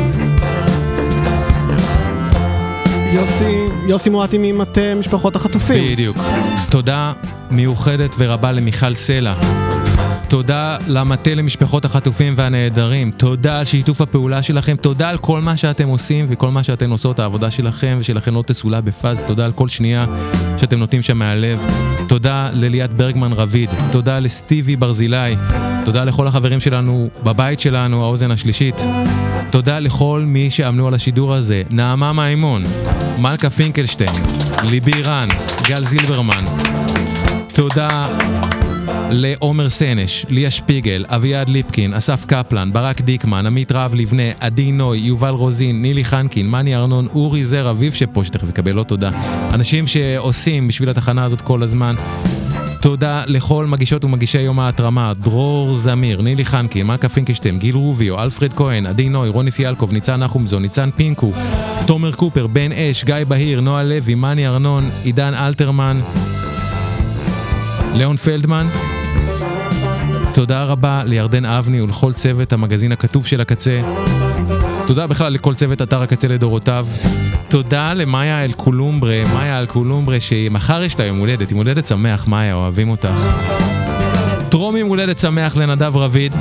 D: יוסי, יוסי מואטי ממטה משפחות החטופים.
C: בדיוק. תודה מיוחדת ורבה למיכל סלע. תודה למטה למשפחות החטופים והנעדרים, תודה על שיתוף הפעולה שלכם, תודה על כל מה שאתם עושים וכל מה שאתם עושות, העבודה שלכם ושלכם לא תסולה בפאז, תודה על כל שנייה שאתם נותנים שם מהלב, תודה לליאת ברגמן רביד, תודה לסטיבי ברזילי, תודה לכל החברים שלנו בבית שלנו, האוזן השלישית, תודה לכל מי שעמלו על השידור הזה, נעמה מימון, מלכה פינקלשטיין, ליבי רן, גל זילברמן, תודה לעומר סנש, ליה שפיגל, אביעד ליפקין, אסף קפלן, ברק דיקמן, עמית רב לבנה, עדי נוי, יובל רוזין, נילי חנקין, מני ארנון, אורי זר אביב שפה שתכף יקבל לו תודה. אנשים שעושים בשביל התחנה הזאת כל הזמן. תודה לכל מגישות ומגישי יום ההתרמה, דרור זמיר, נילי חנקין, מלכה פינקשטיין, גיל רוביו, אלפרד כהן, עדי נוי, רוני פיאלקוב, ניצן נחומזון, ניצן פינקו, תומר קופר, בן אש, גיא בהיר, נועה לוי, מני ארנון, עידן אלתרמן, ליאון פלדמן. תודה רבה לירדן אבני ולכל צוות המגזין הכתוב של הקצה. תודה בכלל לכל צוות אתר הקצה לדורותיו. תודה למאיה אל קולומברה, מאיה אל קולומברה שמחר יש לה יום הולדת, יום הולדת שמח מאיה, אוהבים אותך. טרום יום הולדת שמח לנדב רביד.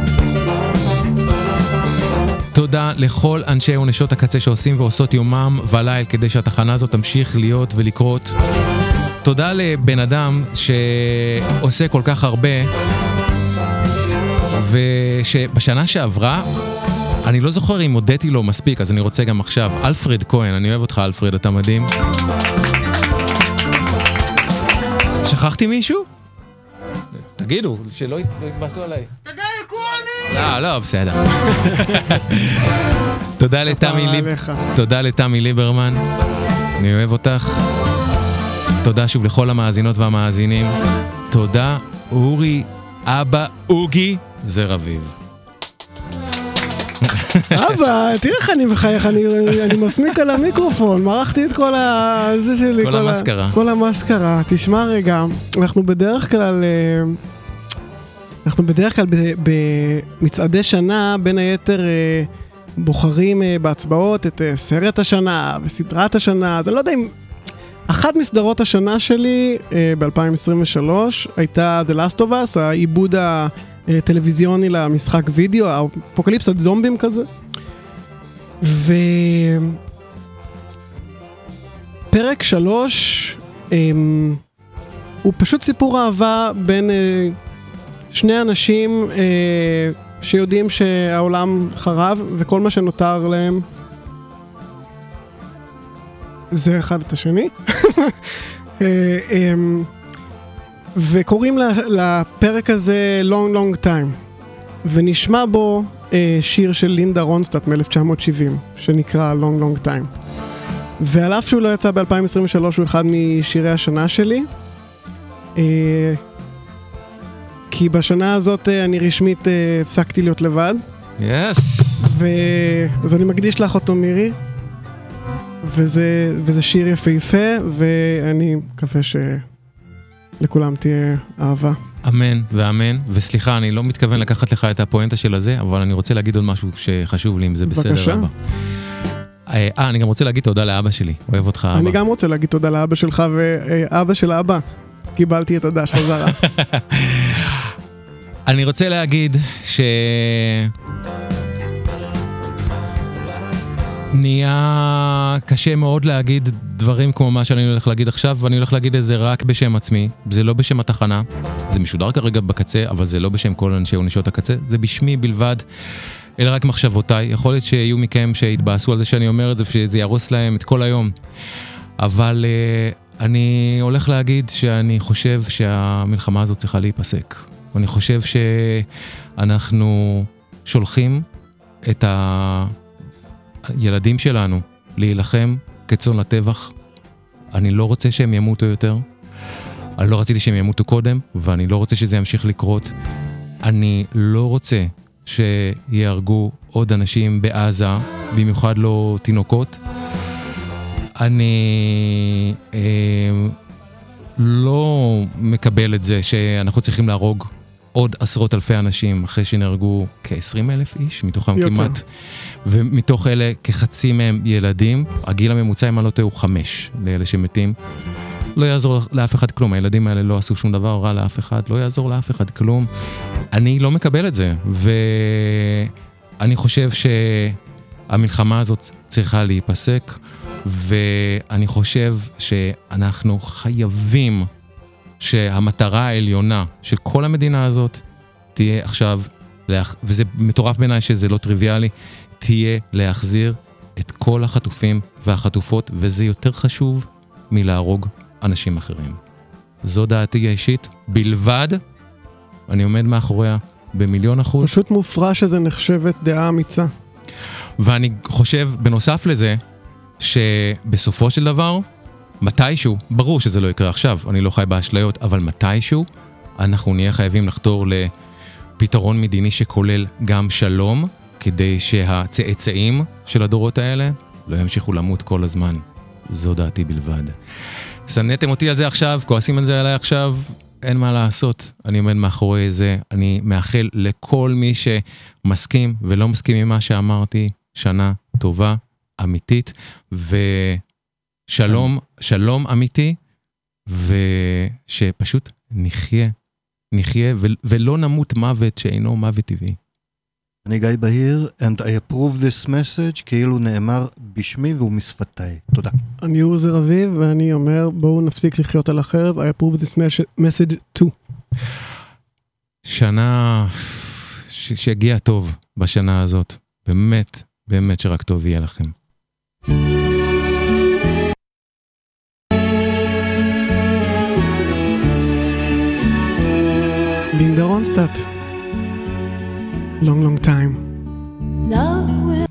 C: תודה לכל אנשי ונשות הקצה שעושים ועושות יומם וליל כדי שהתחנה הזאת תמשיך להיות ולקרות. תודה לבן אדם שעושה כל כך הרבה ושבשנה שעברה אני לא זוכר אם הודיתי לו מספיק, אז אני רוצה גם עכשיו. אלפרד כהן, אני אוהב אותך אלפרד, אתה מדהים. שכחתי מישהו? תגידו, שלא יתבאסו עליי.
N: תודה לכולם!
C: לא, לא, בסדר. תודה לתמי ליב... תודה לתמי ליברמן. אני אוהב אותך. תודה שוב לכל המאזינות והמאזינים. תודה, אורי, אבא, אוגי, זה רביב.
D: אבא, תראה איך אני בחייך, אני מסמיק על המיקרופון, מרחתי את כל ה... זה שלי,
C: כל המסקרה.
D: כל המסקרה. תשמע רגע, אנחנו בדרך כלל, אנחנו בדרך כלל במצעדי שנה, בין היתר בוחרים בהצבעות את סרט השנה וסדרת השנה, אז אני לא יודע אם... אחת מסדרות השנה שלי ב-אלפיים עשרים ושלוש הייתה The Last of Us, העיבוד הטלוויזיוני למשחק וידאו, אפוקליפסת זומבים כזה. ופרק שלוש הוא פשוט סיפור אהבה בין שני אנשים שיודעים שהעולם חרב וכל מה שנותר להם זה אחד את השני. וקוראים לפרק הזה Long Long Time, ונשמע בו שיר של לינדה רונסטאט מ-אלף תשע מאות שבעים, שנקרא Long Long Time. ועל אף שהוא לא יצא ב-אלפיים עשרים ושלוש, הוא אחד משירי השנה שלי, כי בשנה הזאת אני רשמית הפסקתי להיות לבד.
C: Yes.
D: אז אני מקדיש לך אותו, מירי. וזה, וזה שיר יפהפה, ואני מקווה שלכולם תהיה אהבה. אמן
C: ואמן, וסליחה, אני לא מתכוון לקחת לך את הפואנטה של הזה, אבל אני רוצה להגיד עוד משהו שחשוב לי, אם זה בסדר.
D: בבקשה.
C: אבא. אה, אני גם רוצה להגיד תודה לאבא שלי, אוהב אותך אבא.
D: אני גם רוצה להגיד תודה לאבא שלך, ואבא של אבא, קיבלתי את הדש חזרה.
C: אני רוצה להגיד ש... נהיה קשה מאוד להגיד דברים כמו מה שאני הולך להגיד עכשיו, ואני הולך להגיד את זה רק בשם עצמי, זה לא בשם התחנה, זה משודר כרגע בקצה, אבל זה לא בשם כל אנשי ונשות הקצה, זה בשמי בלבד, אלא רק מחשבותיי. יכול להיות שיהיו מכם שהתבאסו על זה שאני אומר את זה, ושזה ירוס להם את כל היום, אבל uh, אני הולך להגיד שאני חושב שהמלחמה הזאת צריכה להיפסק, ואני חושב שאנחנו שולחים את ה... ילדים שלנו להילחם כצאן לטבח. אני לא רוצה שהם ימותו יותר, אני לא רציתי שהם ימותו קודם, ואני לא רוצה שזה ימשיך לקרות. אני לא רוצה שיהרגו עוד אנשים בעזה, במיוחד לא תינוקות. אני אה, לא מקבל את זה שאנחנו צריכים להרוג עוד עשרות אלפי אנשים אחרי שנהרגו כ-עשרים אלף איש, מתוכם יותר. כמעט, ומתוך אלה כחצי מהם ילדים. הגיל הממוצע אם אני לא טועה הוא חמש לאלה שמתים. לא יעזור לאף אחד כלום, הילדים האלה לא עשו שום דבר רע לאף אחד, לא יעזור לאף אחד כלום. אני לא מקבל את זה, ואני חושב שהמלחמה הזאת צריכה להיפסק, ואני חושב שאנחנו חייבים שהמטרה העליונה של כל המדינה הזאת תהיה עכשיו, וזה מטורף בעיניי שזה לא טריוויאלי, תהיה להחזיר את כל החטופים והחטופות, וזה יותר חשוב מלהרוג אנשים אחרים. זו דעתי האישית, בלבד אני עומד מאחוריה במיליון אחוז.
D: פשוט מופרע שזה נחשבת דעה אמיצה.
C: ואני חושב, בנוסף לזה, שבסופו של דבר, מתישהו, ברור שזה לא יקרה עכשיו, אני לא חי באשליות, אבל מתישהו, אנחנו נהיה חייבים לחתור לפתרון מדיני שכולל גם שלום, כדי שהצאצאים של הדורות האלה לא ימשיכו למות כל הזמן. זו דעתי בלבד. סנתם אותי על זה עכשיו, כועסים על זה עליי עכשיו, אין מה לעשות. אני עומד מאחורי זה, אני מאחל לכל מי שמסכים ולא מסכים עם מה שאמרתי, שנה טובה, אמיתית, ושלום, שלום אמיתי, ושפשוט נחיה, נחיה, ולא נמות מוות שאינו מוות טבעי.
O: אני גיא בהיר, and I approve this message, כאילו נאמר בשמי והוא משפתיי. תודה.
D: אני אורזר אביב, ואני אומר, בואו נפסיק לחיות על החרב, I approve this message too.
C: שנה ש- שהגיע טוב בשנה הזאת. באמת, באמת שרק טוב יהיה לכם.
D: לינדה רונסטאט. Long, long time.
K: Love will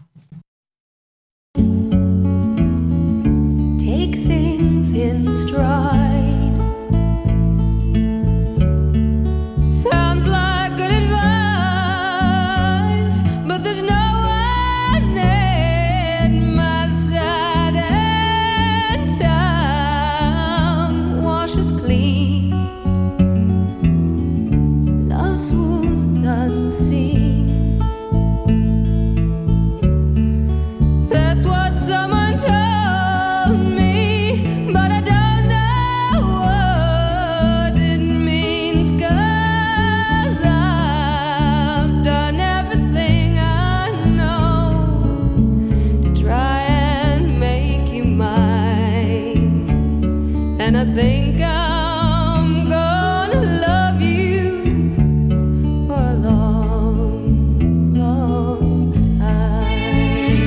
K: take things in stride. Sounds like good advice, but there's no one at my side, and time washes clean love's wounds unseen. And I think I'm gonna love you for a long, long time.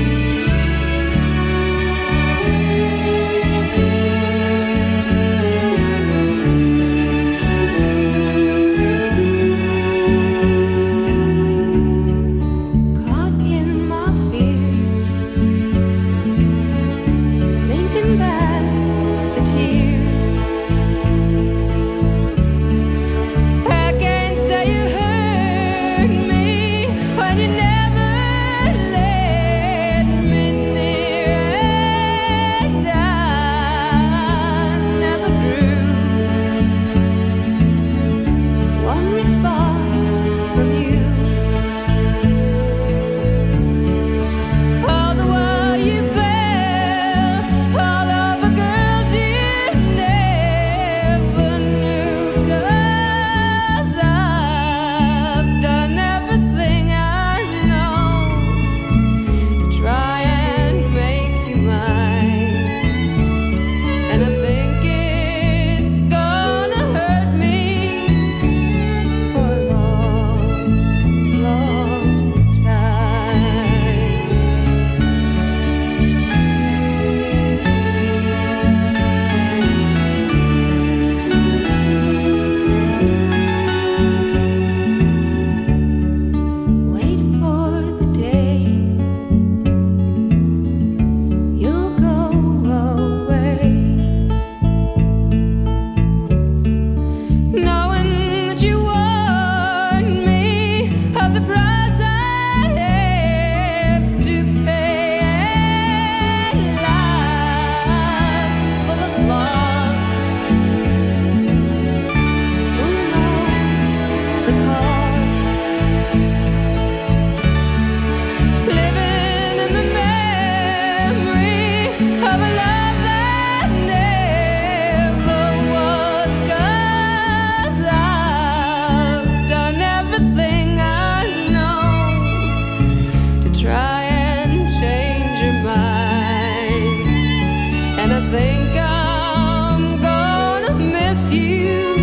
K: Caught in my fears, thinking back the tears. I can't say you hurt me when you never let me near, and I never drew one response from you. All the while you fell all over girls you never knew, 'cause I've done everything I know to try and make you mine, and I think it's gonna hurt me for a long, long time. Wait for the day you'll go away, knowing that you warned me of the price I have to pay, and life's full of flaws. Who knows the cause? Living in the memory of a love that never was, 'cause I've done everything I know to try and change your mind, and I think I'm gonna miss you